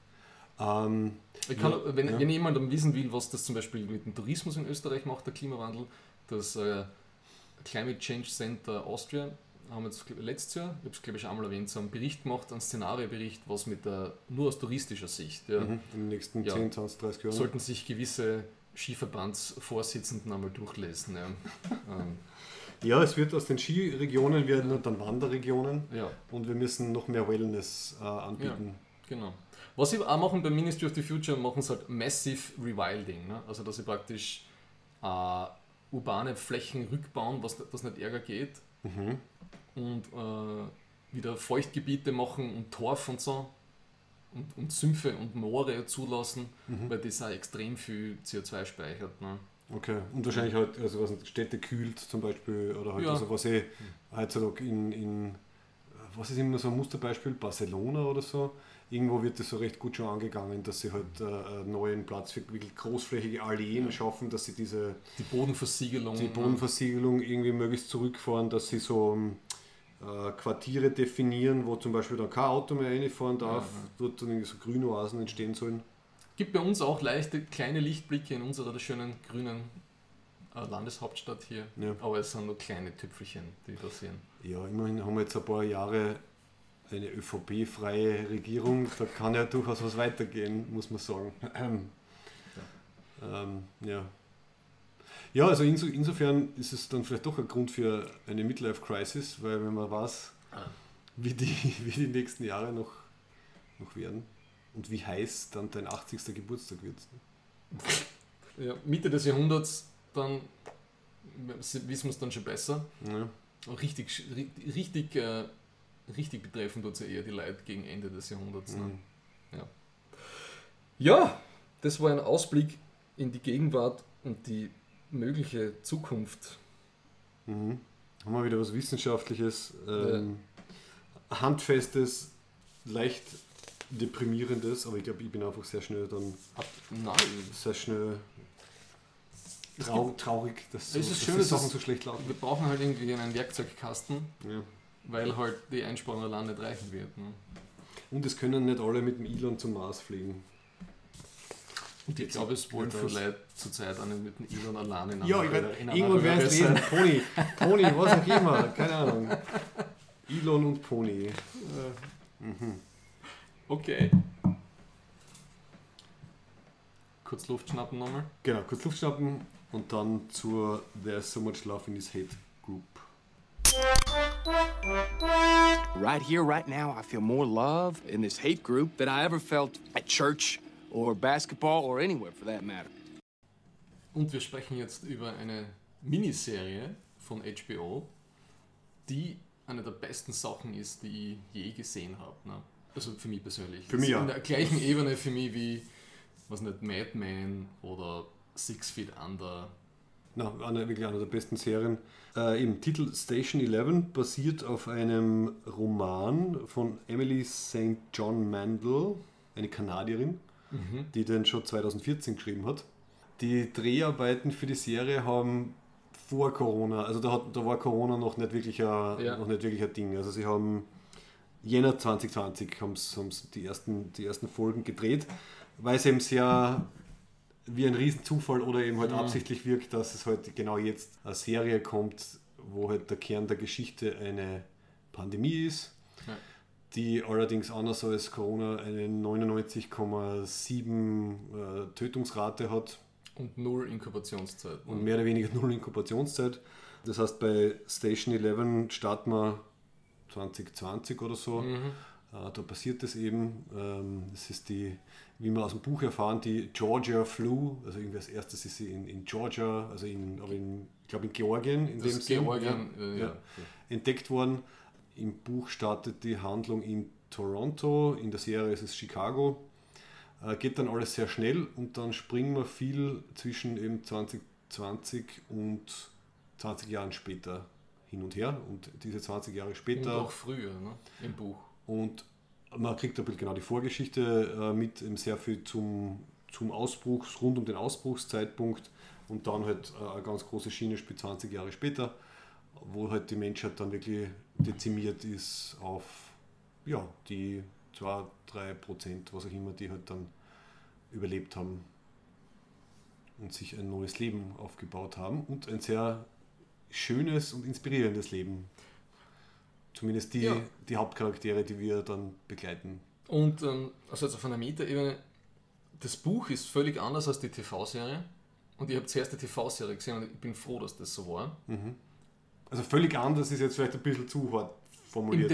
Wenn jemand wissen will, was das zum Beispiel mit dem Tourismus in Österreich macht, der Klimawandel, das Climate Change Center Austria haben jetzt letztes Jahr, ich habe es glaube ich einmal erwähnt, so einen Bericht gemacht, einen Szenariobericht, was mit nur aus touristischer Sicht. Ja, in den nächsten 10, 20, 30 Jahren. Sollten sich gewisse Skiverbandsvorsitzenden einmal durchlesen. Ja, es wird aus den Skiregionen werden dann Wanderregionen und wir müssen noch mehr Wellness anbieten. Ja, genau. Was sie auch machen bei Ministry of the Future, machen sie halt Massive Rewilding. Ne? Also dass sie praktisch urbane Flächen rückbauen, was nicht ärger geht. Und wieder Feuchtgebiete machen und Torf und so und Sümpfe und Moore zulassen, weil das auch extrem viel CO2 speichert. Ne? Okay, und wahrscheinlich halt, also was Städte kühlt zum Beispiel, oder halt also was heutzutage was ist immer so ein Musterbeispiel, Barcelona oder so, irgendwo wird das so recht gut schon angegangen, dass sie halt einen neuen Platz für wirklich großflächige Alleen schaffen, dass sie die Bodenversiegelung irgendwie möglichst zurückfahren, dass sie so Quartiere definieren, wo zum Beispiel dann kein Auto mehr reinfahren darf, dort dann irgendwie so Grünoasen entstehen sollen. Gibt bei uns auch leichte kleine Lichtblicke in unserer schönen grünen Landeshauptstadt hier, aber es sind nur kleine Tüpfelchen, die passieren. Ja, immerhin haben wir jetzt ein paar Jahre eine ÖVP-freie Regierung, da kann ja durchaus was weitergehen, muss man sagen. Ja, also insofern ist es dann vielleicht doch ein Grund für eine Midlife-Crisis, weil wenn man weiß, wie die nächsten Jahre noch werden und wie heiß dann dein 80. Geburtstag wird. Ja, Mitte des Jahrhunderts, dann wissen wir es dann schon besser. Ja. Richtig betreffen tut es ja eher die Leute gegen Ende des Jahrhunderts. Ne? Ja, das war ein Ausblick in die Gegenwart und die mögliche Zukunft. Haben wir wieder was Wissenschaftliches, Handfestes, leicht Deprimierendes, aber ich glaube, ich bin einfach sehr schnell traurig, dass die Sachen so schlecht laufen. Wir brauchen halt irgendwie einen Werkzeugkasten, weil halt die Einsparung allein nicht reichen wird. Ne? Und es können nicht alle mit dem Elon zum Mars fliegen. Und ich glaube, es wollen vielleicht zur Zeit auch nicht mit dem Elon alleine in irgendwann werden es lesen. Pony, was auch immer, keine Ahnung. Elon und Pony. Okay. Kurz Luft schnappen nochmal. Genau, kurz Luft schnappen und dann zur There's So Much Love in This Hate Group. Right here, right now, I feel more love in this hate group than I ever felt at church or basketball or anywhere for that matter. Und wir sprechen jetzt über eine Miniserie von HBO, die eine der besten Sachen ist, die ich je gesehen habe. Ne? Also für mich persönlich. Für mich ja. In der gleichen Ebene für mich wie, was nicht, Mad Men oder 6 Feet Under. Wirklich eine der besten Serien. Im Titel Station 11 basiert auf einem Roman von Emily St. John Mandel, eine Kanadierin, die den schon 2014 geschrieben hat. Die Dreharbeiten für die Serie haben vor Corona, also da war Corona noch nicht wirklich ein Ding. Also sie haben Jänner 2020 haben die ersten Folgen gedreht, weil es eben sehr wie ein Riesenzufall oder eben halt absichtlich wirkt, dass es halt genau jetzt eine Serie kommt, wo halt der Kern der Geschichte eine Pandemie ist. die allerdings anders als Corona eine 99,7 Tötungsrate hat. Und 0 Inkubationszeit. Und mehr oder weniger 0 Inkubationszeit. Das heißt, bei Station 11 starten wir 2020 oder so. Da passiert das eben. Das ist die, wie wir aus dem Buch erfahren, die Georgia Flu. Also irgendwie als erstes ist sie in Georgia, also ich glaube in Georgien, in dem Sinne, entdeckt worden. Im Buch startet die Handlung in Toronto, in der Serie ist es Chicago. Geht dann alles sehr schnell und dann springen wir viel zwischen eben 2020 und 20 Jahren später hin und her. Und diese 20 Jahre später... Und auch früher, ne? Im Buch. Und man kriegt ein bisschen genau die Vorgeschichte mit, eben sehr viel zum Ausbruch, rund um den Ausbruchszeitpunkt und dann halt eine ganz große Schiene spielt 20 Jahre später, wo halt die Menschheit dann wirklich dezimiert ist auf die 2-3%, was auch immer, die halt dann überlebt haben und sich ein neues Leben aufgebaut haben und ein sehr schönes und inspirierendes Leben. Zumindest die Hauptcharaktere, die wir dann begleiten. Und also jetzt auf einer Metaebene, das Buch ist völlig anders als die TV-Serie und ich habe zuerst die TV-Serie gesehen und ich bin froh, dass das so war. Also völlig anders ist jetzt vielleicht ein bisschen zu hart formuliert.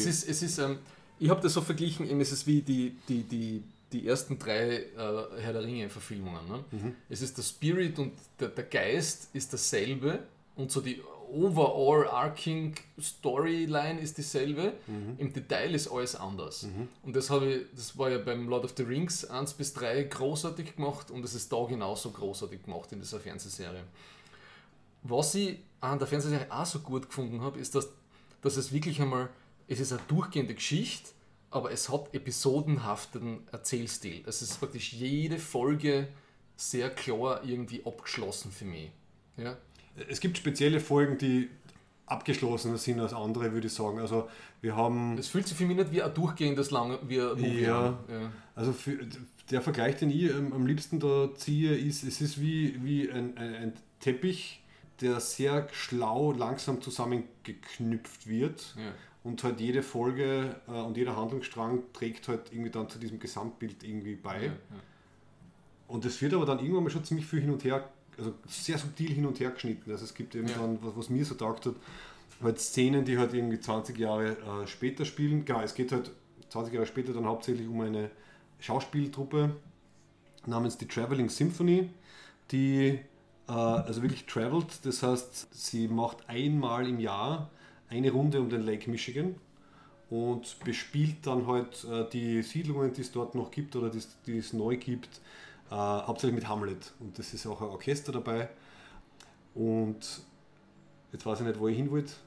Ich habe das so verglichen, es ist wie die ersten 3 Herr der Ringe-Verfilmungen. Ne? Es ist der Spirit und der Geist ist dasselbe und so die overall arcing Storyline ist dieselbe. Im Detail ist alles anders. Und das war ja beim Lord of the Rings 1 bis 3 großartig gemacht und es ist da genauso großartig gemacht in dieser Fernsehserie. Was ich an der Fernsehserie auch so gut gefunden habe, ist, dass es wirklich einmal, es ist eine durchgehende Geschichte, aber es hat episodenhaften Erzählstil. Es ist praktisch jede Folge sehr klar irgendwie abgeschlossen für mich. Ja? Es gibt spezielle Folgen, die abgeschlossener sind als andere, würde ich sagen. Also wir haben... Es fühlt sich für mich nicht wie ein durchgehendes Movie an. Also der Vergleich, den ich am liebsten da ziehe, ist, es ist wie ein Teppich, der sehr schlau langsam zusammengeknüpft wird. Ja. Und halt jede Folge und jeder Handlungsstrang trägt halt irgendwie dann zu diesem Gesamtbild irgendwie bei. Ja. Und es wird aber dann irgendwann mal schon ziemlich viel hin und her, also sehr subtil hin und her geschnitten. Also es gibt eben dann, was mir so taugt hat, halt Szenen, die halt irgendwie 20 Jahre später spielen. Genau, es geht halt 20 Jahre später dann hauptsächlich um eine Schauspieltruppe namens die Traveling Symphony, die also wirklich travelt, das heißt, sie macht einmal im Jahr eine Runde um den Lake Michigan und bespielt dann halt die Siedlungen, die es dort noch gibt oder die es neu gibt, hauptsächlich mit Hamlet. Und das ist auch ein Orchester dabei. Und jetzt weiß ich nicht, wo ich hin wollte.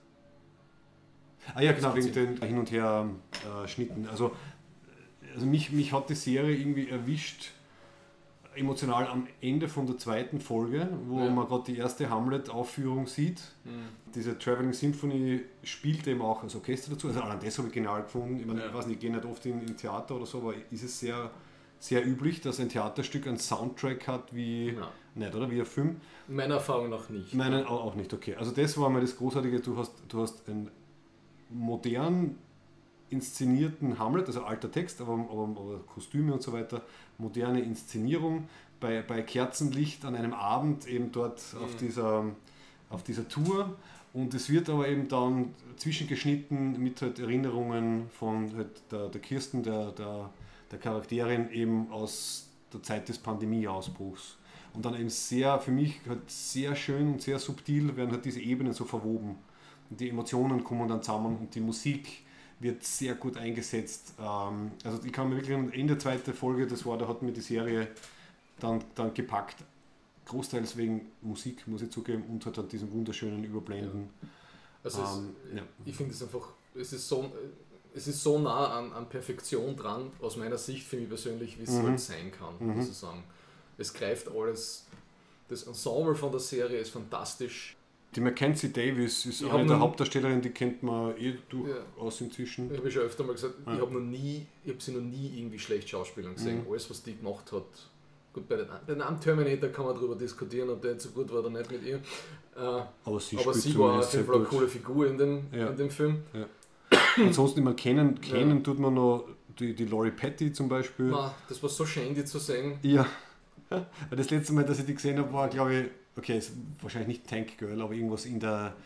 Ja, genau, wegen den Hin- und Her Schnitten. Also mich hat die Serie irgendwie erwischt, emotional am Ende von der 2. Folge, wo man gerade die erste Hamlet-Aufführung sieht. Diese Traveling Symphony spielt eben auch als Orchester dazu. Also allein das habe ich genial gefunden. Ich meine, ich weiß nicht, ich gehe nicht oft in Theater oder so, aber ist es sehr, sehr üblich, dass ein Theaterstück einen Soundtrack hat wie nicht, oder? Wie ein Film? Meiner Erfahrung nach nicht. Meinen auch nicht, okay. Also das war mal das Großartige, du hast einen modern inszenierten Hamlet, also alter Text, aber Kostüme und so weiter, moderne Inszenierung bei Kerzenlicht an einem Abend eben dort auf dieser Tour, und es wird aber eben dann zwischengeschnitten mit halt Erinnerungen von halt der Kirsten, der Charakterin eben aus der Zeit des Pandemieausbruchs. Und dann eben für mich halt sehr schön und sehr subtil werden halt diese Ebenen so verwoben. Und die Emotionen kommen dann zusammen und die Musik wird sehr gut eingesetzt. Also ich kann mir wirklich am Ende der 2. Folge, da hat mir die Serie dann gepackt. Großteils wegen Musik, muss ich zugeben, und hat dann diesen wunderschönen Überblenden. Also ich finde es einfach, es ist so nah an Perfektion dran, aus meiner Sicht für mich persönlich, wie es halt sein kann, muss ich sagen. Es greift alles, das Ensemble von der Serie ist fantastisch. Die Mackenzie Davis ist eine der Hauptdarstellerinnen, die kennt man durchaus inzwischen. Ich habe schon öfter mal gesagt, ich habe sie noch nie irgendwie schlecht Schauspielern gesehen. Alles, was die gemacht hat. Gut, bei dem Terminator kann man darüber diskutieren, ob der jetzt so gut war oder nicht mit ihr. Aber sie war auf jeden Fall eine coole Figur in dem Film. Ja. Ansonsten immer kennen tut man noch die Lori Petty zum Beispiel. Das war so schön, die zu sehen. Ja. Das letzte Mal, dass ich die gesehen habe, war, glaube ich, okay, ist wahrscheinlich nicht Tank Girl, aber irgendwas in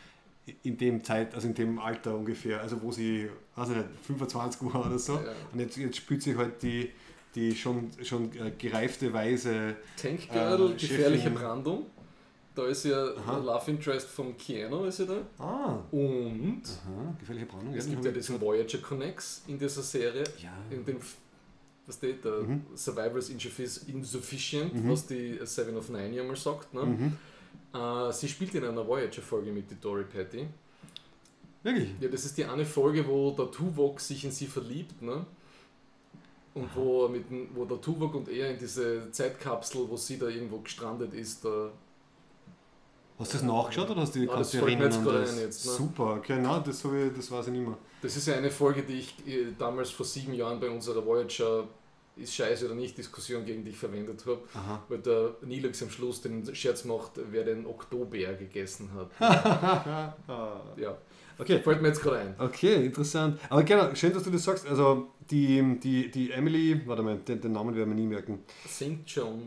dem Alter ungefähr, also wo sie, weiß ich nicht, 25 war oder so. Ja. Und jetzt spielt sie halt die schon gereifte, weise Tank Girl, gefährliche Brandung. Da ist ja Love Interest von Keanu, ist ja da. Und gefährliche Brandung. Es gibt ja diesen Voyager Connects in dieser Serie. Ja. In dem, was steht da? Survival is insufficient, was die Seven of Nine ja mal sagt. Ne? Sie spielt in einer Voyager-Folge mit, die Lori Petty. Wirklich? Ja, das ist die eine Folge, wo der Tuvok sich in sie verliebt. Ne? Und wo der Tuvok und er in diese Zeitkapsel, wo sie da irgendwo gestrandet ist, da. Hast du das nachgeschaut oder hast du das fällt mir jetzt gerade ein jetzt. Ne? Super, genau, das weiß ich nicht mehr. Das ist ja eine Folge, die ich damals vor 7 Jahren bei unserer Voyager ist scheiße oder nicht Diskussion gegen dich verwendet habe, weil der Nilix am Schluss den Scherz macht, wer den Oktober gegessen hat. Ja. Okay. Fällt mir jetzt gerade ein. Okay, interessant. Aber genau, schön, dass du das sagst. Also die Emily, warte mal, den Namen werden wir nie merken. St.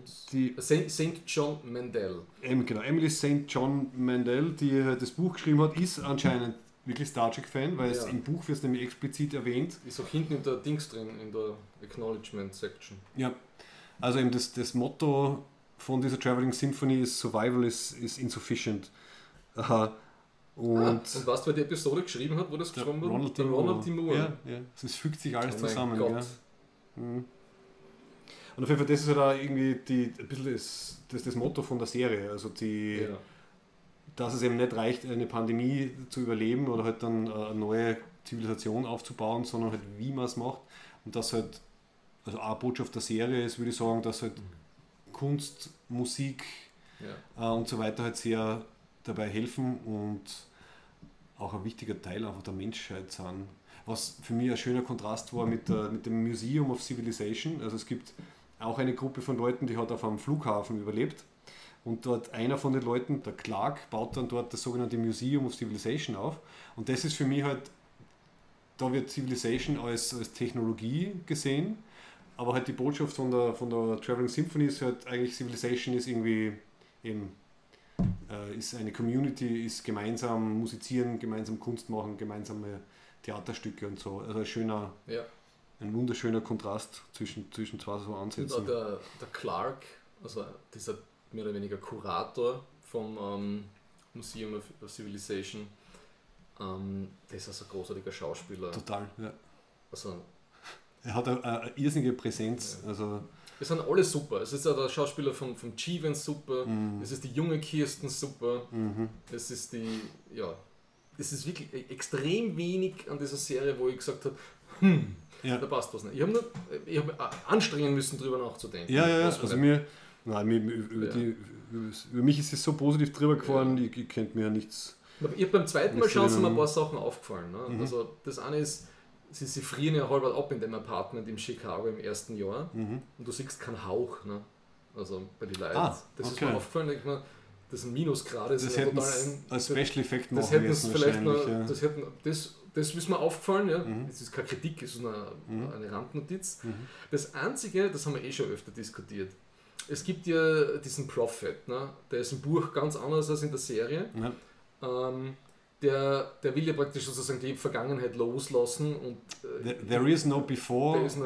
John Mandel. Genau, Emily St. John Mandel, die das Buch geschrieben hat, ist anscheinend wirklich Star Trek-Fan, weil es im Buch wird es nämlich explizit erwähnt. Ist auch hinten in der Dings drin, in der Acknowledgement-Section. Ja, also eben das Motto von dieser Traveling Symphony ist Survival is insufficient. Und weißt du, wer die Episode geschrieben hat, wo das geschrieben wurde? Ronald D. Moore. Ja. Es fügt sich alles zusammen. Gott. Ja. Und auf jeden Fall, das ist halt auch irgendwie ein bisschen das Motto von der Serie. Also dass es eben nicht reicht, eine Pandemie zu überleben oder halt dann eine neue Zivilisation aufzubauen, sondern halt wie man es macht. Und das halt, also eine Botschaft der Serie ist, würde ich sagen, dass halt Kunst, Musik und so weiter halt sehr dabei helfen und auch ein wichtiger Teil einfach der Menschheit sind. Was für mich ein schöner Kontrast war mit dem Museum of Civilization. Also es gibt auch eine Gruppe von Leuten, die hat auf einem Flughafen überlebt. Und dort einer von den Leuten, der Clark, baut dann dort das sogenannte Museum of Civilization auf. Und das ist für mich halt, da wird Civilization als Technologie gesehen, aber halt die Botschaft von der Traveling Symphony ist halt eigentlich, Civilization ist irgendwie eben ist eine Community, ist gemeinsam musizieren, gemeinsam Kunst machen, gemeinsame Theaterstücke und so. Also ein wunderschöner Kontrast zwischen zwei so Ansätzen. Und der Clark, also dieser mehr oder weniger Kurator vom Museum of Civilization, der ist also ein großartiger Schauspieler. Total, ja. Also, er hat eine irrsinnige Präsenz. Ja. Also es sind alle super. Es ist auch der Schauspieler von Jeevan super, es ist die junge Kirsten super, es ist es ist wirklich extrem wenig an dieser Serie, wo ich gesagt habe, da passt was nicht. Ich habe anstrengen müssen, darüber nachzudenken. Ja. Also über mich ist es so positiv drüber gefahren, ich könnte mir ja nichts. Ich habe beim zweiten Mal schauen, sind mir ein paar Sachen aufgefallen. Ne? Also das eine ist, sie frieren ja halb ab in dem Apartment in Chicago im ersten Jahr und du siehst keinen Hauch, ne? Also bei den Leuten. Das ist mir aufgefallen, denke ich mir, das sind Minusgrade. Das hätten als Special Effekt machen müssen. Das ist mir aufgefallen, ja. Das ist keine Kritik, es ist eine Randnotiz. Das Einzige, das haben wir schon öfter diskutiert, es gibt ja diesen Prophet, ne? Der ist im Buch ganz anders als in der Serie. Der will ja praktisch sozusagen die Vergangenheit loslassen und there is no before es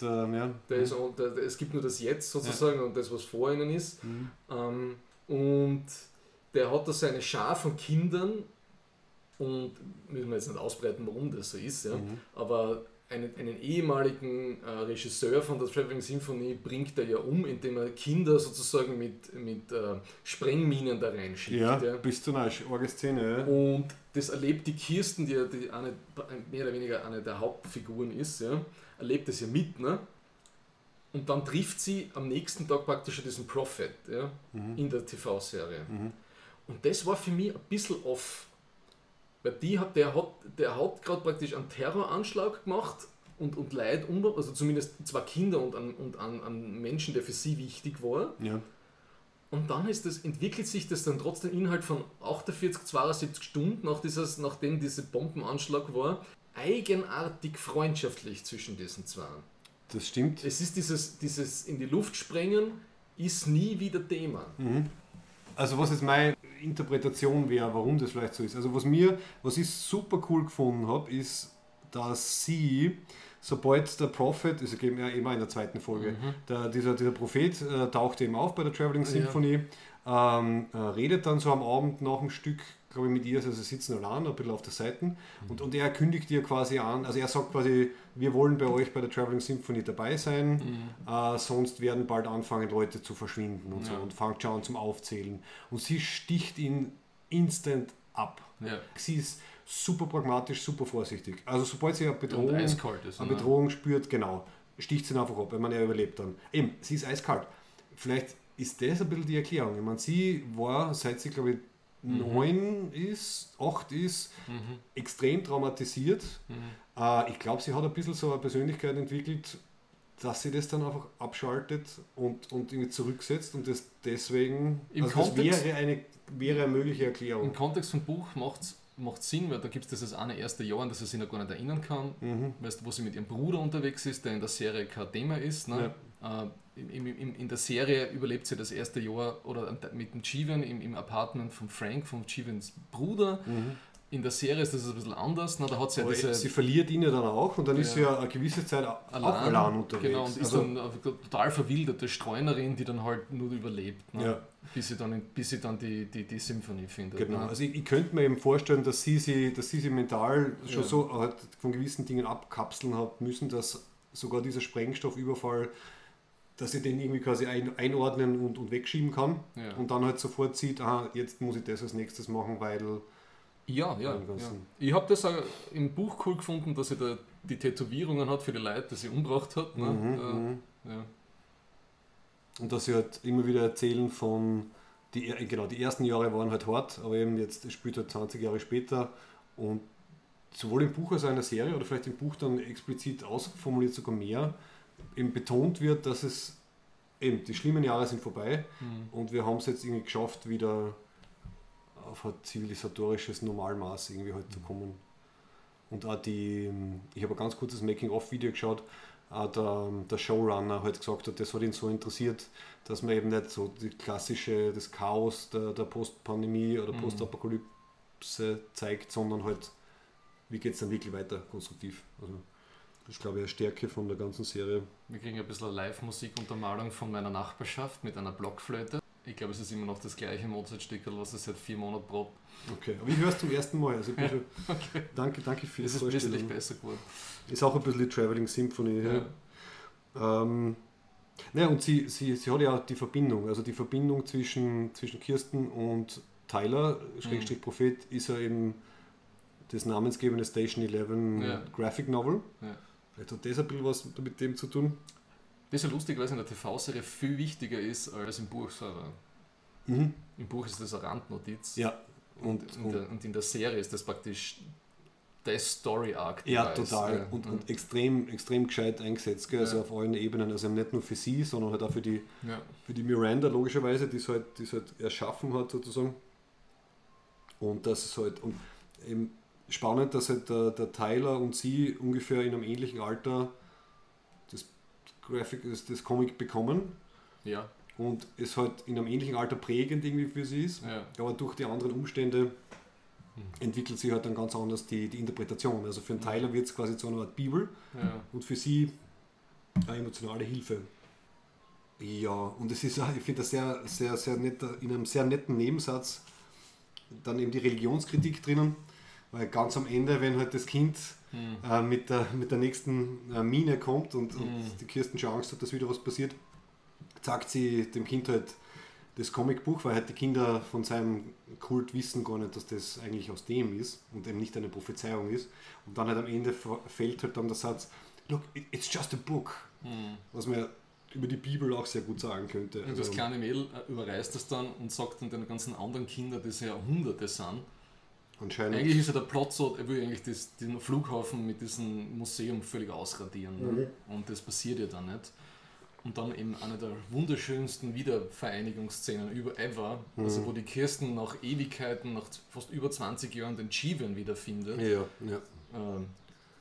gibt nur das Jetzt sozusagen und das, was vor ihnen ist. Und der hat da seine Schar von Kindern und müssen wir jetzt nicht ausbreiten, warum das so ist, aber einen ehemaligen Regisseur von der Traveling Symphony bringt er ja um, indem er Kinder sozusagen mit Sprengminen da reinschickt. Ja, bis zu einer arge Szene. Ja. Und das erlebt die Kirsten, die mehr oder weniger eine der Hauptfiguren ist, erlebt das ja mit. Ne? Und dann trifft sie am nächsten Tag praktisch diesen Prophet in der TV-Serie. Und das war für mich ein bisschen off. Weil der hat gerade praktisch einen Terroranschlag gemacht und Leid, also zumindest zwei Kinder und einen Menschen, der für sie wichtig war. Ja. Und dann entwickelt sich das dann trotzdem innerhalb von 48, 72 Stunden, nachdem dieser Bombenanschlag war, eigenartig freundschaftlich zwischen diesen zwei. Das stimmt. Es ist dieses in die Luft sprengen, ist nie wieder Thema. Also was jetzt meine Interpretation wäre, warum das vielleicht so ist. Also was ich super cool gefunden habe, ist, dass sie, sobald der Prophet, also eben immer in der zweiten Folge, dieser Prophet taucht eben auf bei der Traveling Symphony, redet dann so am Abend nach dem Stück, glaube ich, mit ihr, also sie sitzen allein, ein bisschen auf der Seite und er kündigt ihr quasi an, also er sagt quasi, wir wollen bei euch bei der Traveling Symphony dabei sein, sonst werden bald anfangen Leute zu verschwinden und so und fängt schon an zum Aufzählen und sie sticht ihn instant ab. Ja. Sie ist super pragmatisch, super vorsichtig. Also sobald sie eine Bedrohung spürt, genau, sticht sie ihn einfach ab, wenn man er überlebt dann. Eben, sie ist eiskalt. Vielleicht ist das ein bisschen die Erklärung. Ich meine, sie war, seit sie, glaube ich, 8 ist, extrem traumatisiert. Ich glaube, sie hat ein bisschen so eine Persönlichkeit entwickelt, dass sie das dann einfach abschaltet und irgendwie zurücksetzt und das deswegen, das wäre eine mögliche Erklärung. Im Kontext vom Buch macht Sinn, weil da gibt es das eine erste Jahr, an das sie sich noch gar nicht erinnern kann, weißt du, wo sie mit ihrem Bruder unterwegs ist, der in der Serie kein Thema ist. Ne? Ja. In der Serie überlebt sie das erste Jahr oder mit dem Chiven im Apartment von Frank, von Chivens Bruder. In der Serie ist das ein bisschen anders. Ne? Da hat sie, sie verliert ihn ja dann auch und dann ist sie ja eine gewisse Zeit auch allein unterwegs. Genau, und ist dann eine total verwilderte Streunerin, die dann halt nur überlebt, ne? Bis sie dann die Symphonie findet. Genau, ne? also ich könnte mir eben vorstellen, dass sie mental schon so halt von gewissen Dingen abkapseln hat müssen, dass sogar dieser Sprengstoffüberfall, dass sie den irgendwie quasi einordnen und wegschieben kann und dann halt sofort sieht, jetzt muss ich das als nächstes machen, weil... Ja. Ich habe das auch im Buch cool gefunden, dass sie da die Tätowierungen hat für die Leute, die sie umgebracht hat. Ne? Und dass sie halt immer wieder erzählen von, die ersten Jahre waren halt hart, aber eben jetzt spielt halt 20 Jahre später und sowohl im Buch als auch in der Serie oder vielleicht im Buch dann explizit ausformuliert sogar mehr, eben betont wird, dass es eben, die schlimmen Jahre sind vorbei und wir haben es jetzt irgendwie geschafft, wieder auf ein zivilisatorisches Normalmaß irgendwie halt zu kommen. Und auch ich habe ein ganz kurzes Making-of-Video geschaut, auch der Showrunner halt gesagt hat, das hat ihn so interessiert, dass man eben nicht so das Chaos der Post-Pandemie oder Postapokalypse zeigt, sondern halt, wie geht es dann wirklich weiter konstruktiv. Also das ist, glaube ich, eine Stärke von der ganzen Serie. Wir kriegen ein bisschen Live-Musikuntermalung von meiner Nachbarschaft mit einer Blockflöte. Ich glaube, es ist immer noch das gleiche Mozart-Stückel, was es seit 4 Monaten probt. Okay, aber ich höre es zum ersten Mal. Also okay. Danke für das. Es ist wesentlich besser geworden. Ist auch ein bisschen die Traveling Symphony. Ja. Und sie hat ja auch die Verbindung. Also die Verbindung zwischen Kirsten und Tyler, Schrägstrich Prophet, ist ja eben das namensgebende Station 11 Graphic Novel. Ja. Vielleicht hat das ein bisschen was mit dem zu tun. Das ist ja lustig, weil es in der TV-Serie viel wichtiger ist als im Buch selber. Im Buch ist das eine Randnotiz. Ja. Und in der Serie ist das praktisch der Story-Arc. Ja, total. Und extrem gescheit eingesetzt. Gell? Also auf allen Ebenen. Also nicht nur für sie, sondern halt auch für die Miranda logischerweise, die es halt erschaffen hat sozusagen. Und das ist halt eben spannend, dass halt der Tyler und sie ungefähr in einem ähnlichen Alter das Comic bekommen und es halt in einem ähnlichen Alter prägend irgendwie für sie ist, aber durch die anderen Umstände entwickelt sich halt dann ganz anders die Interpretation. Also für einen Tyler wird es quasi zu einer Art Bibel und für sie eine emotionale Hilfe. Ja, und es ist, ich finde das sehr, sehr, sehr nett, in einem sehr netten Nebensatz dann eben die Religionskritik drinnen, weil ganz am Ende, wenn halt das Kind mit der nächsten Mine kommt und die Kirsten schon Angst hat, dass wieder was passiert, zeigt sie dem Kind halt das Comicbuch, weil halt die Kinder von seinem Kult wissen gar nicht, dass das eigentlich aus dem ist und eben nicht eine Prophezeiung ist. Und dann halt am Ende fällt halt dann der Satz, look, it's just a book, was man über die Bibel auch sehr gut sagen könnte. Und das kleine Mädel überreißt das dann und sagt dann den ganzen anderen Kindern, die ja Hunderte sind, eigentlich ist ja der Plot so, er will eigentlich den Flughafen mit diesem Museum völlig ausradieren. Ne? Und das passiert ja dann nicht. Und dann eben eine der wunderschönsten Wiedervereinigungsszenen ever, also wo die Kirsten nach Ewigkeiten, nach fast über 20 Jahren den Chiven wiederfindet.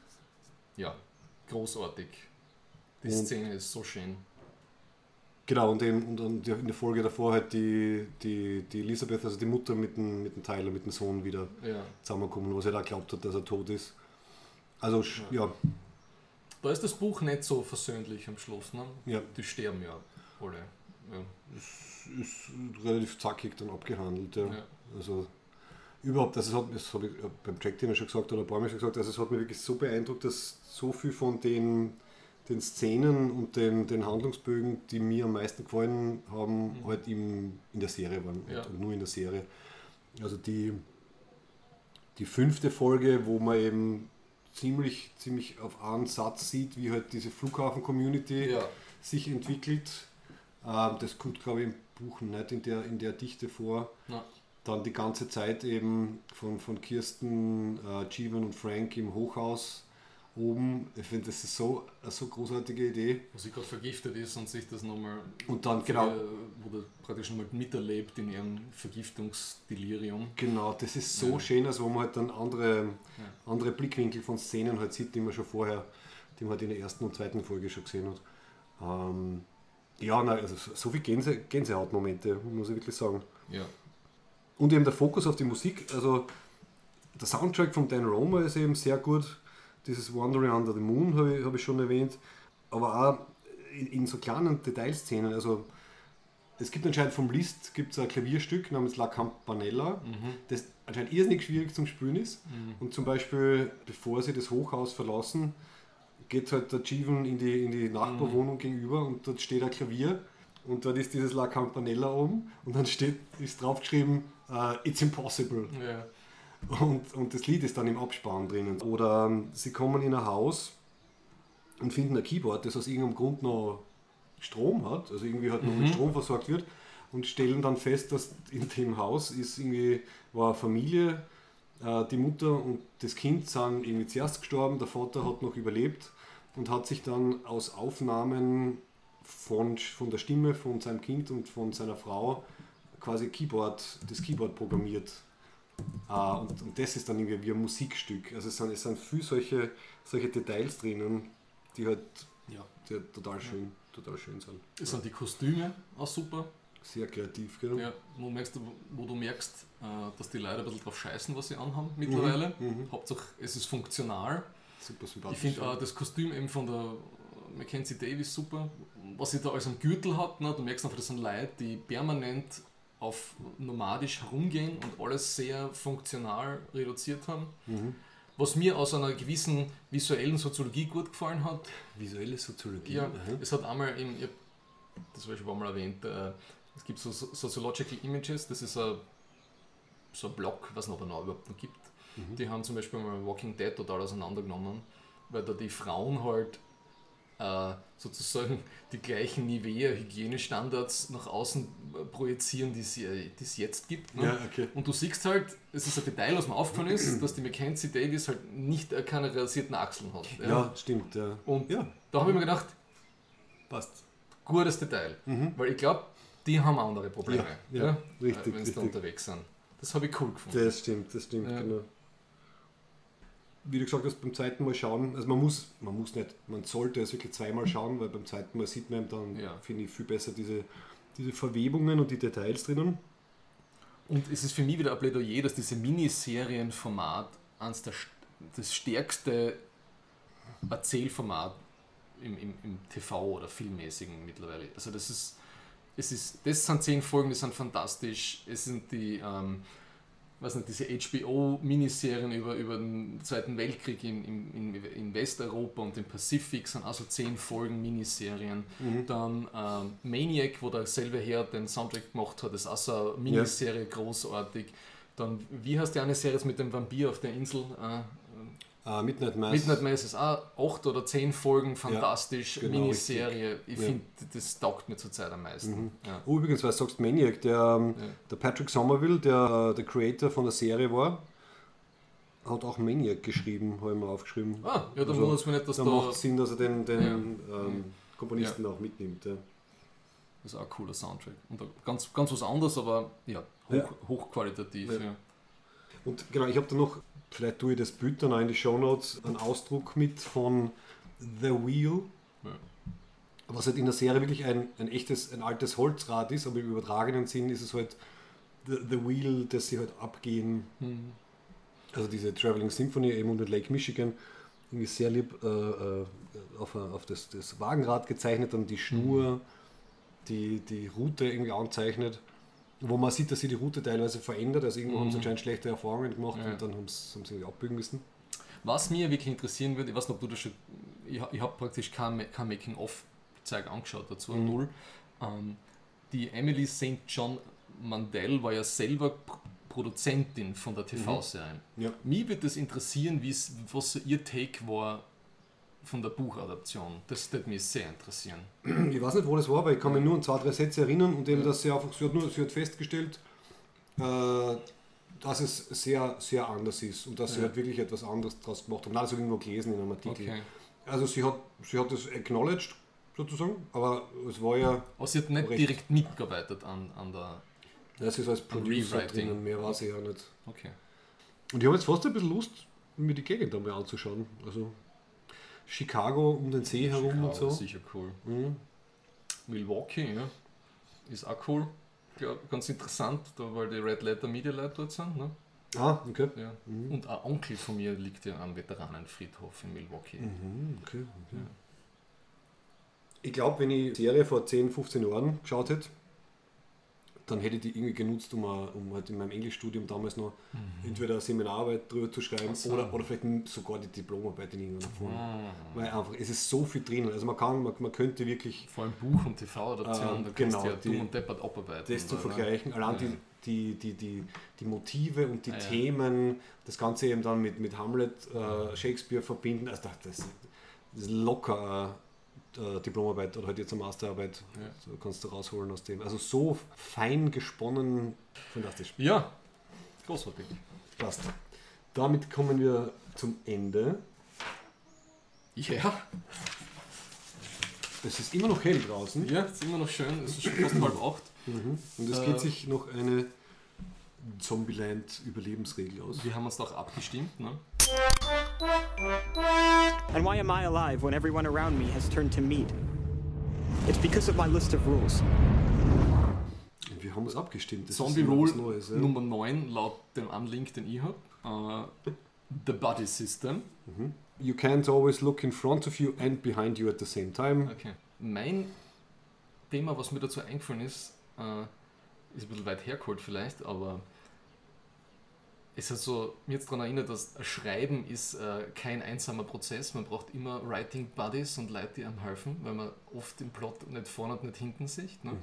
ja, großartig. Die Szene ist so schön. Genau, und in der Folge davor halt die Elisabeth, also die Mutter mit dem Tyler, mit dem Sohn wieder zusammenkommen, was er da glaubt hat, dass er tot ist. Also, ja. Da ist das Buch nicht so versöhnlich am Schluss, ne? Ja. Die sterben ja alle. Ja. Es ist relativ zackig dann abgehandelt, ja. Ja. Also, überhaupt, das habe ich beim Jack Dinner schon gesagt oder ein paar Mal schon gesagt, also es hat mich wirklich so beeindruckt, dass so viel von den Szenen und den Handlungsbögen, die mir am meisten gefallen haben, halt in der Serie waren und nur in der Serie. Also die 5. Folge, wo man eben ziemlich auf einen Satz sieht, wie halt diese Flughafen-Community sich entwickelt. Das kommt, glaube ich, im Buch nicht in der Dichte vor. Ja. Dann die ganze Zeit eben von Kirsten, Jeevan und Frank im Hochhaus oben. Ich finde, das ist so eine so großartige Idee. Wo sie gerade vergiftet ist und sich das nochmal... Und dann, genau... Wo der praktisch nochmal miterlebt in ihrem Vergiftungsdelirium. Genau, das ist so schön, also wo man halt dann andere Blickwinkel von Szenen halt sieht, die man schon vorher, die man halt in der 1. und 2. Folge schon gesehen hat. Also so viele Gänsehautmomente, muss ich wirklich sagen. Ja. Und eben der Fokus auf die Musik, also der Soundtrack von Dan Romer ist eben sehr gut. Dieses Wandering Under the Moon habe ich schon erwähnt, aber auch in so kleinen Detailszenen. Also es gibt anscheinend vom Liszt ein Klavierstück namens La Campanella, das anscheinend irrsinnig schwierig zum Spielen ist. Und zum Beispiel, bevor sie das Hochhaus verlassen, geht halt der Jeevan in die Nachbarwohnung gegenüber und dort steht ein Klavier und dort ist dieses La Campanella oben und dann ist draufgeschrieben It's Impossible. Ja. Und das Lied ist dann im Abspann drinnen. Oder sie kommen in ein Haus und finden ein Keyboard, das aus irgendeinem Grund noch Strom hat, also irgendwie halt noch mit Strom versorgt wird und stellen dann fest, dass in dem Haus war eine Familie, die Mutter und das Kind sind irgendwie zuerst gestorben, der Vater hat noch überlebt und hat sich dann aus Aufnahmen von der Stimme von seinem Kind und von seiner Frau quasi das Keyboard programmiert. Und das ist dann irgendwie wie ein Musikstück. Also es sind viele solche Details drinnen, die halt die total schön sind. Es sind die Kostüme auch super. Sehr kreativ, genau. Ja, wo du merkst, dass die Leute ein bisschen drauf scheißen, was sie anhaben mittlerweile. Hauptsache es ist funktional. Super sympathisch. Ich finde auch das Kostüm eben von der Mackenzie Davis super. Was sie da als einen Gürtel hat, ne? Du merkst einfach, das sind Leute, die permanent auf nomadisch herumgehen und alles sehr funktional reduziert haben. Was mir aus einer gewissen visuellen Soziologie gut gefallen hat. Visuelle Soziologie? Ja, es hat einmal, das habe ich schon einmal erwähnt, es gibt so Sociological Images, das ist so ein Blog, was es aber noch überhaupt noch gibt. Die haben zum Beispiel mal Walking Dead total auseinandergenommen, weil da die Frauen halt sozusagen die gleichen Nivea-Hygienestandards nach außen projizieren, die es jetzt gibt. Ne? Ja, okay. Und du siehst halt, es ist ein Detail, was mir aufgefallen ist, dass die Mackenzie Davis halt nicht keine rasierten Achseln hat. Ja, stimmt. Ja. Und da habe ich mir gedacht, passt. Gutes Detail, weil ich glaube, die haben andere Probleme, richtig, wenn sie da unterwegs sind. Das habe ich cool gefunden. Das stimmt, genau. Wie du gesagt hast, beim zweiten Mal schauen, also man sollte es wirklich zweimal schauen, weil beim zweiten Mal sieht man dann, finde ich, viel besser diese Verwebungen und die Details drinnen. Und es ist für mich wieder ein Plädoyer, dass diese Miniserienformat das stärkste Erzählformat im TV oder filmmäßigen mittlerweile. Also das sind 10 Folgen, die sind fantastisch. Es sind die diese HBO-Miniserien über den Zweiten Weltkrieg in Westeuropa und im Pazifik sind also 10 Folgen Miniserien. Dann Maniac, wo derselbe Herr den Soundtrack gemacht hat, ist auch so eine Miniserie, großartig. Dann, wie heißt die eine Serie mit dem Vampir auf der Insel? Midnight Mass. Midnight Mass ist auch 8 oder 10 Folgen, fantastisch, genau, Miniserie. Richtig. Ich finde, das taugt mir zurzeit am meisten. Ja. Oh, übrigens, weil du sagst Maniac, der Patrick Somerville, der Creator von der Serie war, hat auch Maniac geschrieben, habe ich mir aufgeschrieben. Ja, dann wundert es mich nicht, dass da macht Sinn, dass er den Komponisten auch mitnimmt. Ja. Das ist auch ein cooler Soundtrack. Und ganz was anderes, aber hochqualitativ. Ja. Und genau, ich habe da noch, vielleicht tue ich das Bild dann auch in die Shownotes, einen Ausdruck mit von The Wheel, was halt in der Serie wirklich ein altes Holzrad ist, aber im übertragenen Sinn ist es halt The Wheel, das sie halt abgehen. Also diese Traveling Symphony eben und Lake Michigan, irgendwie sehr lieb auf das Wagenrad gezeichnet, dann die Schnur, die Route irgendwie anzeichnet, wo man sieht, dass sie die Route teilweise verändert, also irgendwo haben sie anscheinend schlechte Erfahrungen gemacht und dann haben sie irgendwie abbiegen müssen. Was mir wirklich interessieren würde, ich weiß nicht, ob du das schon, ich habe praktisch kein Making-of-Zeug angeschaut dazu, null. Die Emily St. John Mandel war ja selber Produzentin von der TV-Serie. Ja. Mich würde das interessieren, was so ihr Take war von der Buchadaption. Das würde mich sehr interessieren. Ich weiß nicht, wo das war, weil ich kann mich nur an 2-3 Sätze erinnern und eben, dass sie einfach, sie hat festgestellt, dass es sehr, sehr anders ist und dass sie halt wirklich etwas anderes daraus gemacht haben. Nein, das habe ich irgendwo gelesen in einem Artikel. Okay. Also sie hat das acknowledged, sozusagen, aber es war ja... Aber sie hat nicht direkt mitgearbeitet an der... Ja, sie ist als Producer drin und mehr war sie ja nicht. Okay. Und ich habe jetzt fast ein bisschen Lust, mir die Gegend einmal anzuschauen. Also Chicago um den See herum und so. Ist sicher cool. Milwaukee, ja, ist auch cool. Glaub, ganz interessant, da weil die Red Letter Media Leute dort sind. Ne? Ah, okay. Ja. Und ein Onkel von mir liegt ja am Veteranenfriedhof in Milwaukee. Okay. Ja. Ich glaube, wenn ich die Serie vor 10, 15 Jahren geschaut hätte, dann hätte ich die irgendwie genutzt, um halt in meinem Englischstudium damals noch entweder eine Seminararbeit drüber zu schreiben oder vielleicht sogar die Diplomarbeit in irgendeiner Form. Weil einfach, es ist so viel drin. Also man könnte wirklich... Vor allem Buch- und TV-Adaption, da kannst du ja dumm und deppert abarbeiten. Das zu vergleichen, allein die Motive und die Themen, das Ganze eben dann mit Hamlet, Shakespeare verbinden, also das ist locker Diplomarbeit oder halt jetzt eine Masterarbeit, so kannst du rausholen aus dem. Also so fein gesponnen, fantastisch. Ja, großartig. Passt. Damit kommen wir zum Ende. Ja. Es ist immer noch hell draußen. Ja, es ist immer noch schön, es ist schon fast 7:30. Und es geht sich noch eine Zombieland-Überlebensregel aus. Wir haben uns doch abgestimmt, ne? And why am I alive when everyone around me has turned to meat? It's because of my list of rules. Wir haben uns abgestimmt. Das Zombie Rule Neues, ja. Nummer 9 laut dem Anlink, den ich habe. The Buddy System. You can't always look in front of you and behind you at the same time. Okay. Mein Thema, was mir dazu eingefallen ist ein bisschen weit hergeholt vielleicht, aber es hat so mir jetzt daran erinnert, dass Schreiben ist kein einsamer Prozess. Man braucht immer Writing Buddies und Leute, die einem helfen, weil man oft im Plot nicht vorne und nicht hinten sieht. Ne?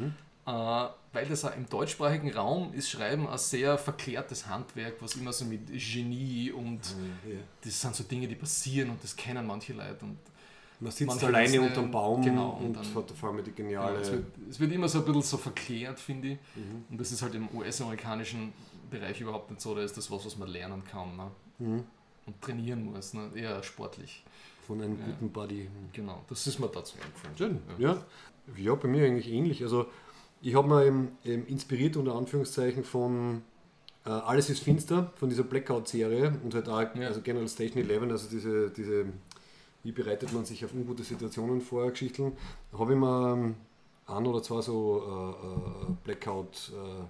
Weil das auch im deutschsprachigen Raum ist Schreiben ein sehr verklärtes Handwerk, was immer so mit Genie und das sind so Dinge, die passieren und das kennen manche Leute. Und man sitzt alleine unterm Baum und dann hat vor allem die geniale... Genau, es wird immer so ein bisschen so verklärt, finde ich. Und das ist halt im US-amerikanischen Bereich überhaupt nicht so, da ist das was man lernen kann, ne? Und trainieren muss, ne? Eher sportlich. Von einem guten Buddy. Genau, das ist mir dazu eingefallen. Schön, ja, bei mir eigentlich ähnlich. Also ich habe mir inspiriert unter Anführungszeichen von Alles ist finster, von dieser Blackout-Serie und halt auch also General Station 11, also diese wie bereitet man sich auf ungute Situationen vor, Geschichten, habe ich mir ein oder zwei so Blackout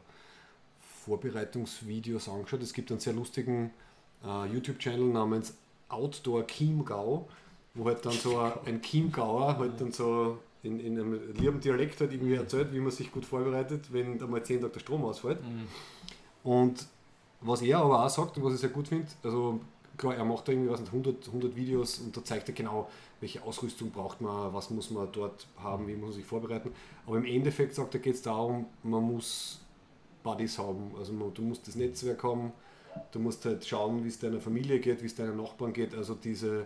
Vorbereitungsvideos angeschaut. Es gibt einen sehr lustigen YouTube-Channel namens Outdoor Chiemgau, wo halt dann so ein Chiemgauer halt dann so in einem lieben Dialekt halt irgendwie erzählt, wie man sich gut vorbereitet, wenn einmal 10 Tage der Strom ausfällt. Und was er aber auch sagt und was ich sehr gut finde, also klar, er macht da irgendwie 100 Videos und da zeigt er genau, welche Ausrüstung braucht man, was muss man dort haben, wie muss man sich vorbereiten. Aber im Endeffekt sagt er, geht es darum, man muss Buddies haben, also du musst das Netzwerk haben, du musst halt schauen, wie es deiner Familie geht, wie es deinen Nachbarn geht, also diese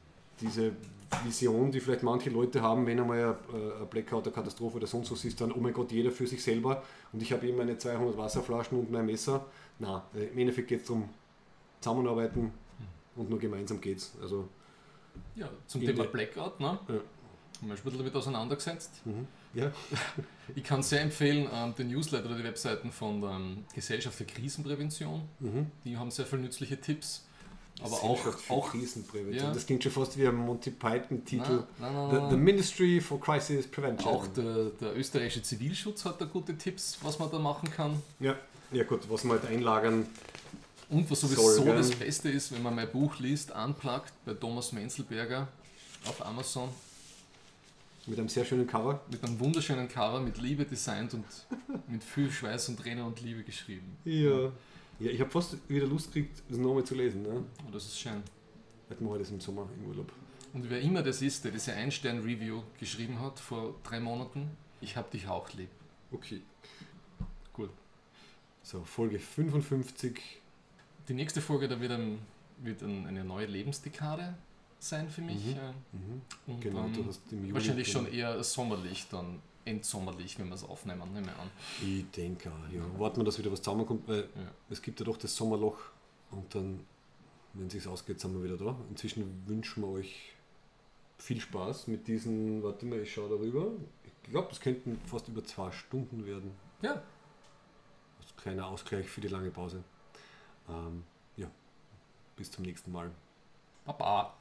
Vision, die vielleicht manche Leute haben, wenn einmal ein Blackout, eine Katastrophe oder sonst was ist, dann, oh mein Gott, jeder für sich selber und ich habe eben meine 200 Wasserflaschen und mein Messer. Nein, im Endeffekt geht es darum, zusammenarbeiten und nur gemeinsam geht's. Also ja, zum Thema Blackout, ne? Haben wir schon ein bisschen damit auseinandergesetzt. Ja. Ich kann sehr empfehlen, den Newsletter oder die Webseiten von der Gesellschaft für Krisenprävention. Die haben sehr viele nützliche Tipps. Aber auch Krisenprävention. Ja. Das klingt schon fast wie ein Monty Python-Titel. The Ministry for Crisis Prevention. Auch der österreichische Zivilschutz hat da gute Tipps, was man da machen kann. Ja, gut, was man halt einlagern. Und was sowieso das Beste ist, wenn man mein Buch liest, Unplugged bei Thomas Menzelberger auf Amazon. Mit einem sehr schönen Cover. Mit einem wunderschönen Cover, mit Liebe designt und mit viel Schweiß und Tränen und Liebe geschrieben. Ja, ich habe fast wieder Lust gekriegt, das nochmal zu lesen. Ne? Oh, das ist schön. Hätten wir heute im Sommer im Urlaub. Und wer immer das ist, der diese Ein-Stern-Review geschrieben hat vor 3 Monaten, ich hab dich auch lieb. Okay. Gut. So, Folge 55. Die nächste Folge, da wird eine neue Lebensdekade sein für mich. Und Genau, du hast im Juli wahrscheinlich schon eher sommerlich, dann endsommerlich, wenn wir es aufnehmen, nehme ich an. Ich denke auch, ja. Warten wir, dass wieder was zusammenkommt, weil es gibt ja doch das Sommerloch und dann, wenn es sich ausgeht, sind wir wieder da. Inzwischen wünschen wir euch viel Spaß mit diesen, warte mal, ich schaue darüber. Ich glaube, das könnten fast über 2 Stunden werden. Ja. Als kleiner Ausgleich für die lange Pause. Ja, bis zum nächsten Mal. Baba.